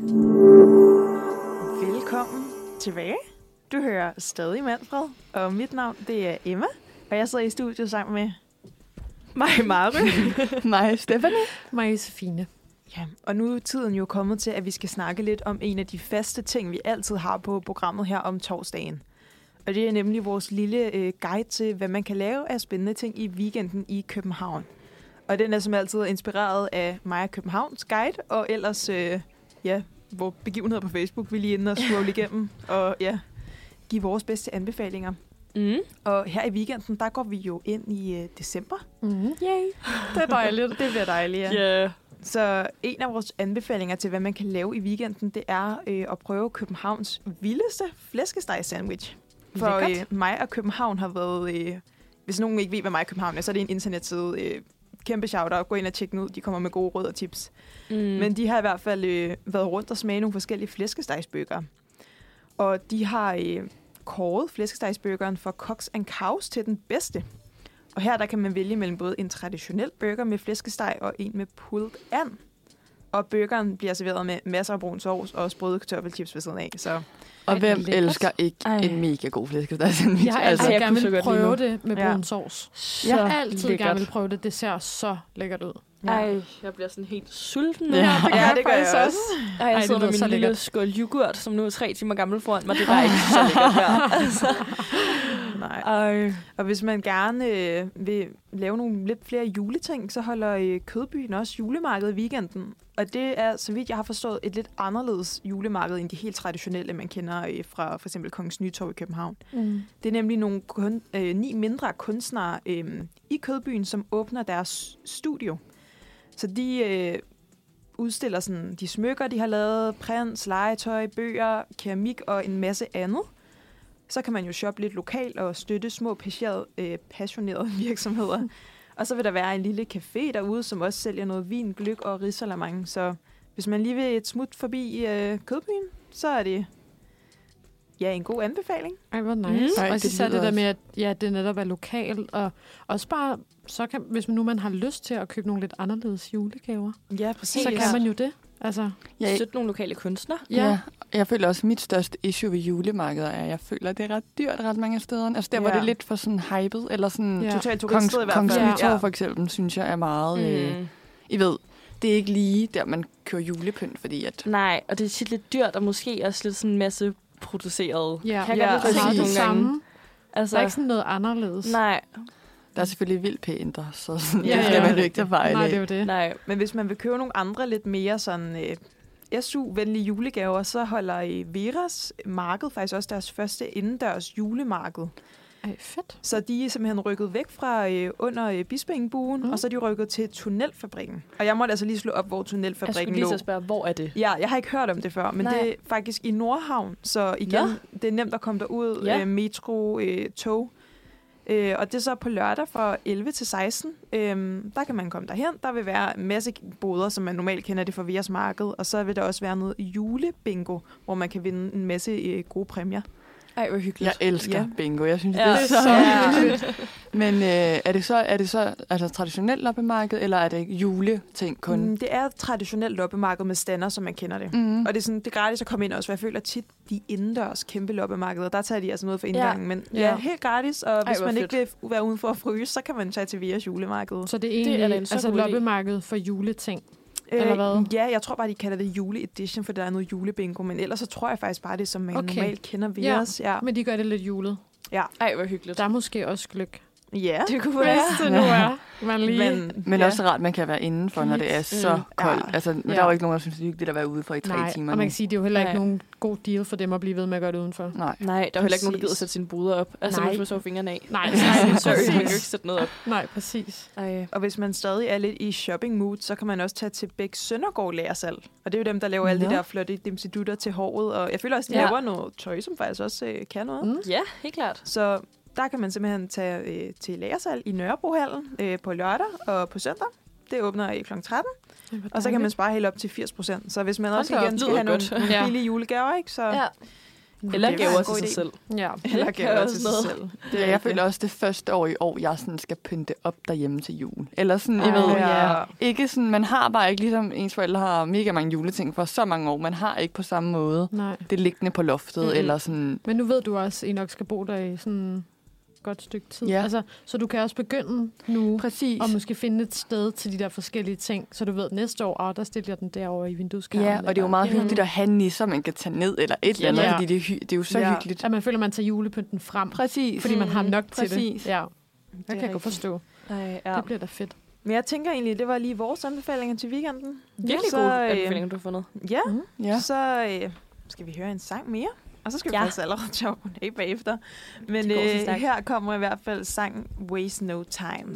Velkommen tilbage. Du hører stadig Manfred, og mit navn, det er Emma, og jeg sidder i studiet sammen med... Mig, Mary. mig, Stephanie? Mig, Josefine. Ja, og nu er tiden jo kommet til, at vi skal snakke lidt om en af de faste ting, vi altid har på programmet her om torsdagen. Og det er nemlig vores lille øh, guide til, hvad man kan lave af spændende ting i weekenden i København. Og den er som altid inspireret af mig og Københavns guide, og ellers, øh, ja, vores begivenheder på Facebook, vi lige inde og scrolle igennem, og ja, give vores bedste anbefalinger. Mm. Og her i weekenden, der går vi jo ind i øh, december. Mm. Yay. Det er dejligt. Det bliver dejligt, ja. Ja. Så en af vores anbefalinger til, hvad man kan lave i weekenden, det er øh, at prøve Københavns vildeste flæskesteg-sandwich. For Lækkert. øh, mig og København har været... Øh, hvis nogen ikke ved, hvad mig og København er, så er det en internetside. Øh, kæmpe shout-out. Gå ind og tjek den ud. De kommer med gode råd og tips. Mm. Mm. Men de har i hvert fald øh, været rundt og smage nogle forskellige flæskestegsbøger. Og de har øh, kåret flæskestegsbøgeren for Cox and Cows til den bedste. Og her der kan man vælge mellem både en traditionel burger med flæskesteg og en med pulled and. og burgeren bliver serveret med masser af brun sovs og sprøde kartoffelchips ved siden af. Så. Og hvem lækkert. elsker ikke Ej. en mega god flæskesteg-sandwich? Jeg har Altså, altid jeg gerne kunne så vil godt lide prøve nu. det med Ja. brun sovs. Så Jeg har altid lækkert. gerne vil prøve det. Det ser så lækkert ud. Ej, jeg bliver sådan helt sulten nu. Ja. Ja, det gør jeg faktisk også. Ej, jeg Ej, sidder det med lyder så min lille lækkert. skål yoghurt, som nu er tre timer gammel foran mig. Det er bare ikke så lækkert her. Altså. Nej. Ej. Og hvis man gerne øh, vil lave nogle lidt flere juleting, så holder øh, Kødbyen også julemarked i weekenden. Og det er, så vidt jeg har forstået, et lidt anderledes julemarked end de helt traditionelle, man kender øh, fra for eksempel Kongens Nytorv i København. Mm. Det er nemlig nogle kun, øh, ni mindre kunstnere øh, i Kødbyen, som åbner deres studio. Så de øh, udstiller sådan, de smykker, de har lavet, prints, legetøj, bøger, keramik og en masse andet. Så kan man jo shoppe lidt lokalt og støtte små passionerede, øh, passionerede virksomheder. Og så vil der være en lille café derude, som også sælger noget vin, gløgg og risalamande. Så hvis man lige vil et smut forbi øh, Kødbyen, så er det ja, en god anbefaling. Ej, hvor nice. Mm. Mm. Ej, Og det især det lyder der også- med, at ja, det netop er lokalt. Og også bare, så kan, hvis man nu man har lyst til at købe nogle lidt anderledes julegaver, Ja, præcis. så kan man jo det. Altså, jeg, Støtte nogle lokale kunstnere. ja. ja. Jeg føler også, at mit største issue ved julemarkeder er, at jeg føler, at det er ret dyrt ret mange af stederne. Altså der, hvor Ja. det er lidt for sådan hypet, eller sådan Ja. Totalt Kongs, turistet i hvert Kongens fald. Nytorv for eksempel, synes jeg er meget... Mm. Øh, Mm. I ved, det er ikke lige der, man kører julepynt, fordi at... Nej, og det er tit lidt dyrt, og måske også lidt sådan en masse produceret. Ja, Kan jeg Ja, godt lide meget det det nogle gange. samme. Altså, Der er ikke sådan noget anderledes. nej, Der er selvfølgelig vildt pænt der, så sådan, Ja, det skal ja. man jo ikke tage fejl Nej, af. det er jo det. nej. Men hvis man vil købe nogle andre lidt mere sådan øh, S U-venlige julegaver, så holder i Veras marked faktisk også deres første indendørs julemarked. Ej, fedt. Så de er simpelthen rykket væk fra øh, under øh, Bispeengbuen, Mm. mm. og så er de rykket til Tunnelfabrikken. Og jeg måtte altså lige slå op, hvor Jeg skulle Tunnelfabrikken lige lå. så spørge, hvor er det? Ja, jeg har ikke hørt om det før, men Nej. det er faktisk i Nordhavn. Så igen, Nå. det er nemt at komme derud. Ja. Øh, metro, øh, tog. Øh, og det er så på lørdag fra elleve til seksten. Øh, der kan man komme derhen. Der vil være en masse boder, som man normalt kender det fra Veras Marked. Og så vil der også være noget julebingo, hvor man kan vinde en masse øh, gode præmier. Ej, hvor hyggeligt. Jeg elsker Ja. bingo. Jeg synes, Ja. det er så Ja. hyggeligt. Men øh, er det så, er det så altså, traditionelt loppemarked, eller er det juleting kun? Mm, det er et traditionelt loppemarked med stander, som man kender det. Mm. Og det er, sådan, det er gratis at komme ind også, for jeg føler tit, de indendørs kæmpe loppemarkeder, der tager de altså noget for indgangen. Ja. Men ja, Ja. helt gratis, og Ej, hvis hvor man fedt. ikke vil være uden for at fryse, så kan man tage til Veras julemarked. Så det er Det er egentlig da en så altså god idé. loppemarked for juleting. Eller hvad? Øh, ja, jeg tror bare, de kalder det juleedition, for der er noget julebingo. Men ellers så tror jeg faktisk bare, det er, som man Okay. normalt kender Veras. Ja. Men de gør det lidt julet. Ej, hvor hyggeligt. Der er måske også gløk. Ja. Det kunne Hvis være. det nu er. Man lige... Men, Men ja. også rart, man kan være indenfor, når det er så Mm. koldt. Ja. Altså, men Ja. der er jo ikke nogen, der synes, det er hyggeligt at være ude for i tre Nej, timer og nu. man kan sige, det er jo heller ikke Nej. nogen god deal for dem at blive ved med at gøre det udenfor. Nej. Nej, der er heller ikke nogen, der Præcis. gider at sætte sine boder op. Altså, Nej. hvis man så fingrene af. Nej, Nej, sorry, præcis. man kan jo ikke sætte noget op. Nej, præcis. Ej. Og hvis man stadig er lidt i shopping mood, så kan man også tage til Bæk Søndergaard Lagersalg. Og det er jo dem, der laver alle Nå. de der flotte dimsidutter til håret. Og jeg føler også, de Ja. laver noget tøj, som faktisk også øh, kan noget. Mm. Ja, helt klart. Så der kan man simpelthen tage øh, til lagersalg i Nørrebrohallen øh, på lørdag og på søndag. Det åbner i klokken tretten. Og så kan man spare helt op til firs procent. Så hvis man Hold også da op, igen skal lyder have nogle, godt. nogle Ja. billige julegaver, ikke? Så Ja. Eller det var gaver en til god sig idé. selv. Ja. Eller Det kan gaver også til sig noget. selv. Det, ja, jeg føler også, det er første år i år, jeg sådan skal pynte op derhjemme til jul. Eller sådan, I Ej, ved, ja. ikke sådan, man har bare ikke, ligesom ens forældre har mega mange juleting for så mange år. Man har ikke på samme måde Nej. det liggende på loftet, Mm-mm. eller sådan... Men nu ved du også, at I nok skal bo der i sådan et godt stykke tid. Ja. Altså, så du kan også begynde nu Præcis. og måske finde et sted til de der forskellige ting, så du ved, næste år, ah, der stiller jeg den derovre i vindueskarmen. Ja, og det er jo meget hyggeligt at have nisser, man kan tage ned, eller et eller andet, Ja. fordi det er, hy- det er jo så Ja. hyggeligt. At man føler, at man tager julepynten frem, Præcis. fordi man har Mm, nok til præcis. det. Ja, Det det er kan jeg godt rigtigt. forstå. Ej, ja. Det bliver da fedt. Men jeg tænker egentlig, det var lige vores anbefalinger til weekenden. Virkelig Så, gode øh, anbefalinger, du har fundet. Ja, Mm. Ja. så øh, skal vi høre en sang mere. Og så skal vi Ja. faktisk allerede til at runde af bagefter. Men Det går så øh, stærkt. her kommer i hvert fald sangen Waste No Time.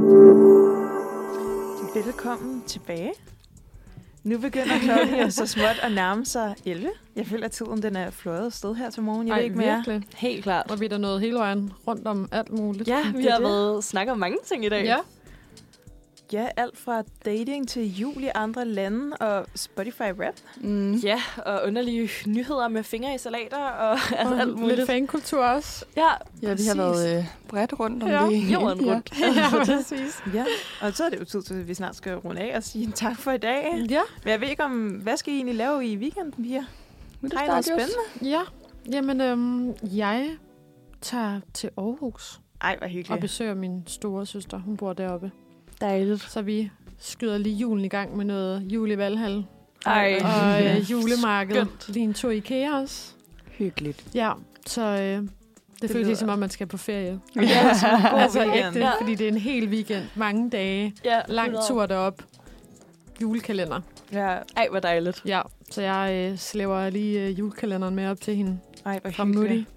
Velkommen tilbage. Nu begynder klokken jo så småt at nærme sig elleve. Jeg føler, at tiden den er fløjet afsted her til morgen. Jeg Ej, ved ikke mere. virkelig. Helt klart. Og vi er der nået hele vejen rundt om alt muligt. Ja, vi Det er har det. været snakket om mange ting i dag. Ja. ja, alt fra dating til jul i andre lande og Spotify Rap. Mm. Ja, og underlige nyheder med fingre i salater og altså Og alt muligt. lidt fankultur også. Ja, Ja, vi præcis. har været øh, bredt rundt om Ja, det. jorden rundt. Ja, præcis. Ja, og så er det jo tid til, at vi snart skal runde af og sige tak for i dag. Ja, Men jeg ved ikke om, hvad skal I egentlig lave i weekenden, piger? Nu er det Har I noget start, Jos. spændende? ja. Jamen, øhm, jeg tager til Aarhus Ej, hvor og hyggeligt. besøger min store søster. Hun bor deroppe. Dejligt. Så vi skyder lige julen i gang med noget jul i Valhall. Ej, Og Ja. øh, julemarked. Skønt. Lige en tur i IKEA også. Hyggeligt. Ja, så øh, det, det føles lyder- ligesom, om man skal på ferie. Ja, så en god Altså weekend. ægte, Ja. fordi det er en hel weekend. Mange dage. Ja, Lang hundrede. tur derop. Julekalender. Ja, Ej, hvor dejligt. Ja, så jeg øh, slæver lige øh, julekalenderen med op til hende ej, hvor fra hyggeligt. Mutti.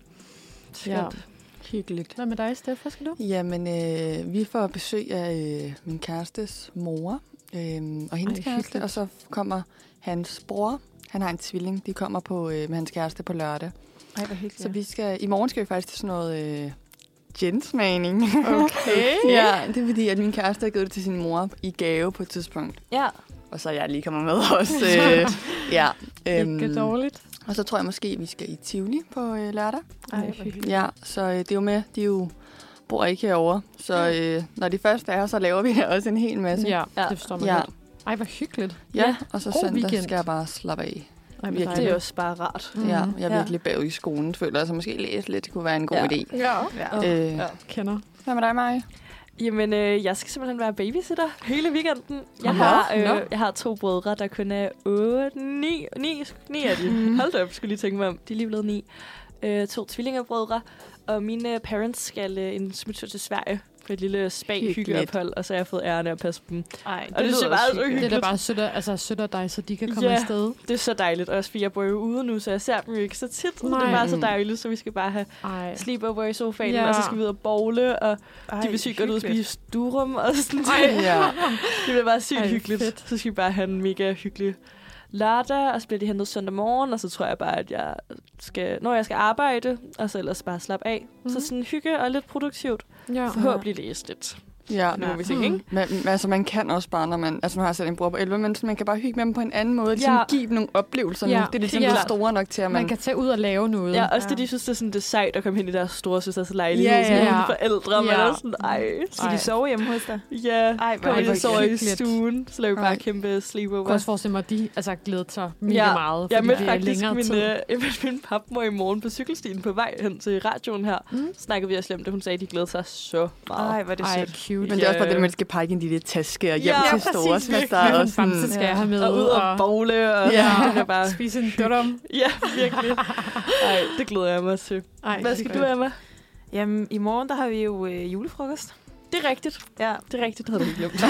Ja. Hyggeligt. Hvad med dig, Steff? Hvad skal du? Jamen, øh, vi får besøg af øh, min kærestes mor øh, og hendes Ej, kæreste, hyggeligt. og så kommer hans bror. Han har en tvilling. De kommer på øh, med hans kæreste på lørdag. Ej, hvor hyggeligt. Så vi skal, i morgen skal vi faktisk til sådan noget øh, gensmagning. Okay. Ja, det er fordi, at min kæreste har givet det til sin mor i gave på et tidspunkt. Ja. Og så er jeg lige kommet med også. Øh, ja, Ikke dårligt. og så tror jeg måske, vi skal i Tivoli på øh, lørdag. Ej, hvor hyggeligt. Ja, så øh, det er jo med, de er jo bor ikke herovre. Så øh, når de først er her, så laver vi også en hel masse. Ja, Ja. det forstår man Ja. godt. Ej, hvor hyggeligt. Ja, Ja, og så god søndag weekend. skal jeg bare slappe af. Ej, hvor Virkelig. Det er dejligt. også bare rart. Mhm. Ja, jeg er Ja. virkelig bagud i skolen, føler jeg, så måske læse lidt kunne være en god Ja. idé. Ja, Ja. Øh, Ja. kender. Hvad med dig, Maja? Jamen, øh, jeg skal simpelthen være babysitter hele weekenden. Jeg, Nå, har, nå. øh, jeg har to brødre, der kun er otte, ni, ni, ni af de. Mhm. Hold da op, skulle lige tænke mig om. De er lige blevet ni. Øh, to tvillingebrødre. Og mine parents skal øh, en smuttur til Sverige på et lille spa-hyggeophold, og så har jeg fået æren af at passe på dem. Ej, Og det synes jeg bare er så Det er hyggeligt. da bare sødt, at- altså, sødt af dig, så de kan komme Ja. afsted. Det er så dejligt, også fordi jeg bor jo ude nu, så jeg ser dem jo ikke så tit. Så det Nej. er bare så dejligt, så vi skal bare have Ej. sleepover i sofaen, Ja. og så skal vi ud og bowle, og Ej, de vil sygt godt ud og hyggeligt. spise durum og sådan Ej. noget. Ja. Det bliver bare sygt Ej, hyggeligt. fedt. Så skal vi bare have en mega hyggelig lørdag, og så bliver de hentet søndag morgen, og så tror jeg bare, at jeg skal, når jeg skal arbejde, og så ellers bare slappe af. Mm-hmm. Så sådan hygge og lidt produktivt. Ja. Forhåbentlig læse lidt. Ja. Nu må vi se, Mm. ikke? Men, men, altså, man kan også bare, når man... Altså, nu har jeg selv en bror på elleve, men sådan, man kan bare hygge med dem på en anden måde. Ligesom Ja. give dem nogle oplevelser Ja. nu. Det er ligesom Ja. ja. store nok til, at man... Man kan tage ud og lave noget. Ja, også Ja. det, de synes, det er, sådan, det er sejt at komme hen i deres store søsters lejlighed. Ja, ja, Sådan ja. nogle forældre, man Ja. er sådan, ej. Skal de sove hjemme hos dig? Ja, Ej, hvor kommer de og hyggeligt. sover i Hyggeligt. stuen, så laver vi bare Ej. kæmpe Jeg kan sleepover. også forestille mig, at de altså, glæder sig mega Ja. meget, fordi Jeg mødte det er faktisk længere min, tid. øh, jeg mødte min papmor i morgen på cykelstien på vej hen til radioen her. Mm. Snakkede vi også om det. Hun sagde, at de glæder sig så meget. Ej, hvor er det Ej, sødt. cute. Men det er også bare det, at man skal pakke en lille taske og hjem Ja, til store. præcis, Så der er Hvilken også sådan... bamse skal jeg have med? Og ud og bowle, og Ja. det er bare... Spise en durum. Ja, virkelig. Ej, det glæder jeg mig til. Ej, Hvad skal du, Emma? Jamen, i morgen der har vi jo øh, julefrokost. Det er rigtigt. Ja. Det er rigtigt, det havde du ikke glemt. det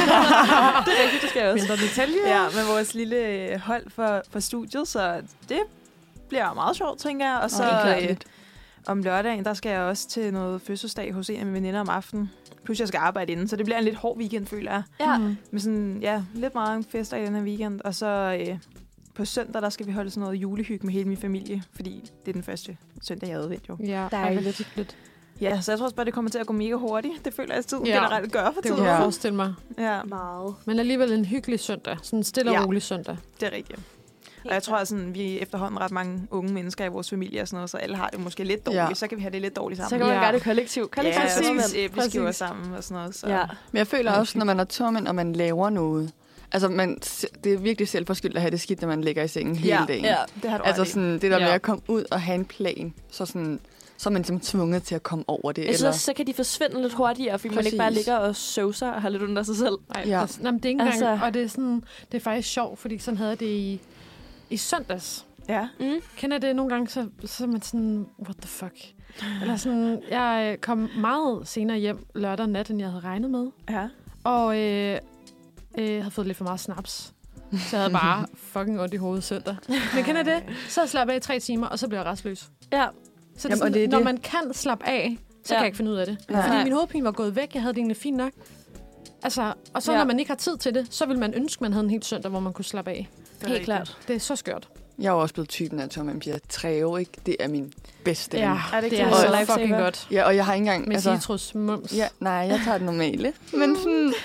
er rigtigt, det skal jeg også. Mindre detaljer. Ja, med vores lille øh, hold for, for studiet, så det bliver meget sjovt, tænker jeg. Og så Helt klart. øh, om lørdagen, der skal jeg også til noget fødselsdag hos en af mine veninder om aftenen. Plus jeg skal arbejde inden, så det bliver en lidt hård weekend, føler jeg. Ja. Mm. Med sådan, ja, lidt meget fester i den her weekend. Og så øh, på søndag, der skal vi holde sådan noget julehygge med hele min familie, fordi det er den første søndag, jeg er advendt jo. Ja, Dejligt. Ej, hyggeligt. Ja, så jeg tror også bare, det kommer til at gå mega hurtigt. Det føler jeg, at tiden Ja. generelt gør for Det tiden. kunne jeg Ja. forestille mig. Ja, Meget. Men alligevel en hyggelig søndag. Sådan en stille og Ja. rolig søndag. det er rigtigt. Og jeg tror, at sådan, vi er efterhånden ret mange unge mennesker i vores familie og sådan noget, så alle har det måske lidt dårligt. Ja. Så kan vi have det lidt dårligt Så sammen. kan man Ja. gøre det kollektivt. Kollektivt Ja, Præcis. og præcis. spise æbleskiver Præcis. sammen og sådan noget. Så. Ja. Men jeg føler Ja, også, når man er tørmænd, og man laver noget... Altså, man, det er virkelig selvforskyldt at have det skidt, når man ligger i sengen hele Ja. dagen. Ja. Det har du Altså ret i. sådan, det der Ja. med at komme ud og have en plan, så, sådan, så er man ligesom tvunget til at komme over det. Jeg synes eller... også, så kan de forsvinde lidt hurtigere, fordi man ikke bare Præcis. ligger og søvser og har lidt under sig selv. Ej, Ja. ja. Nå, men det er ikke engang, Altså- og det er, sådan, det er faktisk sjovt, fordi sådan havde jeg det i, i søndags. Ja. Mm. Kender det nogle gange, så, så er man sådan, what the fuck? Eller sådan, jeg kom meget senere hjem lørdag nat, end jeg havde regnet med. Ja. Og øh, øh, havde fået lidt for meget snaps. Så jeg havde bare fucking ondt i hovedet søndag. Men kender det? Så slapper jeg af i tre timer, og så bliver jeg restløs. Ja. Så det er Jamen, sådan, og det er når det. man kan slappe af, så Ja. kan jeg ikke finde ud af det. Nej. Fordi Nej. min hovedpine var gået væk, jeg havde det egentlig fint nok. Altså, og så Ja. når man ikke har tid til det, så vil man ønske, man havde en helt søndag, hvor man kunne slappe af. Det er Helt rigtigt. klart. Det er så skørt. Jeg er jo også blevet typen af tørmænd, bliver Treo, ikke? Det er min bedste ven. Ja, Er det det, ikke det er det? så Lifesaver. fucking godt. Ja, og jeg har ikke engang... Med altså, citrus mums. ja, nej, jeg tager det normale. Men sådan...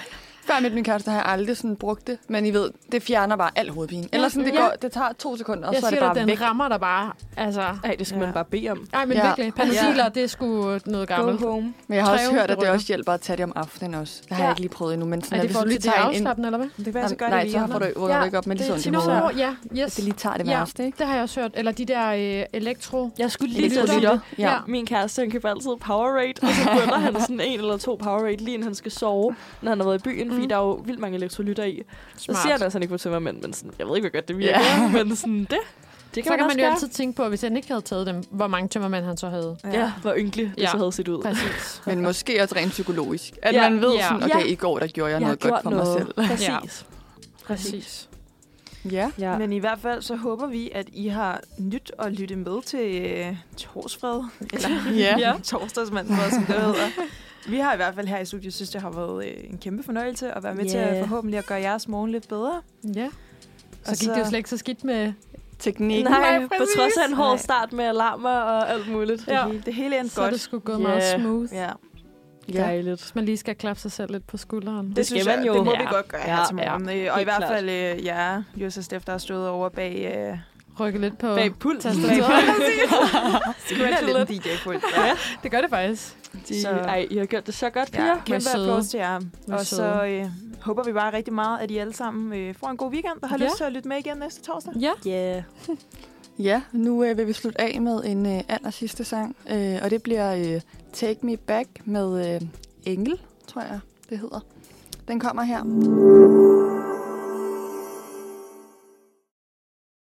Før jeg mødte min kæreste, har jeg aldrig sådan brugt det. Men I ved, det fjerner bare al hovedpine. Eller sådan, det, Ja. går, det tager to sekunder, og Jeg så er det siger bare dig, den væk. rammer der bare. Altså, Ej, det skal Ja. man bare bede om. ej, men Ja. virkelig. Panodiler, det er sgu noget gammelt. Go home. Men jeg har også Treo, hørt, det at det rykker. også hjælper at tage det om aftenen også. Det har Ja. jeg ikke lige prøvet endnu. Men sådan, Er at det hvis for du til lige det tager en... afslappende, eller hvad? Det kan være, så gør Nej, det så får du, rykker du ikke op med det sådan Nå, hovedet. ja, yes. At det lige tager det Ja. værste, ikke? Det har jeg også hørt. Eller de der øh, elektro... Jeg skulle lige til at Elektrolytter. sige det. Ja. Ja. Min kæreste, han køber altid Powerade, og så bønder han sådan en eller to Powerade, lige inden han skal sove, når han har været i byen, fordi Mm. der er jo vildt mange elektrolytter i. Så Smart. siger han altså, han ikke får tømmermænd, men sådan, jeg ved ikke, hvor godt det virker, Ja. men sådan, det, det kan Så man kan også man jo gøre. altid tænke på, hvis han ikke havde taget dem, hvor mange tømmermænd han så havde. Ja, hvor ynkelig det Ja. så havde set ud. Præcis. Men måske også rent psykologisk. At Ja. man ved Ja. sådan, okay, Ja. i går der gjorde jeg, Jeg har noget godt gjort for noget. mig selv. Præcis. Ja. Præcis. Præcis. Ja. Ja. Men i hvert fald så håber vi, at I har nyt at lytte med til øh, torsfred. Eller Ja. ja. torsdagsmandsfred, som det hedder. Vi har i hvert fald her i studiet synes, det har været øh, en kæmpe fornøjelse at være med til Ja. at forhåbentlig at gøre jeres morgen lidt bedre. Ja. Så Og gik det jo så- slet ikke så skidt med... Teknikken. Nej, Nej, på trods af en hård Nej. start med alarmer og alt muligt. Ja. Det, hele, det hele endte Så er godt. det sgu gået Ja. meget smooth. Ja. Ja. Dejligt. Hvis man lige skal klappe sig selv lidt på skulderen. Det, Det synes skal jeg, man jo. det må Ja. vi godt gøre Ja, her til morgen. Ja. Og i Helt hvert klart. fald øh, jer, Jus og Steff, der har stået over bag... Øh, Rykke lidt på Bag pulten. tastaturet. det kunne være lidt en D J-pult. Ja. Det gør det faktisk. De, Så- ej, I har gjort det så godt, piger. Ja, Hvor kæmpe søde. applaus til jer. Hvor Og søde. så øh, håber vi bare rigtig meget, at I alle sammen øh, får en god weekend, og har Ja. lyst til at lytte med igen næste torsdag. Ja. Yeah. Ja, nu øh, vil vi slutte af med en øh, aller sidste sang, øh, og det bliver øh, Take Me Back med øh, Engel, tror jeg, det hedder. Den kommer her.